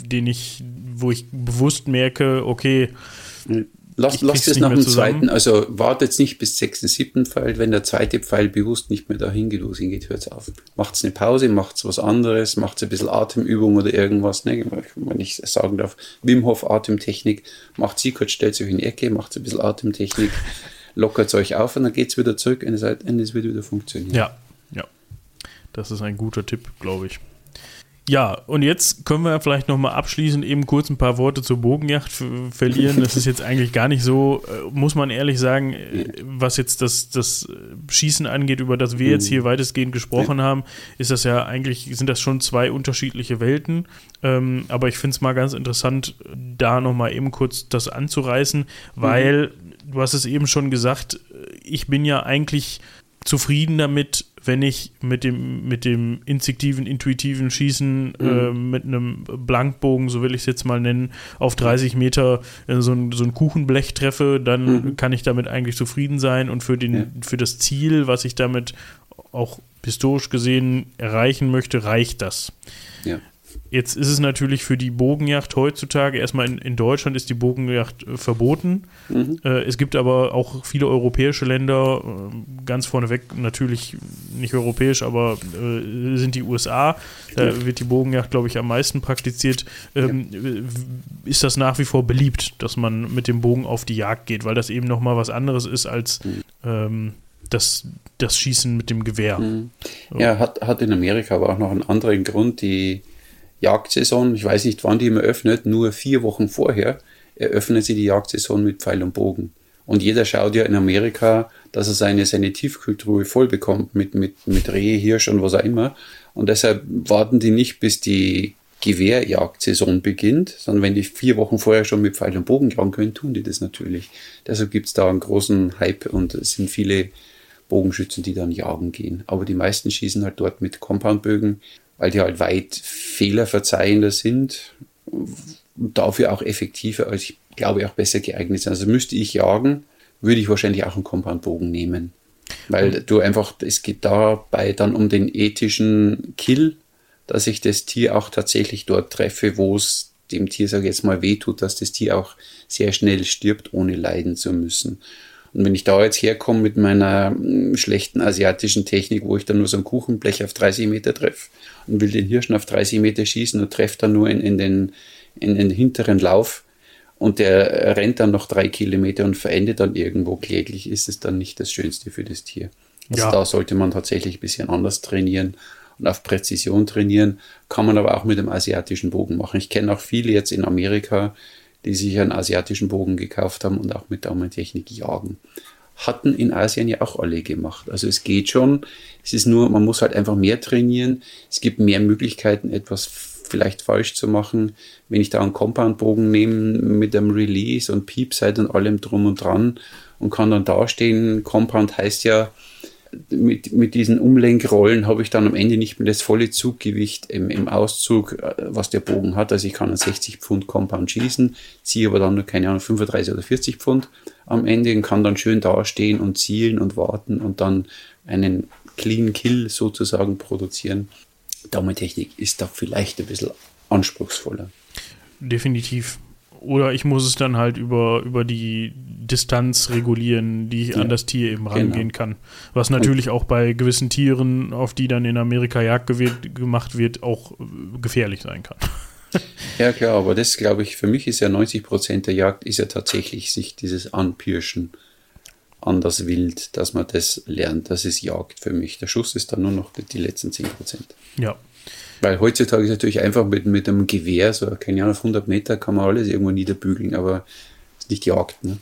wo ich bewusst merke, okay, Lasst es nach dem zweiten, also wartet jetzt nicht bis 6., 7. Pfeil, wenn der zweite Pfeil bewusst nicht mehr dahin geht, hört es auf. Macht's eine Pause, macht's was anderes, macht's ein bisschen Atemübung oder irgendwas, ne? Wenn ich sagen darf, Wim Hof Atemtechnik, macht sie kurz, stellt euch in die Ecke, macht ein bisschen Atemtechnik, lockert euch auf und dann geht's wieder zurück und es wird wieder funktionieren. Ja. Das ist ein guter Tipp, glaube ich. Ja, und jetzt können wir vielleicht nochmal abschließend eben kurz ein paar Worte zur Bogenjagd verlieren. Das ist jetzt eigentlich gar nicht so, muss man ehrlich sagen, was jetzt das Schießen angeht, über das wir jetzt hier weitestgehend gesprochen haben, ist das ja eigentlich, sind das schon zwei unterschiedliche Welten. Aber ich finde es mal ganz interessant, da nochmal eben kurz das anzureißen, weil, du hast es eben schon gesagt, ich bin ja eigentlich zufrieden damit, wenn ich mit dem instinktiven, intuitiven Schießen mit einem Blankbogen, so will ich es jetzt mal nennen, auf 30 Meter so ein Kuchenblech treffe, dann kann ich damit eigentlich zufrieden sein und für das Ziel, was ich damit auch historisch gesehen erreichen möchte, reicht das. Ja. Jetzt ist es natürlich für die Bogenjagd heutzutage, erstmal in Deutschland ist die Bogenjagd verboten. Es gibt aber auch viele europäische Länder, ganz vorneweg natürlich nicht europäisch, aber sind die USA. Da wird die Bogenjagd, glaube ich, am meisten praktiziert. Ist das nach wie vor beliebt, dass man mit dem Bogen auf die Jagd geht, weil das eben nochmal was anderes ist als das Schießen mit dem Gewehr. So. Ja, hat in Amerika aber auch noch einen anderen Grund, die Jagdsaison, ich weiß nicht, wann die immer öffnet, nur 4 Wochen vorher eröffnet sie die Jagdsaison mit Pfeil und Bogen. Und jeder schaut ja in Amerika, dass er seine Tiefkühltruhe voll bekommt mit Rehe, Hirsch und was auch immer. Und deshalb warten die nicht, bis die Gewehrjagdsaison beginnt, sondern wenn die 4 Wochen vorher schon mit Pfeil und Bogen jagen können, tun die das natürlich. Deshalb gibt es da einen großen Hype und es sind viele Bogenschützen, die dann jagen gehen. Aber die meisten schießen halt dort mit Compoundbögen, weil die halt weit fehlerverzeihender sind und dafür auch effektiver, als ich glaube auch besser geeignet sind. Also müsste ich jagen, würde ich wahrscheinlich auch einen Compoundbogen nehmen. Weil du einfach, es geht dabei dann um den ethischen Kill, dass ich das Tier auch tatsächlich dort treffe, wo es dem Tier, sage ich jetzt mal, wehtut, dass das Tier auch sehr schnell stirbt, ohne leiden zu müssen. Und wenn ich da jetzt herkomme mit meiner schlechten asiatischen Technik, wo ich dann nur so ein Kuchenblech auf 30 Meter treffe und will den Hirschen auf 30 Meter schießen und treffe dann nur in den hinteren Lauf und der rennt dann noch 3 Kilometer und verendet dann irgendwo kläglich, ist es dann nicht das Schönste für das Tier. Also da sollte man tatsächlich ein bisschen anders trainieren und auf Präzision trainieren, kann man aber auch mit dem asiatischen Bogen machen. Ich kenne auch viele jetzt in Amerika, die sich einen asiatischen Bogen gekauft haben und auch mit Daumentechnik jagen. Hatten in Asien ja auch alle gemacht. Also es geht schon. Es ist nur, man muss halt einfach mehr trainieren. Es gibt mehr Möglichkeiten, etwas vielleicht falsch zu machen. Wenn ich da einen Compoundbogen nehme mit einem Release und Piepside und allem drum und dran und kann dann dastehen. Compound heißt ja, mit diesen Umlenkrollen habe ich dann am Ende nicht mehr das volle Zuggewicht im Auszug, was der Bogen hat. Also ich kann einen 60 Pfund Compound schießen, ziehe aber dann nur, keine Ahnung, 35 oder 40 Pfund am Ende und kann dann schön dastehen und zielen und warten und dann einen Clean Kill sozusagen produzieren. Daumentechnik ist da vielleicht ein bisschen anspruchsvoller. Definitiv. Oder ich muss es dann halt über die Distanz regulieren, die ich an das Tier eben rangehen kann. Was natürlich auch bei gewissen Tieren, auf die dann in Amerika Jagd gemacht wird, auch gefährlich sein kann. Ja klar, aber das glaube ich, für mich ist ja 90% der Jagd ist ja tatsächlich sich dieses Anpirschen an das Wild, dass man das lernt, das ist Jagd für mich. Der Schuss ist dann nur noch die letzten 10%. Ja. Weil heutzutage ist natürlich einfach mit einem Gewehr, so keine Ahnung, auf 100 Meter kann man alles irgendwo niederbügeln, aber ist nicht Jagd. Ne?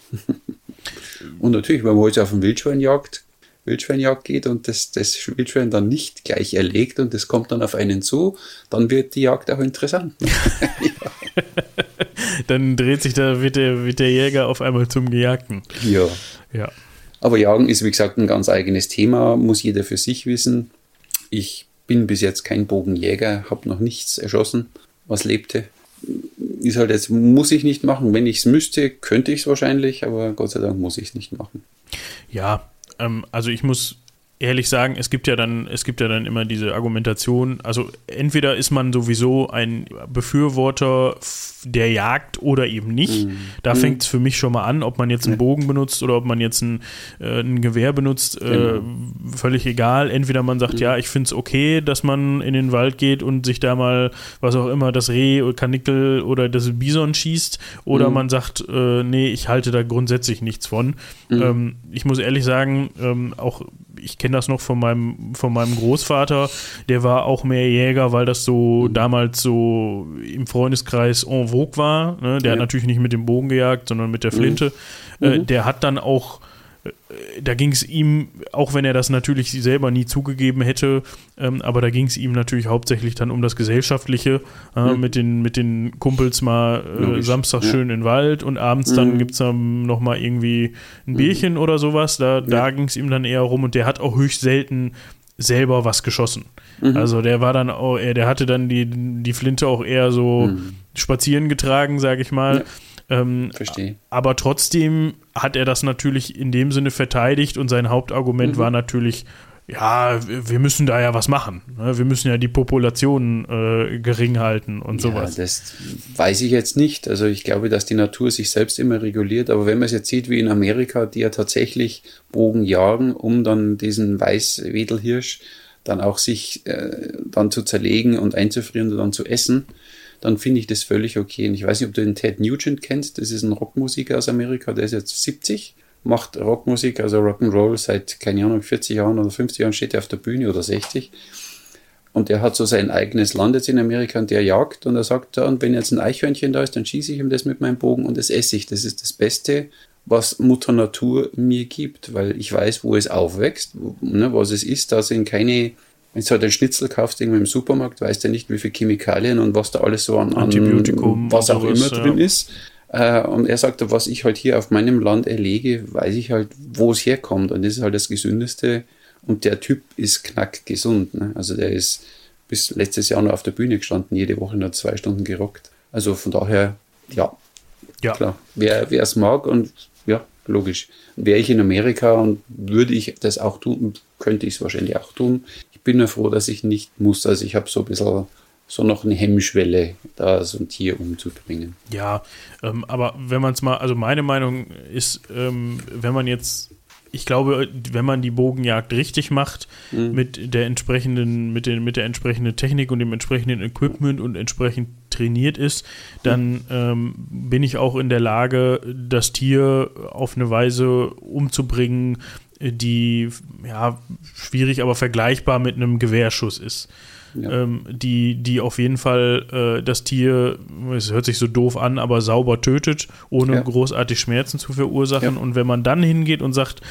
Und natürlich, wenn man heute auf eine Wildschweinjagd geht und das Wildschwein dann nicht gleich erlegt und das kommt dann auf einen zu, dann wird die Jagd auch interessant. Ne? Ja. Dann wird der Jäger auf einmal zum Gejagten. Ja. Aber Jagen ist, wie gesagt, ein ganz eigenes Thema, muss jeder für sich wissen. Ich bin bis jetzt kein Bogenjäger, habe noch nichts erschossen, was lebte. Ist halt jetzt, muss ich nicht machen. Wenn ich es müsste, könnte ich es wahrscheinlich, aber Gott sei Dank muss ich es nicht machen. Ja, also ich muss ehrlich sagen, es gibt ja dann immer diese Argumentation, also entweder ist man sowieso ein Befürworter der Jagd oder eben nicht. Da fängt es für mich schon mal an, ob man jetzt einen Bogen benutzt oder ob man jetzt ein Gewehr benutzt, völlig egal. Entweder man sagt, ja, ich finde es okay, dass man in den Wald geht und sich da mal, was auch immer, das Reh oder Karnickel oder das Bison schießt, oder man sagt, nee, ich halte da grundsätzlich nichts von. Ich muss ehrlich sagen, auch ich kenne das noch von meinem Großvater, der war auch mehr Jäger, weil das so damals so im Freundeskreis en vogue war. Ne? Der hat natürlich nicht mit dem Bogen gejagt, sondern mit der Flinte. Der hat dann auch, da ging es ihm, auch wenn er das natürlich selber nie zugegeben hätte, aber da ging es ihm natürlich hauptsächlich dann um das Gesellschaftliche, mit den Kumpels mal Samstag schön in den Wald und abends dann gibt es dann nochmal irgendwie ein Bierchen oder sowas, da ging es ihm dann eher rum und der hat auch höchst selten selber was geschossen. Also der war dann auch, der hatte dann die Flinte auch eher so spazieren getragen, sage ich mal. Verstehe. Aber trotzdem hat er das natürlich in dem Sinne verteidigt und sein Hauptargument war natürlich, ja, wir müssen da ja was machen. Ne? Wir müssen ja die Population gering halten und sowas. Das weiß ich jetzt nicht. Also ich glaube, dass die Natur sich selbst immer reguliert. Aber wenn man es jetzt sieht, wie in Amerika, die ja tatsächlich Bogen jagen, um dann diesen Weißwedelhirsch dann auch sich dann zu zerlegen und einzufrieren und dann zu essen, dann finde ich das völlig okay. Und ich weiß nicht, ob du den Ted Nugent kennst, das ist ein Rockmusiker aus Amerika, der ist jetzt 70, macht Rockmusik, also Rock'n'Roll seit, keine Ahnung, 40 Jahren oder 50 Jahren steht er auf der Bühne oder 60. Und der hat so sein eigenes Land jetzt in Amerika und der jagt und er sagt, und wenn jetzt ein Eichhörnchen da ist, dann schieße ich ihm das mit meinem Bogen und das esse ich. Das ist das Beste, was Mutter Natur mir gibt, weil ich weiß, wo es aufwächst, was es ist. Da sind keine... Wenn du halt einen Schnitzel kaufst irgendwo im Supermarkt, weißt du ja nicht, wie viele Chemikalien und was da alles so an Antibiotikum, was auch immer drin ist. Und er sagt, was ich halt hier auf meinem Land erlege, weiß ich halt, wo es herkommt. Und das ist halt das Gesündeste. Und der Typ ist knackgesund. Ne? Also der ist bis letztes Jahr noch auf der Bühne gestanden, jede Woche nur 2 Stunden gerockt. Also von daher, ja. Klar. Wer es mag und ja, logisch. Wäre ich in Amerika und würde ich das auch tun, könnte ich es wahrscheinlich auch tun. Ich bin nur froh, dass ich nicht muss. Also ich habe so ein bisschen so noch eine Hemmschwelle, da so ein Tier umzubringen. Ja, aber wenn man es mal, also meine Meinung ist, wenn man jetzt, ich glaube, wenn man die Bogenjagd richtig macht, mit der entsprechenden Technik und dem entsprechenden Equipment und entsprechend trainiert ist, dann bin ich auch in der Lage, das Tier auf eine Weise umzubringen, die ja schwierig, aber vergleichbar mit einem Gewehrschuss ist. Ja. Die auf jeden Fall das Tier, es hört sich so doof an, aber sauber tötet, ohne großartig Schmerzen zu verursachen. Ja. Und wenn man dann hingeht und sagt,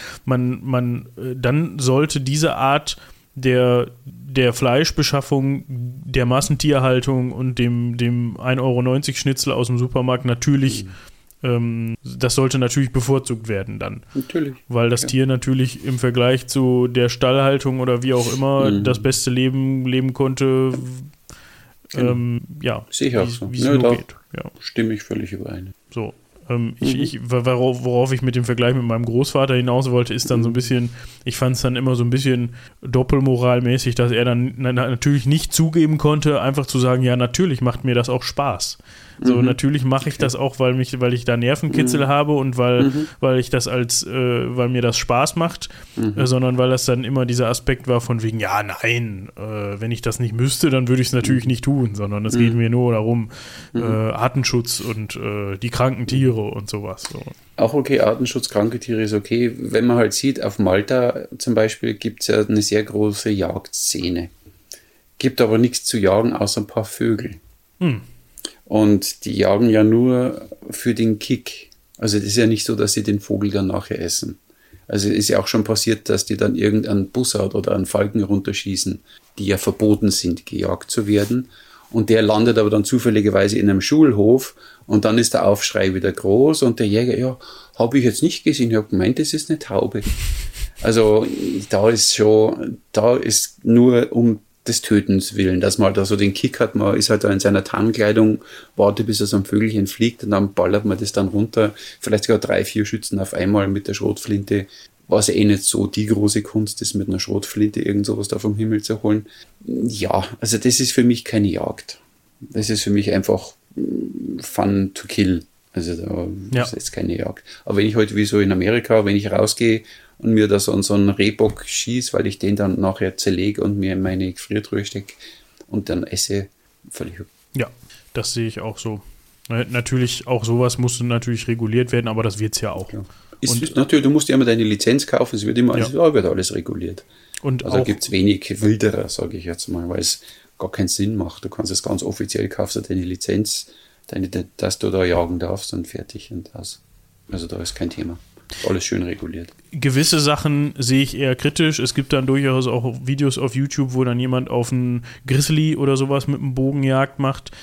dann sollte diese Art der Fleischbeschaffung, der Massentierhaltung und dem 1,90 € Schnitzel aus dem Supermarkt natürlich das sollte natürlich bevorzugt werden dann. Natürlich. Weil das Tier natürlich im Vergleich zu der Stallhaltung oder wie auch immer das beste Leben leben konnte. Sehe ich auch so. Wie es nur geht. Ja. Stimme ich völlig überein. So. Worauf ich mit dem Vergleich mit meinem Großvater hinaus wollte, ist dann so ein bisschen, ich fand es dann immer so ein bisschen doppelmoralmäßig, dass er dann natürlich nicht zugeben konnte, einfach zu sagen, ja, natürlich macht mir das auch Spaß. So, natürlich mache ich das auch, weil ich da Nervenkitzel habe und weil ich das weil mir das Spaß macht, sondern weil das dann immer dieser Aspekt war von wegen, ja, nein, wenn ich das nicht müsste, dann würde ich es natürlich nicht tun, sondern es geht mir nur darum, Artenschutz und die kranken Tiere und sowas. So. Auch okay, Artenschutz, kranke Tiere ist okay. Wenn man halt sieht, auf Malta zum Beispiel gibt es ja eine sehr große Jagdszene. Gibt aber nichts zu jagen, außer ein paar Vögel. Und die jagen ja nur für den Kick. Also es ist ja nicht so, dass sie den Vogel dann nachher essen. Also es ist ja auch schon passiert, dass die dann irgendeinen Bussard oder einen Falken runterschießen, die ja verboten sind, gejagt zu werden. Und der landet aber dann zufälligerweise in einem Schulhof und dann ist der Aufschrei wieder groß und der Jäger, ja, habe ich jetzt nicht gesehen, ich habe gemeint, das ist eine Taube. Also da ist nur um des Tötens willen, dass man halt da so den Kick hat, man ist halt da in seiner Tarnkleidung, wartet bis er so ein Vögelchen fliegt und dann ballert man das dann runter, vielleicht sogar 3, 4 Schützen auf einmal mit der Schrotflinte, was ja nicht so die große Kunst ist, mit einer Schrotflinte irgend sowas da vom Himmel zu holen. Ja, also das ist für mich keine Jagd. Das ist für mich einfach Fun to kill. Also das ist keine Jagd. Aber wenn ich heute wie so in Amerika, wenn ich rausgehe und mir da so einen Rehbock schieße, weil ich den dann nachher zerlege und mir in meine Gefriertruhe stecke und dann esse, völlig. Ja, das sehe ich auch so. Natürlich, auch sowas muss natürlich reguliert werden, aber das wird es ja auch. Ja. Ist natürlich, du musst ja immer deine Lizenz kaufen, es wird immer wird alles reguliert. Und also gibt es wenig Wilderer, sage ich jetzt mal, weil es gar keinen Sinn macht. Du kannst es ganz offiziell, kaufst du deine Lizenz, dass du da jagen darfst und fertig und das. Also da ist kein Thema. Alles schön reguliert. Gewisse Sachen sehe ich eher kritisch. Es gibt dann durchaus auch Videos auf YouTube, wo dann jemand auf einen Grizzly oder sowas mit einem Bogenjagd macht.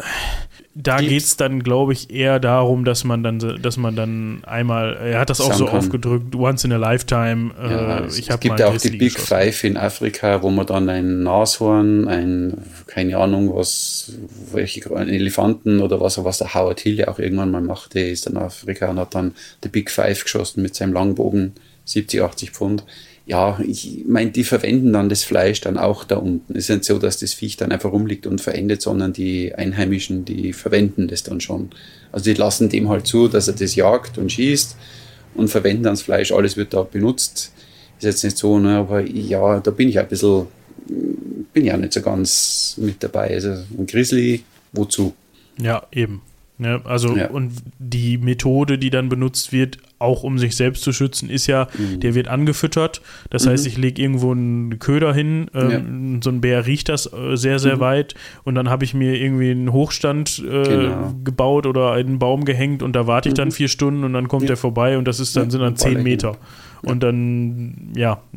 Da geht es dann, glaube ich, eher darum, dass man dann einmal, er hat das auch so aufgedrückt, once in a lifetime. Es gibt ja auch die Big Five in Afrika, wo man dann ein Nashorn, keine Ahnung einen Elefanten oder was der Howard Hill ja auch irgendwann mal machte, ist dann in Afrika und hat dann die Big Five geschossen mit seinem Langbogen, 70, 80 Pfund. Ja, ich meine, die verwenden dann das Fleisch dann auch da unten. Es ist nicht so, dass das Viech dann einfach rumliegt und verendet, sondern die Einheimischen, die verwenden das dann schon. Also die lassen dem halt zu, dass er das jagt und schießt und verwenden dann das Fleisch. Alles wird da benutzt. Ist jetzt nicht so, ne, aber ja, da bin ich ein bisschen, bin ja nicht so ganz mit dabei. Also ein Grizzly, wozu? Ja, eben. Ja, und die Methode, die dann benutzt wird, auch um sich selbst zu schützen, ist ja, der wird angefüttert. Das heißt, ich lege irgendwo einen Köder hin, so ein Bär riecht das sehr, sehr weit und dann habe ich mir irgendwie einen Hochstand gebaut oder einen Baum gehängt und da warte ich dann 4 Stunden und dann kommt der vorbei und das ist dann, sind dann 10 Meter. Und dann,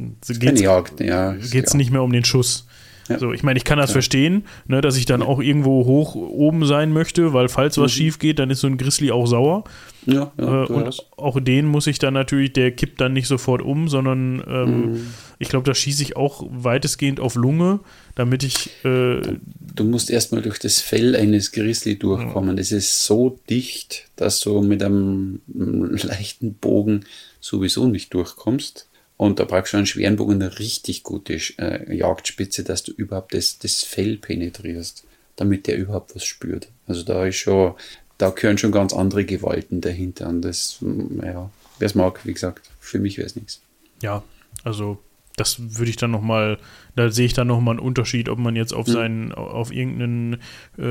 geht's nicht mehr um den Schuss. Ja. So, ich meine, ich kann das verstehen, ne, dass ich dann auch irgendwo hoch oben sein möchte, weil falls was schief geht, dann ist so ein Grizzly auch sauer. Und auch den muss ich dann natürlich, der kippt dann nicht sofort um, sondern ich glaube, da schieße ich auch weitestgehend auf Lunge, damit ich... Du musst erstmal durch das Fell eines Grizzly durchkommen. Das ist so dicht, dass du mit einem leichten Bogen sowieso nicht durchkommst. Und da brauchst du einen schweren Bogen, eine richtig gute Jagdspitze, dass du überhaupt das Fell penetrierst, damit der überhaupt was spürt. Also da gehören schon ganz andere Gewalten dahinter. Und das, wer es mag, wie gesagt, für mich wäre es nichts. Ja, also das würde ich dann nochmal, da sehe ich dann nochmal einen Unterschied, ob man jetzt auf auf irgendeinen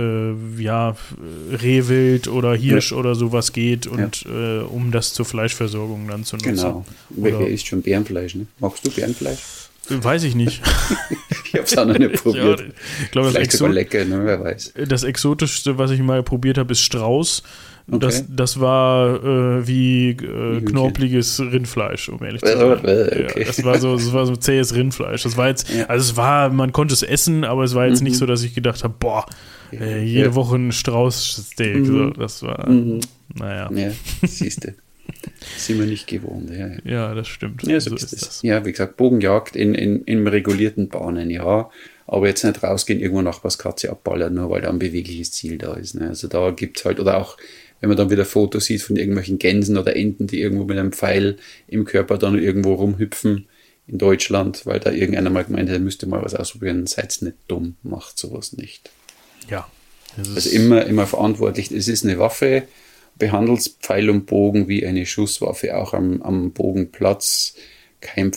Rehwild oder Hirsch oder sowas geht und um das zur Fleischversorgung dann zu nutzen. Genau. Wer isst schon Bärenfleisch, ne? Magst du Bärenfleisch? Weiß ich nicht. Ich habe es auch noch nicht probiert. Ich glaube, vielleicht sogar lecker, ne? Wer weiß. Das Exotischste, was ich mal probiert habe, ist Strauß. Okay. Das war wie knorpeliges Rindfleisch, um ehrlich zu sein. Okay. Das war so zähes Rindfleisch. Das war jetzt, man konnte es essen, aber es war jetzt nicht so, dass ich gedacht habe, jede Woche ein Straußsteak. So, das war, naja. Ja, siehst du. Sind wir nicht gewohnt. Ja, das stimmt. Ja, so ist das. Ja, wie gesagt, Bogenjagd in regulierten Bahnen, ja. Aber jetzt nicht rausgehen, irgendwo Nachbarskatze abballern, nur weil da ein bewegliches Ziel da ist. Ne? Also da gibt es halt, oder auch wenn man dann wieder Fotos sieht von irgendwelchen Gänsen oder Enten, die irgendwo mit einem Pfeil im Körper dann irgendwo rumhüpfen in Deutschland, weil da irgendeiner mal gemeint hat, er müsste mal was ausprobieren. Seid's nicht dumm, macht sowas nicht. Ja. Also immer verantwortlich. Es ist eine Waffe, behandelt Pfeil und Bogen wie eine Schusswaffe, auch am Bogenplatz. Kein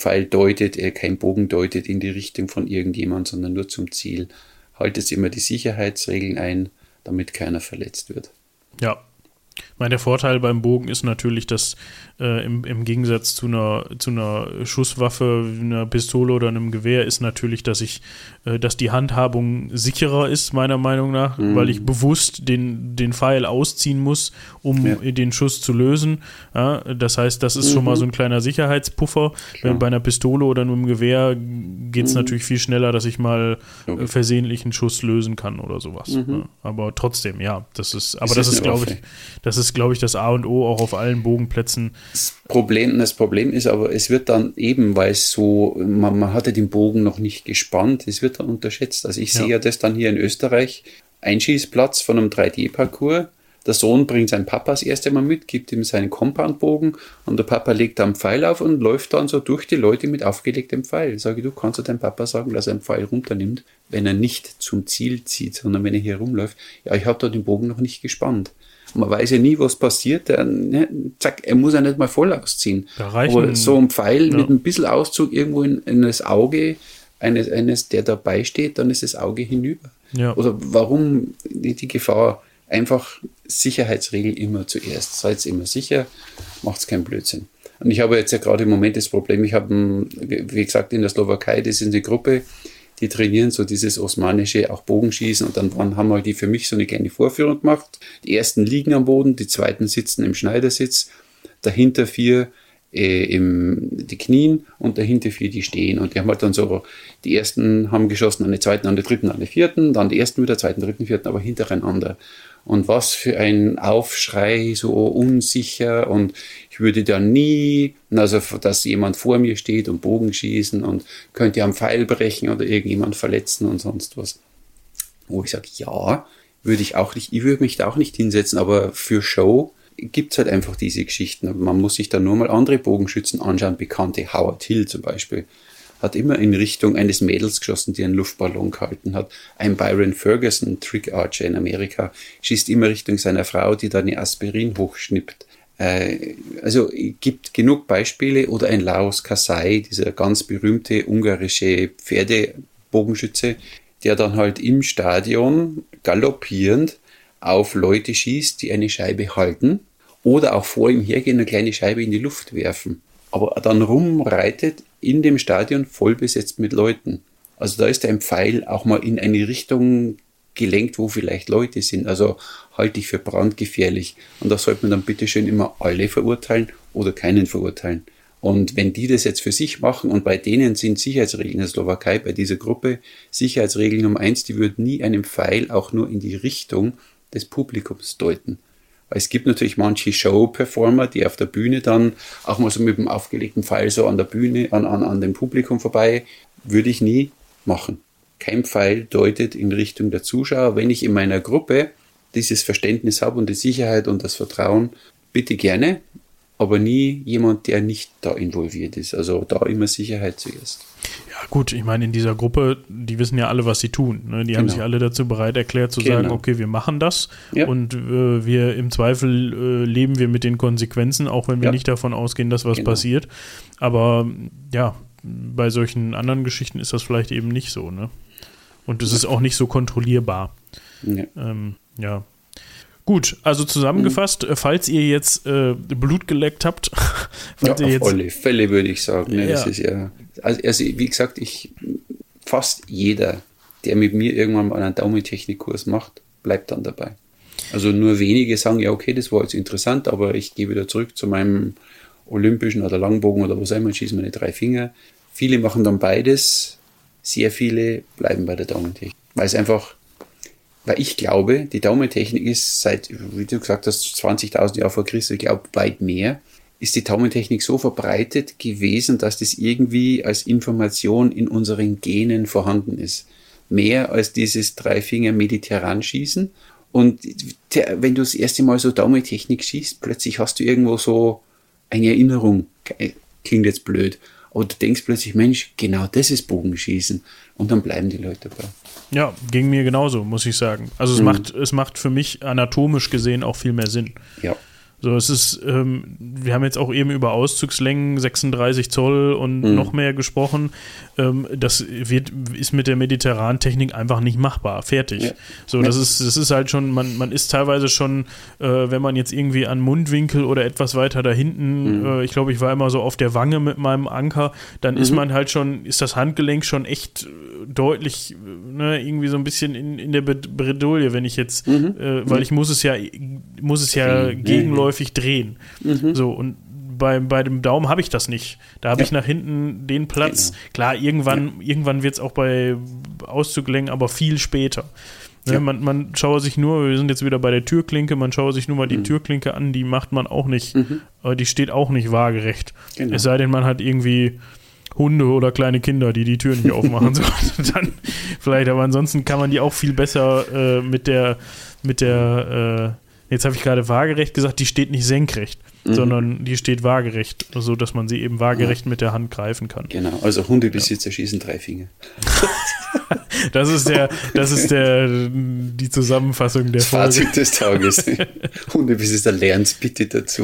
Bogen deutet in die Richtung von irgendjemand, sondern nur zum Ziel. Haltet immer die Sicherheitsregeln ein, damit keiner verletzt wird. Ja. Ich meine, der Vorteil beim Bogen ist natürlich, dass im Gegensatz zu einer Schusswaffe, einer Pistole oder einem Gewehr ist natürlich, dass die Handhabung sicherer ist, meiner Meinung nach, weil ich bewusst den Pfeil ausziehen muss, um den Schuss zu lösen. Ja, das heißt, das ist schon mal so ein kleiner Sicherheitspuffer. Bei einer Pistole oder nur einem Gewehr geht es natürlich viel schneller, dass ich mal versehentlich einen Schuss lösen kann oder sowas. Ja, aber trotzdem, ja, das ist, glaube ich, das A und O auch auf allen Bogenplätzen. Das Problem ist aber, es wird dann eben, weil es so, man hatte den Bogen noch nicht gespannt, es wird dann unterschätzt. Also ich sehe ja das dann hier in Österreich, Einschießplatz von einem 3D-Parcours. Der Sohn bringt seinen Papa das erste Mal mit, gibt ihm seinen Compoundbogen und der Papa legt da einen Pfeil auf und läuft dann so durch die Leute mit aufgelegtem Pfeil. Ich sage, du kannst du deinem Papa sagen, dass er einen Pfeil runternimmt, wenn er nicht zum Ziel zieht, sondern wenn er hier rumläuft. Ja, ich habe da den Bogen noch nicht gespannt. Man weiß ja nie, was passiert. Zack, er muss ja nicht mal voll ausziehen. Aber so ein Pfeil mit ein bisschen Auszug irgendwo in das Auge eines, der dabei steht, dann ist das Auge hinüber. Ja. Oder warum die Gefahr? Einfach Sicherheitsregel immer zuerst. Seid immer sicher, macht's keinen Blödsinn. Und ich habe jetzt ja gerade im Moment das Problem, ich habe, wie gesagt, in der Slowakei, das ist eine Gruppe, die trainieren so dieses osmanische, auch Bogenschießen, und dann haben halt die für mich so eine kleine Vorführung gemacht. Die ersten liegen am Boden, die zweiten sitzen im Schneidersitz, dahinter 4 die Knien und dahinter 4 die stehen. Und die haben halt dann so, die ersten haben geschossen an die zweiten, an die dritten, an die vierten, dann die ersten wieder, zweiten, dritten, vierten, aber hintereinander. Und was für ein Aufschrei, so unsicher, und ich würde da nie, also dass jemand vor mir steht und Bogen schießen und könnte am Pfeil brechen oder irgendjemand verletzen und sonst was. Wo ich sage, ja, würde ich auch nicht, ich würde mich da auch nicht hinsetzen, aber für Show gibt es halt einfach diese Geschichten. Man muss sich da nur mal andere Bogenschützen anschauen, bekannte, Howard Hill zum Beispiel, hat immer in Richtung eines Mädels geschossen, die einen Luftballon gehalten hat. Ein Byron Ferguson, Trick Archer in Amerika, schießt immer Richtung seiner Frau, die da eine Aspirin hochschnippt. Also gibt genug Beispiele. Oder ein Laos Kasai, dieser ganz berühmte ungarische Pferdebogenschütze, der dann halt im Stadion galoppierend auf Leute schießt, die eine Scheibe halten oder auch vor ihm hergehen, eine kleine Scheibe in die Luft werfen. Aber dann rumreitet in dem Stadion voll besetzt mit Leuten. Also da ist ein Pfeil auch mal in eine Richtung gelenkt, wo vielleicht Leute sind. Also halte ich für brandgefährlich. Und da sollte man dann bitteschön immer alle verurteilen oder keinen verurteilen. Und wenn die das jetzt für sich machen, und bei denen sind Sicherheitsregeln in der Slowakei, bei dieser Gruppe, Sicherheitsregeln Nummer 1, die würden nie einen Pfeil auch nur in die Richtung des Publikums deuten. Weil es gibt natürlich manche Show-Performer, die auf der Bühne dann auch mal so mit dem aufgelegten Pfeil so an der Bühne, an dem Publikum vorbei, würde ich nie machen. Kein Pfeil deutet in Richtung der Zuschauer. Wenn ich in meiner Gruppe dieses Verständnis habe und die Sicherheit und das Vertrauen, bitte gerne, aber nie jemand, der nicht da involviert ist. Also da immer Sicherheit zuerst. Ja gut, ich meine, in dieser Gruppe, die wissen ja alle, was sie tun. Ne? Die haben sich alle dazu bereit erklärt zu sagen, okay, wir machen das und wir im Zweifel leben wir mit den Konsequenzen, auch wenn wir nicht davon ausgehen, dass was passiert. Aber ja, bei solchen anderen Geschichten ist das vielleicht eben nicht so. Ne? Und es ist auch nicht so kontrollierbar. Ja. Gut, also zusammengefasst, falls ihr jetzt Blut geleckt habt, auf alle Fälle würde ich sagen. Ne, das ist ja, also wie gesagt, fast jeder, der mit mir irgendwann mal einen Daumentechnikkurs macht, bleibt dann dabei. Also nur wenige sagen, ja okay, das war jetzt interessant, aber ich gehe wieder zurück zu meinem olympischen oder Langbogen oder was auch immer, schieße meine 3 Finger. Viele machen dann beides, sehr viele bleiben bei der Daumentechnik. Weil ich glaube, die Daumentechnik ist seit, wie du gesagt hast, 20.000 Jahre vor Christus, ich glaube weit mehr, ist die Daumentechnik so verbreitet gewesen, dass das irgendwie als Information in unseren Genen vorhanden ist. Mehr als dieses 3-Finger-Mediterran-Schießen Und wenn du das erste Mal so Daumentechnik schießt, plötzlich hast du irgendwo so eine Erinnerung. Klingt jetzt blöd. Aber du denkst plötzlich, Mensch, genau das ist Bogenschießen. Und dann bleiben die Leute dabei. Ja, ging mir genauso, muss ich sagen. Also es macht für mich anatomisch gesehen auch viel mehr Sinn. Ja. So, es ist, wir haben jetzt auch eben über Auszugslängen 36 Zoll und noch mehr gesprochen. Das ist mit der Mediterran-Technik einfach nicht machbar. Fertig. Ja. So, das ist halt schon, man ist teilweise schon, wenn man jetzt irgendwie an Mundwinkel oder etwas weiter da hinten, ich glaube, ich war immer so auf der Wange mit meinem Anker, dann ist man halt schon, ist das Handgelenk schon echt deutlich, ne, irgendwie so ein bisschen in der Bredouille, wenn ich jetzt, weil ich muss es ja gegenläufig drehen. So, und bei dem Daumen habe ich das nicht. Da habe ich nach hinten den Platz. Genau. Klar, irgendwann wird es auch bei Auszugslängen, aber viel später. Ne, man schaue sich nur, wir sind jetzt wieder bei der Türklinke, man schaue sich nur mal die Türklinke an, die macht man auch nicht, die steht auch nicht waagerecht. Genau. Es sei denn, man hat irgendwie Hunde oder kleine Kinder, die Tür nicht aufmachen sollen. Dann vielleicht, aber ansonsten kann man die auch viel besser mit der jetzt habe ich gerade waagerecht gesagt, die steht nicht senkrecht, sondern die steht waagerecht, so dass man sie eben waagerecht mit der Hand greifen kann. Genau, also Hundebesitzer schießen 3 Finger. Das ist die Zusammenfassung der Folge. Fazit des Tages. Hundebesitzer, lernt's bitte dazu.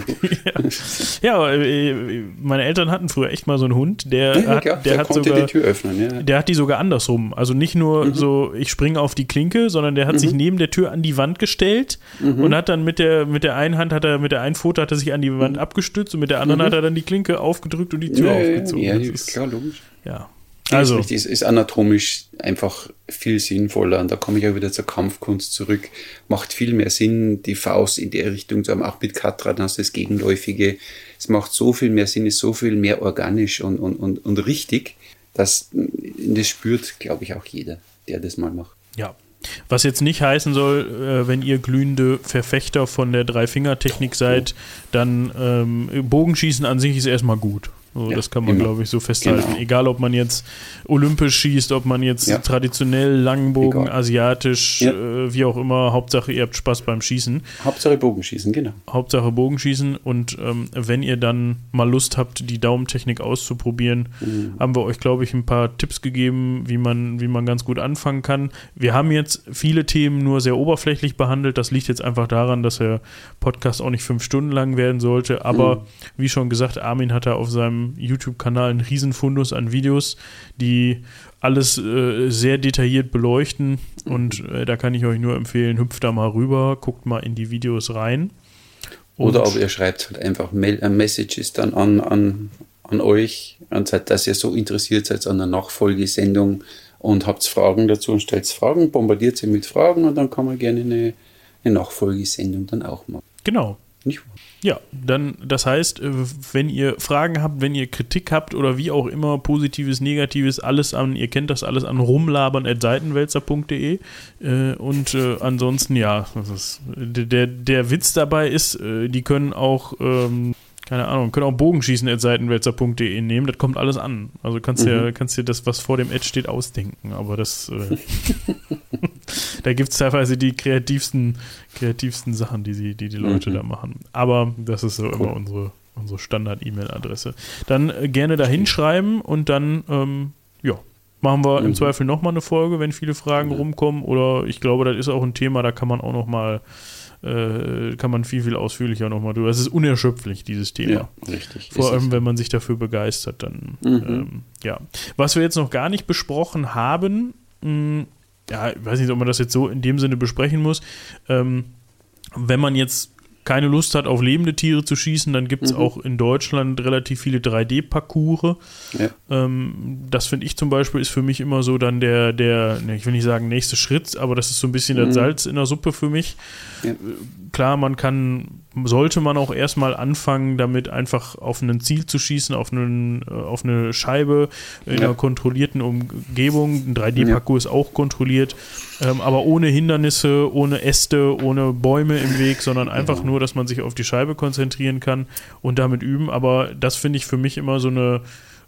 Ja, meine Eltern hatten früher echt mal so einen Hund, der hat konnte sogar die Tür öffnen. Ja. Der hat die sogar andersrum. Also nicht nur so, ich springe auf die Klinke, sondern der hat sich neben der Tür an die Wand gestellt und hat dann mit der einen Hand, mit der einen Pfote hat er sich an die Wand abgestützt und mit der anderen hat er dann die Klinke aufgedrückt und die Tür aufgezogen. Ja, das ist klar, logisch. Ja. Also es ist anatomisch einfach viel sinnvoller und da komme ich auch wieder zur Kampfkunst zurück. Macht viel mehr Sinn, die Faust in der Richtung zu haben, auch mit Katra, dann hast du das Gegenläufige. Es macht so viel mehr Sinn, ist so viel mehr organisch und richtig, dass das spürt, glaube ich, auch jeder, der das mal macht. Ja. Was jetzt nicht heißen soll, wenn ihr glühende Verfechter von der Drei-Finger-Technik seid, dann Bogenschießen an sich ist erstmal gut. So, das kann man, glaube ich, so festhalten. Genau. Egal, ob man jetzt olympisch schießt, ob man jetzt traditionell Langbogen, asiatisch, wie auch immer. Hauptsache, ihr habt Spaß beim Schießen. Hauptsache Bogenschießen, genau. Hauptsache Bogenschießen. Und wenn ihr dann mal Lust habt, die Daumentechnik auszuprobieren, haben wir euch, glaube ich, ein paar Tipps gegeben, wie man ganz gut anfangen kann. Wir haben jetzt viele Themen nur sehr oberflächlich behandelt. Das liegt jetzt einfach daran, dass der Podcast auch nicht 5 Stunden lang werden sollte. Aber wie schon gesagt, Armin hat da auf seinem YouTube-Kanal einen Riesenfundus an Videos, die alles sehr detailliert beleuchten und da kann ich euch nur empfehlen, hüpft da mal rüber, guckt mal in die Videos rein. Oder aber ihr schreibt halt einfach Messages dann an euch, dass ihr so interessiert seid an der Nachfolgesendung und habt Fragen dazu und stellt Fragen, bombardiert sie mit Fragen und dann kann man gerne eine Nachfolgesendung dann auch machen. Genau. Nicht wahr? Ja, dann, das heißt, wenn ihr Fragen habt, wenn ihr Kritik habt oder wie auch immer, Positives, Negatives, ihr kennt das alles an rumlabern@seitenwälzer.de und ansonsten, ja, der Witz dabei ist, die können auch, keine Ahnung, können auch Bogenschießen@seitenwälzer.de nehmen, das kommt alles an. Also kannst dir das, was vor dem Ad steht, ausdenken, aber das da gibt es teilweise die kreativsten Sachen, die Leute da machen. Aber das ist so immer unsere Standard-E-Mail-Adresse. Dann gerne da hinschreiben und dann, machen wir im Zweifel nochmal eine Folge, wenn viele Fragen rumkommen. Oder ich glaube, das ist auch ein Thema, da kann man auch nochmal, kann man viel ausführlicher nochmal drüber. Das ist unerschöpflich, dieses Thema. Ja, richtig. Vor allem, wenn man sich dafür begeistert, dann, Was wir jetzt noch gar nicht besprochen haben, ich weiß nicht, ob man das jetzt so in dem Sinne besprechen muss. Wenn man jetzt keine Lust hat, auf lebende Tiere zu schießen, dann gibt es auch in Deutschland relativ viele 3D-Parcours. Ja. Das finde ich zum Beispiel, ist für mich immer so dann der ich will nicht sagen nächste Schritt, aber das ist so ein bisschen das Salz in der Suppe für mich. Ja. Klar, sollte man auch erstmal anfangen, damit einfach auf ein Ziel zu schießen, auf eine Scheibe in einer kontrollierten Umgebung. Ein 3D-Parcours ist auch kontrolliert, aber ohne Hindernisse, ohne Äste, ohne Bäume im Weg, sondern einfach nur, dass man sich auf die Scheibe konzentrieren kann und damit üben. Aber das finde ich für mich immer so eine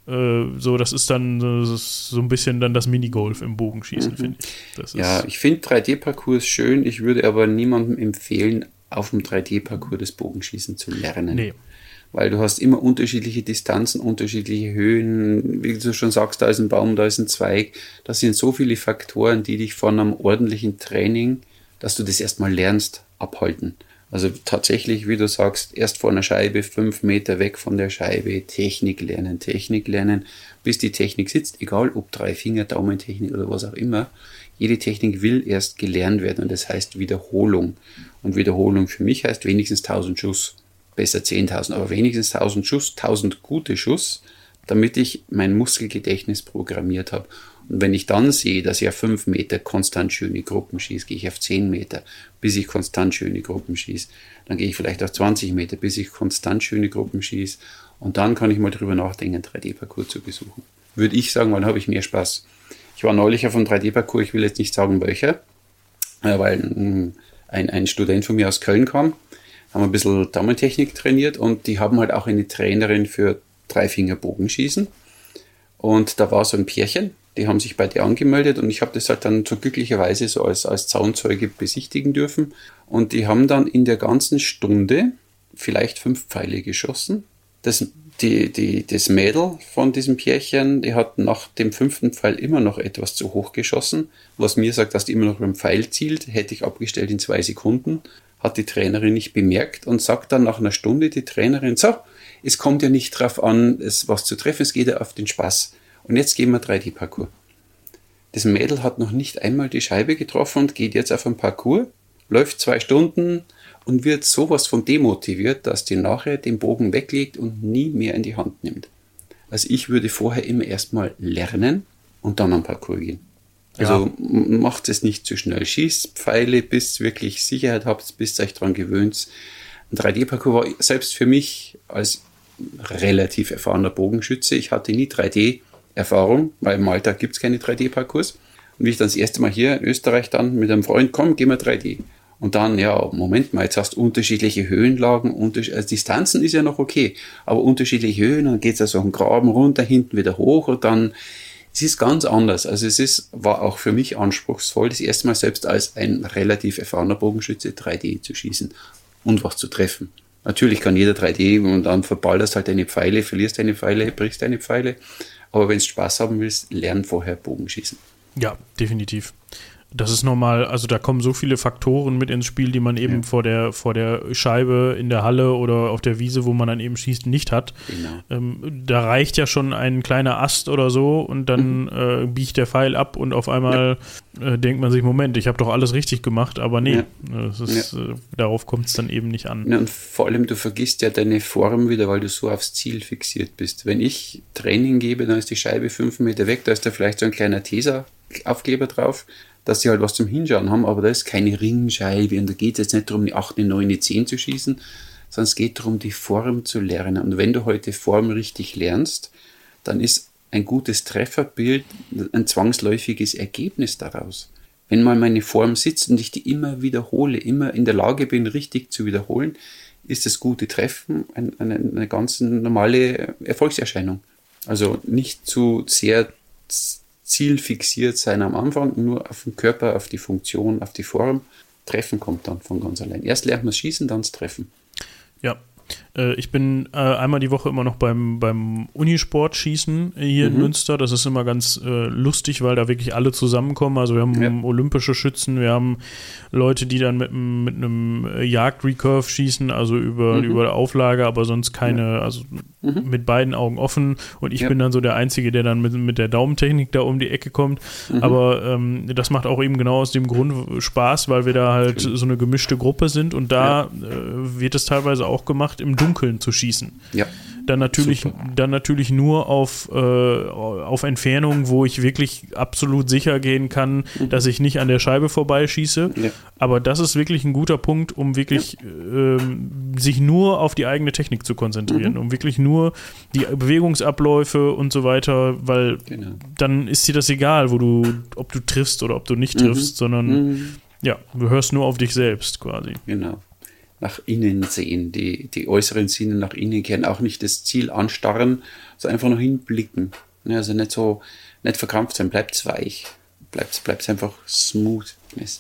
das ist dann so ein bisschen dann das Minigolf im Bogenschießen, finde ich. Ich finde 3D-Parcours schön, ich würde aber niemandem empfehlen, auf dem 3D-Parcours das Bogenschießen zu lernen. Nee. Weil du hast immer unterschiedliche Distanzen, unterschiedliche Höhen, wie du schon sagst, da ist ein Baum, da ist ein Zweig. Das sind so viele Faktoren, die dich von einem ordentlichen Training, dass du das erstmal lernst, abhalten. Also tatsächlich, wie du sagst, erst vor einer Scheibe, 5 Meter weg von der Scheibe, Technik lernen, bis die Technik sitzt, egal ob 3-Finger, Daumentechnik oder was auch immer. Jede Technik will erst gelernt werden und das heißt Wiederholung. Und Wiederholung für mich heißt wenigstens 1000 Schuss. Besser 10.000, aber wenigstens 1000 Schuss, 1000 gute Schuss, damit ich mein Muskelgedächtnis programmiert habe. Und wenn ich dann sehe, dass ich auf 5 Meter konstant schöne Gruppen schieße, gehe ich auf 10 Meter, bis ich konstant schöne Gruppen schieße. Dann gehe ich vielleicht auf 20 Meter, bis ich konstant schöne Gruppen schieße. Und dann kann ich mal drüber nachdenken, einen 3D-Parcours zu besuchen. Würde ich sagen, weil dann habe ich mehr Spaß. Ich war neulich auf einem 3D-Parcours, ich will jetzt nicht sagen welcher, weil ein Student von mir aus Köln kam, haben ein bisschen Daumentechnik trainiert und die haben halt auch eine Trainerin für 3-Finger Bogenschießen. Und da war so ein Pärchen, die haben sich bei der angemeldet und ich habe das halt dann so glücklicherweise so als Zaunzeuge besichtigen dürfen. Und die haben dann in der ganzen Stunde vielleicht 5 Pfeile geschossen. Das Mädel von diesem Pärchen, die hat nach dem 5. Pfeil immer noch etwas zu hoch geschossen, was mir sagt, dass die immer noch beim Pfeil zielt, hätte ich abgestellt in 2 Sekunden. Hat die Trainerin nicht bemerkt und sagt dann nach einer Stunde die Trainerin, so, es kommt ja nicht drauf an, was zu treffen, es geht ja auf den Spaß. Und jetzt gehen wir 3D-Parcours. Das Mädel hat noch nicht einmal die Scheibe getroffen und geht jetzt auf einen Parcours, läuft 2 Stunden und wird sowas von demotiviert, dass die nachher den Bogen weglegt und nie mehr in die Hand nimmt. Also ich würde vorher immer erstmal lernen und dann am Parcours gehen. Also macht es nicht zu schnell. Schießt Pfeile, bis wirklich Sicherheit habt, bis ihr euch dran gewöhnt. Ein 3D-Parcours war selbst für mich als relativ erfahrener Bogenschütze. Ich hatte nie 3D-Erfahrung, weil im Alltag gibt es keine 3D-Parcours. Und wie ich dann das erste Mal hier in Österreich dann mit einem Freund, komm, gehen wir 3D. Und dann, Moment mal, jetzt hast du unterschiedliche Höhenlagen, Distanzen ist ja noch okay, aber unterschiedliche Höhen, dann geht es also einen Graben runter, hinten wieder hoch und dann es ist ganz anders. Also war auch für mich anspruchsvoll, das erste Mal selbst als ein relativ erfahrener Bogenschütze 3D zu schießen und was zu treffen. Natürlich kann jeder 3D und dann verballerst halt deine Pfeile, verlierst deine Pfeile, brichst deine Pfeile. Aber wenn du Spaß haben willst, lern vorher Bogenschießen. Ja, definitiv. Das ist normal, also da kommen so viele Faktoren mit ins Spiel, die man eben vor der Scheibe in der Halle oder auf der Wiese, wo man dann eben schießt, nicht hat. Genau. Da reicht ja schon ein kleiner Ast oder so und dann biegt der Pfeil ab und auf einmal denkt man sich, Moment, ich habe doch alles richtig gemacht, aber nee, darauf kommt es dann eben nicht an. Ja, und vor allem, du vergisst ja deine Form wieder, weil du so aufs Ziel fixiert bist. Wenn ich Training gebe, dann ist die Scheibe 5 Meter weg, da ist da vielleicht so ein kleiner Tesa-Aufkleber drauf, dass sie halt was zum Hinschauen haben, aber da ist keine Ringscheibe und da geht es jetzt nicht darum, eine 8, eine 9, eine 10 zu schießen, sondern es geht darum, die Form zu lernen. Und wenn du heute Form richtig lernst, dann ist ein gutes Trefferbild ein zwangsläufiges Ergebnis daraus. Wenn mal meine Form sitzt und ich die immer wiederhole, immer in der Lage bin, richtig zu wiederholen, ist das gute Treffen eine ganz normale Erfolgserscheinung. Also nicht zu sehr zielfixiert sein am Anfang, nur auf den Körper, auf die Funktion, auf die Form. Treffen kommt dann von ganz allein. Erst lernt man Schießen, dann das Treffen. Ja, ich bin einmal die Woche immer noch beim Unisport-Schießen hier in Münster. Das ist immer ganz lustig, weil da wirklich alle zusammenkommen. Also wir haben olympische Schützen, wir haben Leute, die dann mit einem Jagd-Recurve schießen, also über Auflage, aber sonst keine, also mit beiden Augen offen. Und ich bin dann so der Einzige, der dann mit der Daumentechnik da um die Ecke kommt. Aber das macht auch eben genau aus dem Grund Spaß, weil wir da halt so eine gemischte Gruppe sind und da wird es teilweise auch gemacht, im Dunkeln zu schießen. Ja. Dann natürlich nur auf Entfernungen, wo ich wirklich absolut sicher gehen kann, dass ich nicht an der Scheibe vorbeischieße. Ja. Aber das ist wirklich ein guter Punkt, um wirklich sich nur auf die eigene Technik zu konzentrieren, um wirklich nur die Bewegungsabläufe und so weiter, weil dann ist dir das egal, ob du triffst oder ob du nicht triffst, sondern du hörst nur auf dich selbst quasi. Genau. nach innen sehen, die äußeren Sinne nach innen kehren, auch nicht das Ziel anstarren, sondern einfach nach hinten blicken. Also nicht verkrampft sein, bleibt weich, bleibt einfach smooth.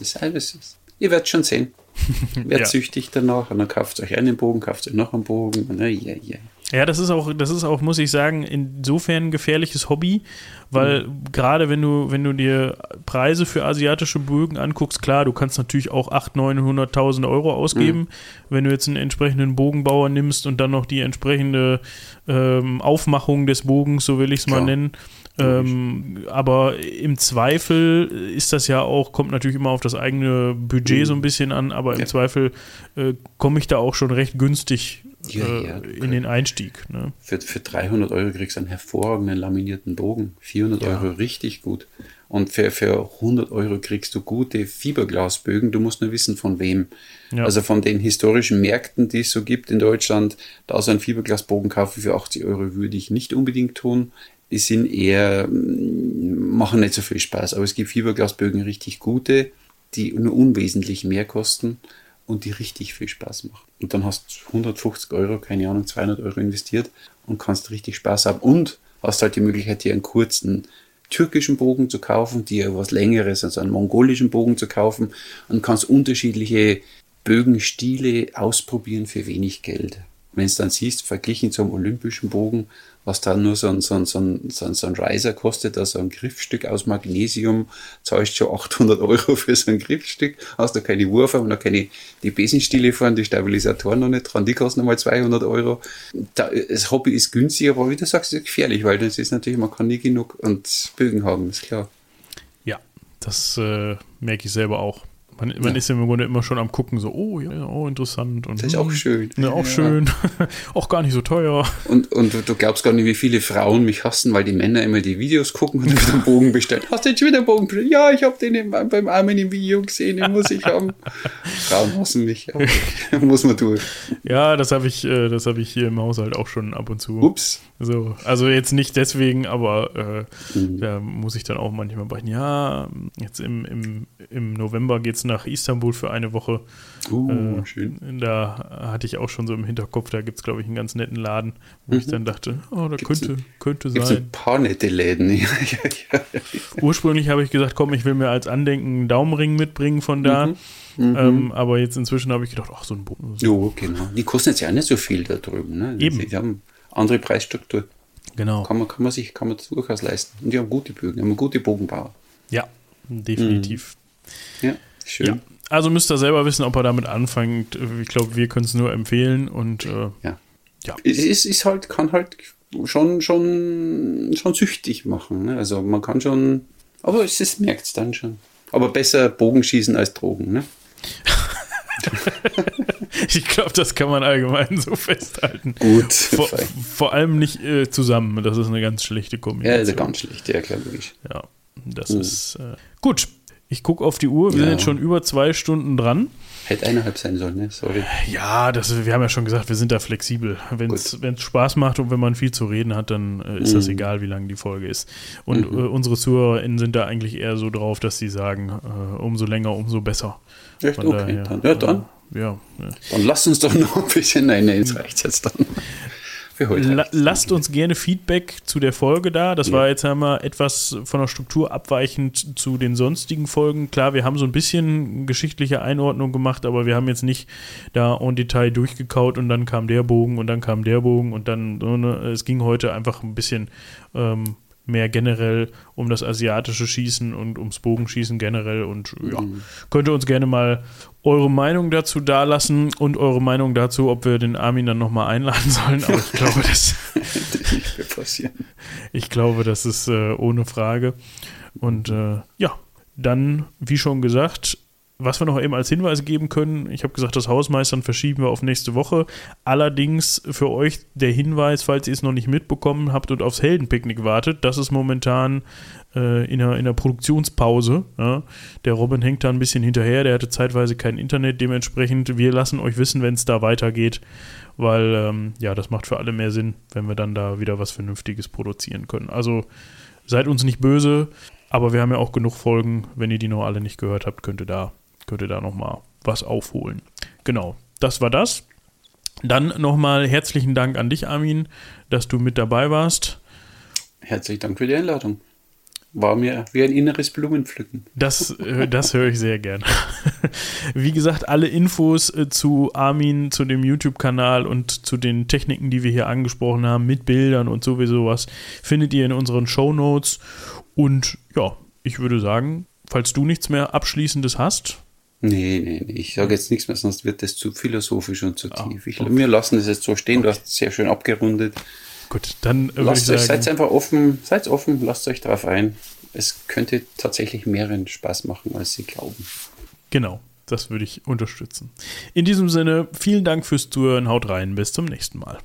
Ihr werdet schon sehen. Werdet süchtig danach und dann kauft euch einen Bogen, kauft euch noch einen Bogen. Und Ja, das ist auch, muss ich sagen, insofern ein gefährliches Hobby, weil gerade wenn du dir Preise für asiatische Bögen anguckst, klar, du kannst natürlich auch 800.000, 900.000 Euro ausgeben, wenn du jetzt einen entsprechenden Bogenbauer nimmst und dann noch die entsprechende Aufmachung des Bogens, so will ich es mal nennen. Aber im Zweifel ist das ja auch, kommt natürlich immer auf das eigene Budget so ein bisschen an, aber im Zweifel komme ich da auch schon recht günstig in den Einstieg. Ne? Für 300 Euro kriegst du einen hervorragenden laminierten Bogen, 400 Euro richtig gut. Und für 100 Euro kriegst du gute Fiberglasbögen, du musst nur wissen, von wem. Ja. Also von den historischen Märkten, die es so gibt in Deutschland, da so einen Fiberglasbogen kaufen für 80 Euro würde ich nicht unbedingt tun. Die sind machen nicht so viel Spaß, aber es gibt Fiberglasbögen richtig gute, die nur unwesentlich mehr kosten und die richtig viel Spaß machen. Und dann hast du 150 Euro, keine Ahnung, 200 Euro investiert und kannst richtig Spaß haben und hast halt die Möglichkeit, dir einen kurzen türkischen Bogen zu kaufen, dir was Längeres, also einen mongolischen Bogen zu kaufen und kannst unterschiedliche Bögenstile ausprobieren für wenig Geld. Wenn du es dann siehst, verglichen zum olympischen Bogen, was da nur so ein Riser kostet, also ein Griffstück aus Magnesium, zahlst schon 800 Euro für so ein Griffstück, hast da keine Wurfer und noch keine, die Besenstiele fahren, die Stabilisatoren noch nicht dran, die kosten nochmal 200 Euro. Das Hobby ist günstig, aber wie du sagst, ist gefährlich, weil das ist natürlich, man kann nie genug und Bögen haben, ist klar. Ja, das merke ich selber auch. Man ist ja im Grunde immer schon am Gucken, so, interessant. Und, das ist auch schön. Ja, auch schön. Auch gar nicht so teuer. Und du glaubst gar nicht, wie viele Frauen mich hassen, weil die Männer immer die Videos gucken und wieder einen Bogen bestellen. Hast du jetzt wieder einen Bogen bestellt? Ja, ich habe den beim Armin im Video gesehen, den muss ich haben. Frauen hassen mich. Okay. Muss man durch. Ja, das habe ich hier im Haushalt auch schon ab und zu. Ups. So, also jetzt nicht deswegen, aber da muss ich dann auch manchmal brechen. Ja, jetzt im November geht es nach Istanbul für eine Woche. Schön. Da hatte ich auch schon so im Hinterkopf, da gibt es, glaube ich, einen ganz netten Laden, wo ich dann dachte, da könnte sein. Gibt's ein paar nette Läden. Ja. Ursprünglich habe ich gesagt, komm, ich will mir als Andenken einen Daumenring mitbringen von da. Aber jetzt inzwischen habe ich gedacht, so ein Bogen. Jo, genau. Die kosten jetzt ja nicht so viel da drüben. Ne? Eben. Die haben andere Preisstruktur. Genau. Kann man das durchaus leisten. Und die haben gute Bögen, haben gute Bogenbauer. Ja, definitiv. Ja, schön. Ja. Also müsst ihr selber wissen, ob er damit anfängt. Ich glaube, wir können es nur empfehlen und ja. Es kann halt schon süchtig machen. Ne? Also man kann schon, aber es merkt es dann schon. Aber besser Bogenschießen als Drogen, ne? Ich glaube, das kann man allgemein so festhalten. Gut. Vor allem nicht zusammen. Das ist eine ganz schlechte Kombination. Ja, das ist ganz schlecht, ja, klar, logisch. Ja, das ist gut. Ich gucke auf die Uhr, wir sind jetzt schon über 2 Stunden dran. Hätte 1,5 sein sollen, ne? Sorry. Ja, wir haben ja schon gesagt, wir sind da flexibel. Wenn es Spaß macht und wenn man viel zu reden hat, dann ist das egal, wie lang die Folge ist. Und unsere ZuhörerInnen sind da eigentlich eher so drauf, dass sie sagen, umso länger, umso besser. Echt? Okay, dann. Ja. Dann lasst uns doch noch ein bisschen, nein, jetzt reicht's jetzt dann. Für heute. Lasst uns gerne Feedback zu der Folge da. Das war jetzt einmal etwas von der Struktur abweichend zu den sonstigen Folgen. Klar, wir haben so ein bisschen geschichtliche Einordnung gemacht, aber wir haben jetzt nicht da en Detail durchgekaut und dann kam der Bogen und dann kam der Bogen und dann, es ging heute einfach ein bisschen mehr generell um das asiatische Schießen und ums Bogenschießen generell und könnt ihr uns gerne mal eure Meinung dazu dalassen und eure Meinung dazu, ob wir den Armin dann nochmal einladen sollen, aber ich glaube, das ist ohne Frage und dann, wie schon gesagt, was wir noch eben als Hinweis geben können, ich habe gesagt, das Hausmeistern verschieben wir auf nächste Woche. Allerdings für euch der Hinweis, falls ihr es noch nicht mitbekommen habt und aufs Heldenpicknick wartet, das ist momentan in einer Produktionspause. Ja. Der Robin hängt da ein bisschen hinterher, der hatte zeitweise kein Internet, dementsprechend wir lassen euch wissen, wenn es da weitergeht, weil das macht für alle mehr Sinn, wenn wir dann da wieder was Vernünftiges produzieren können. Also seid uns nicht böse, aber wir haben ja auch genug Folgen, wenn ihr die noch alle nicht gehört habt, könnt ihr da nochmal was aufholen. Genau. das war das. Dann nochmal herzlichen Dank an dich, Armin, dass du mit dabei warst. Herzlichen Dank für die Einladung. War mir wie ein inneres Blumenpflücken. Das höre ich sehr gern. Wie gesagt, alle Infos zu Armin, zu dem YouTube-Kanal und zu den Techniken, die wir hier angesprochen haben, mit Bildern und sowieso was, findet ihr in unseren Shownotes. Und ja, ich würde sagen, falls du nichts mehr Abschließendes hast. Nee, ich sage jetzt nichts mehr, sonst wird das zu philosophisch und zu tief. Wir lassen das jetzt so stehen, du hast es sehr schön abgerundet. Gut, dann seid einfach offen, lasst euch drauf ein. Es könnte tatsächlich mehreren Spaß machen, als sie glauben. Genau, das würde ich unterstützen. In diesem Sinne, vielen Dank fürs Zuhören, haut rein, bis zum nächsten Mal.